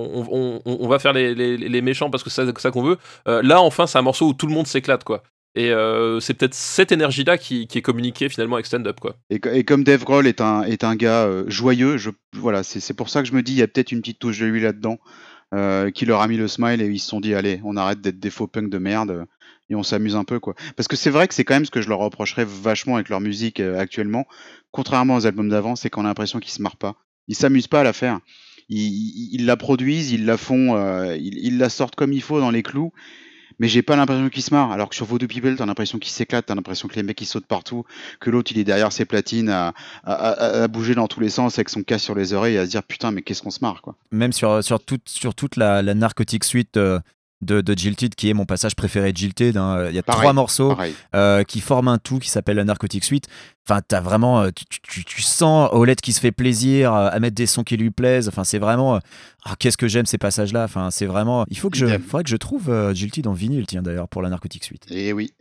on va faire les méchants parce que c'est ça qu'on veut. Là, enfin, c'est un morceau où tout le monde s'éclate, quoi. Et c'est peut-être cette énergie-là qui est communiquée finalement avec stand-up, quoi. Et comme Dave Grohl est un gars joyeux, voilà, c'est pour ça que je me dis, il y a peut-être une petite touche de lui là-dedans. Qui leur a mis le smile et ils se sont dit allez, on arrête d'être des faux punks de merde et on s'amuse un peu, quoi. Parce que c'est vrai que c'est quand même ce que je leur reprocherais vachement avec leur musique actuellement, contrairement aux albums d'avant, c'est qu'on a l'impression qu'ils se marrent pas, ils s'amusent pas à la faire, ils la produisent, ils la font, ils la sortent comme il faut dans les clous, mais j'ai pas l'impression qu'ils se marrent. Alors que sur Voodoo People, t'as l'impression qu'ils s'éclatent, t'as l'impression que les mecs ils sautent partout, que l'autre il est derrière ses platines à bouger dans tous les sens avec son casque sur les oreilles et à se dire putain mais qu'est-ce qu'on se marre, quoi. Même sur toute la Narcotic Suite de Jilted, qui est mon passage préféré de Jilted, hein. Il y a 3 morceaux qui forment un tout qui s'appelle la Narcotic Suite. Enfin, t'as vraiment, tu sens Olette qui se fait plaisir à mettre des sons qui lui plaisent. Enfin, c'est vraiment, qu'est-ce que j'aime ces passages-là. Enfin, c'est vraiment, faudrait que je trouve Jilted en vinyle, tiens, d'ailleurs, pour la Narcotic Suite. Eh oui.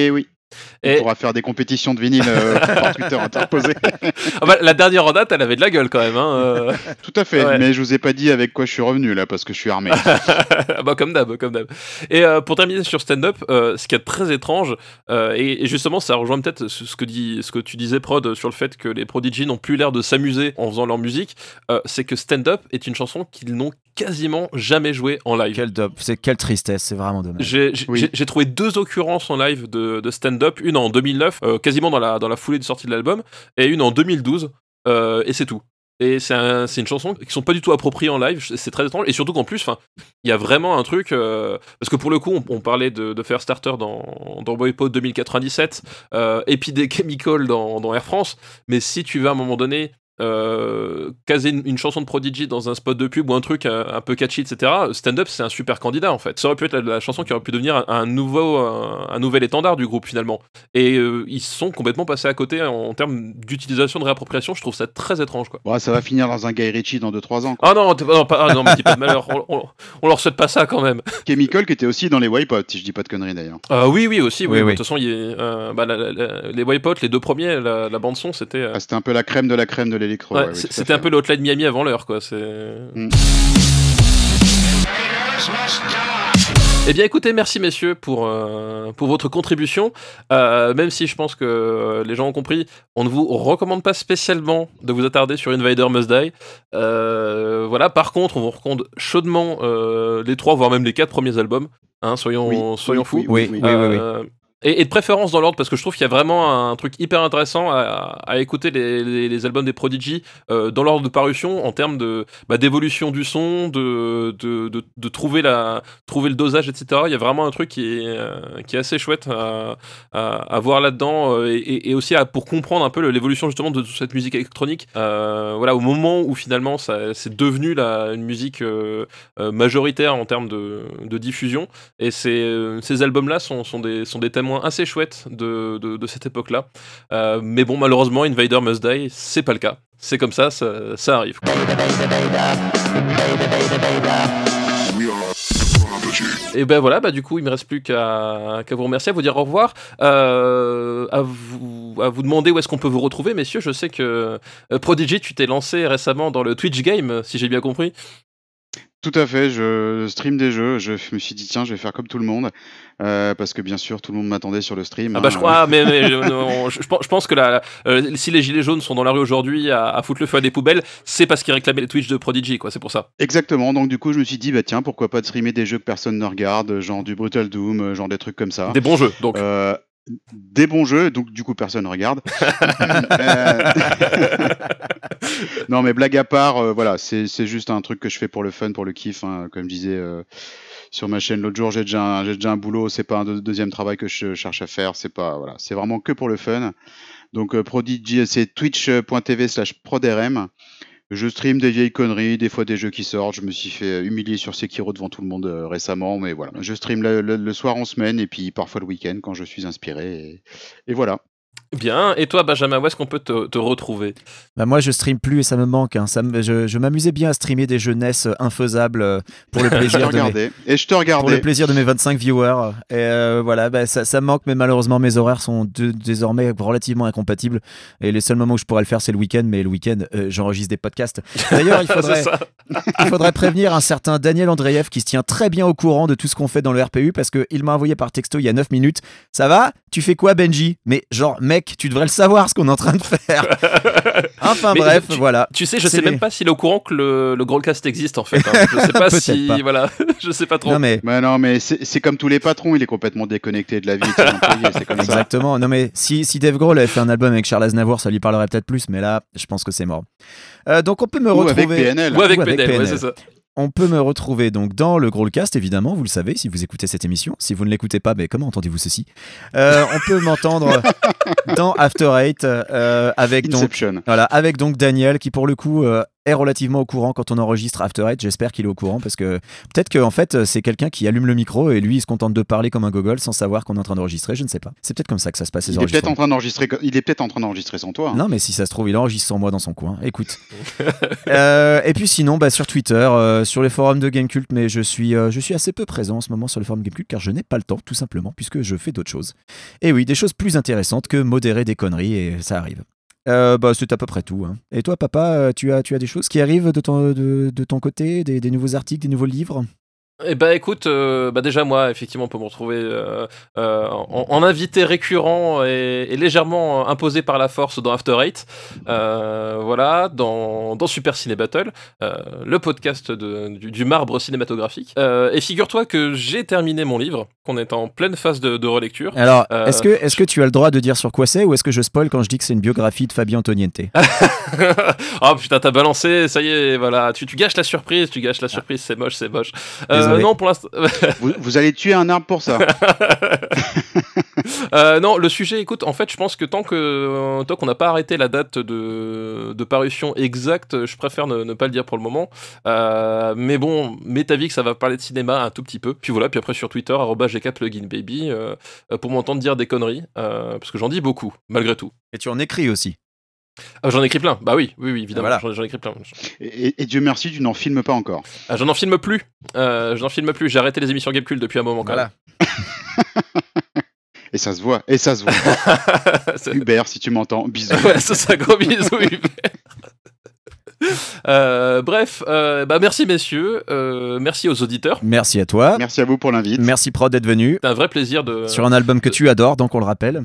On pourra faire des compétitions de vinyle par Twitter interposé. La dernière en date, elle avait de la gueule quand même. Hein, Tout à fait, ouais. Mais je vous ai pas dit avec quoi je suis revenu là, parce que je suis armé. Comme d'hab. Et pour terminer sur stand-up, ce qui est très étrange, et justement ça rejoint peut-être ce que tu disais, Prod, sur le fait que les Prodigy n'ont plus l'air de s'amuser en faisant leur musique, c'est que Stand-Up est une chanson qu'ils n'ont quasiment jamais joué en live. Quelle tristesse, c'est vraiment dommage. J'ai trouvé 2 occurrences en live de stand-up, une en 2009, quasiment dans la foulée de sortie de l'album, et une en 2012, et c'est tout. Et c'est une chanson qui sont pas du tout appropriées en live, c'est très étrange, et surtout qu'en plus, il y a vraiment un truc, parce que pour le coup, on parlait de Fair Starter dans Boypod 2097, et puis des Chemical dans Air France, mais si tu veux à un moment donné caser une chanson de Prodigy dans un spot de pub ou un truc un peu catchy, etc., Stand-Up c'est un super candidat en fait. Ça aurait pu être la chanson qui aurait pu devenir un nouvel étendard du groupe finalement, et ils sont complètement passés à côté en termes d'utilisation de réappropriation. Je trouve ça très étrange, quoi. Bon, ça va finir dans un Guy Ritchie dans 2-3 ans, quoi. Non, mais dis pas de malheur, on leur souhaite pas ça quand même. Chemical qui était aussi dans les Wipeout, si je dis pas de conneries d'ailleurs. Oui aussi, oui. De toute façon les Wipeout, les 2 premiers, la bande son c'était c'était un peu la crème de l'électro. Ouais, c'était un peu le Hotline Miami avant l'heure, quoi. Eh bien écoutez, merci messieurs pour votre contribution, même si je pense que les gens ont compris, on ne vous recommande pas spécialement de vous attarder sur Invader Must Die, voilà. Par contre on vous recommande chaudement les 3 voire même les 4 premiers albums, hein, soyons fous. Oui. Et de préférence dans l'ordre, parce que je trouve qu'il y a vraiment un truc hyper intéressant à écouter les albums des Prodigy dans l'ordre de parution, en termes d'évolution du son, de trouver le dosage, etc. Il y a vraiment un truc qui est assez chouette à voir là-dedans, et aussi pour comprendre un peu l'évolution justement de toute cette musique électronique, voilà, au moment où finalement c'est devenu une musique majoritaire en termes de diffusion. Et ces albums-là sont des témoins assez chouettes de cette époque-là, mais bon, malheureusement Invader Must Die, c'est pas le cas, c'est comme ça arrive. Et ben voilà, du coup il me reste plus qu'à vous remercier, à vous dire au revoir, à vous demander où est-ce qu'on peut vous retrouver, messieurs. Je sais que Prodigy, tu t'es lancé récemment dans le Twitch game, si j'ai bien compris. Tout à fait, je stream des jeux. Je me suis dit, tiens, je vais faire comme tout le monde. Parce que bien sûr, tout le monde m'attendait sur le stream. Ah bah je crois, mais je pense que si les gilets jaunes sont dans la rue aujourd'hui à foutre le feu à des poubelles, c'est parce qu'ils réclamaient les Twitch de Prodigy, quoi, c'est pour ça. Exactement, donc du coup, je me suis dit, bah tiens, pourquoi pas de streamer des jeux que personne ne regarde, genre du Brutal Doom, genre des trucs comme ça. Des bons jeux, donc. Des bons jeux, donc du coup personne ne regarde. Non mais blague à part, voilà, c'est juste un truc que je fais pour le fun, pour le kiff, hein. Comme je disais sur ma chaîne l'autre jour, j'ai déjà un boulot, c'est pas un deuxième travail que je cherche à faire, c'est vraiment que pour le fun. Donc Prodigy, c'est twitch.tv/prodrm. Je stream des vieilles conneries, des fois des jeux qui sortent. Je me suis fait humilier sur Sekiro devant tout le monde récemment, mais voilà. Je stream le soir en semaine et puis parfois le week-end quand je suis inspiré. Et voilà. Bien, et toi Benjamin, où est-ce qu'on peut te retrouver ? Bah moi je stream plus et ça me manque, hein. Je m'amusais bien à streamer des jeux NES infaisables pour le plaisir je te regardais. Pour le plaisir de mes 25 viewers. Et voilà, bah, ça me manque, mais malheureusement mes horaires sont désormais relativement incompatibles. Et les seuls moments où je pourrais le faire c'est le week-end, mais le week-end j'enregistre des podcasts. D'ailleurs il faudrait prévenir un certain Daniel Andreev qui se tient très bien au courant de tout ce qu'on fait dans le RPU parce qu'il m'a envoyé par texto il y a 9 minutes. Ça va ? Tu fais quoi Benji ? Mais genre mec, tu devrais le savoir ce qu'on est en train de faire. Enfin mais bref, voilà. Tu sais, je sais même pas s'il est au courant que le Growlcast existe en fait. Hein. Je sais pas si pas. Voilà, je sais pas trop. Non mais c'est comme tous les patrons, il est complètement déconnecté de la vie de ses employés, c'est comme Exactement. Ça. Non mais si Dave Grohl avait fait un album avec Charles Aznavour, ça lui parlerait peut-être plus, mais là, je pense que c'est mort. Donc on peut me retrouver avec PNL. Ou avec PNL, ouais, c'est ça. On peut me retrouver donc dans le Growlcast, évidemment, vous le savez, si vous écoutez cette émission. Si vous ne l'écoutez pas, mais comment entendez-vous ceci ? On peut m'entendre dans After Eight avec donc Daniel, qui pour le coup est relativement au courant quand on enregistre After Eight. J'espère qu'il est au courant parce que peut-être qu'en fait c'est quelqu'un qui allume le micro et lui il se contente de parler comme un gogol sans savoir qu'on est en train d'enregistrer. Je ne sais pas. C'est peut-être comme ça que ça se passe. Il est peut-être en train d'enregistrer sans toi. Hein. Non mais si ça se trouve il enregistre sans moi dans son coin. Écoute. Et puis sinon sur Twitter, sur les forums de Gamecult, mais je suis assez peu présent en ce moment sur les forums de Gamecult car je n'ai pas le temps tout simplement puisque je fais d'autres choses. Et oui, des choses plus intéressantes que modérer des conneries et ça arrive. C'est à peu près tout. Hein. Et toi, papa, tu as des choses qui arrivent de ton côté, des nouveaux articles, des nouveaux livres ? Eh ben écoute, déjà moi effectivement on peut me retrouver en invité récurrent et légèrement imposé par la force dans After Eight, voilà, dans Super Ciné Battle, le podcast du marbre cinématographique. Et figure-toi que j'ai terminé mon livre, qu'on est en pleine phase de relecture. Alors, est-ce que tu as le droit de dire sur quoi c'est ou est-ce que je spoil quand je dis que c'est une biographie de Fabien Antoniente ? Oh putain, t'as balancé, ça y est, voilà, tu gâches la surprise, c'est moche. Non, pour l'instant. vous allez tuer un arbre pour ça. Non, le sujet, écoute, en fait, je pense que tant qu'on n'a pas arrêté la date de parution exacte, je préfère ne pas le dire pour le moment. Mais bon, mets ta vie que ça va parler de cinéma un tout petit peu. Puis voilà, puis après sur Twitter, @gkpluginbaby, pour m'entendre dire des conneries, parce que j'en dis beaucoup, malgré tout. Et tu en écris aussi. J'en écris plein, bah oui, évidemment, voilà. J'en écris plein. Et Dieu merci, tu n'en filmes pas encore. Je n'en filme plus, j'ai arrêté les émissions Gamecult depuis un moment quand même. Et ça se voit. Hubert, si tu m'entends, bisous. Ouais, c'est ça, gros bisous Hubert. Bref, merci messieurs, merci aux auditeurs. Merci à toi. Merci à vous pour l'invite. Merci Prod d'être venu. C'est un vrai plaisir sur un album que tu adores, donc on le rappelle.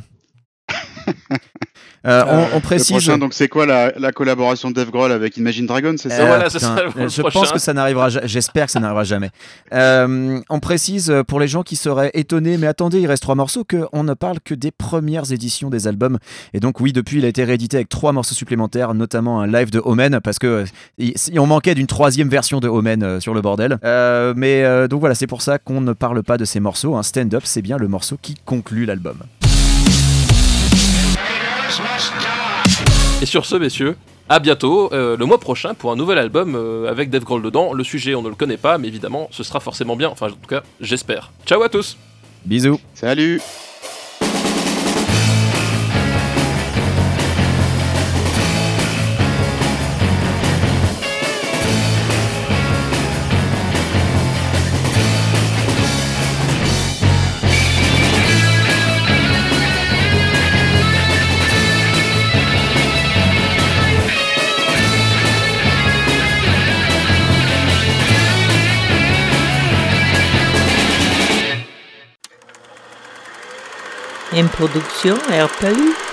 On précise. Le prochain, donc c'est quoi la collaboration de Dave Grohl avec Imagine Dragons, c'est ça? Voilà, c'est ça. Je pense que ça n'arrivera. J'espère que ça n'arrivera jamais. On précise pour les gens qui seraient étonnés, mais attendez, il reste 3 morceaux, qu'on ne parle que des premières éditions des albums. Et donc oui, depuis, il a été réédité avec 3 morceaux supplémentaires, notamment un live de Omen, parce que on manquait d'une 3e version de Omen sur le bordel. Donc voilà, c'est pour ça qu'on ne parle pas de ces morceaux. Hein. Stand Up, c'est bien le morceau qui conclut l'album. Et sur ce, messieurs, à bientôt, le mois prochain pour un nouvel album avec Dave Grohl dedans. Le sujet, on ne le connaît pas, mais évidemment, ce sera forcément bien. Enfin, en tout cas, j'espère. Ciao à tous. Bisous. Salut. Une production RPU.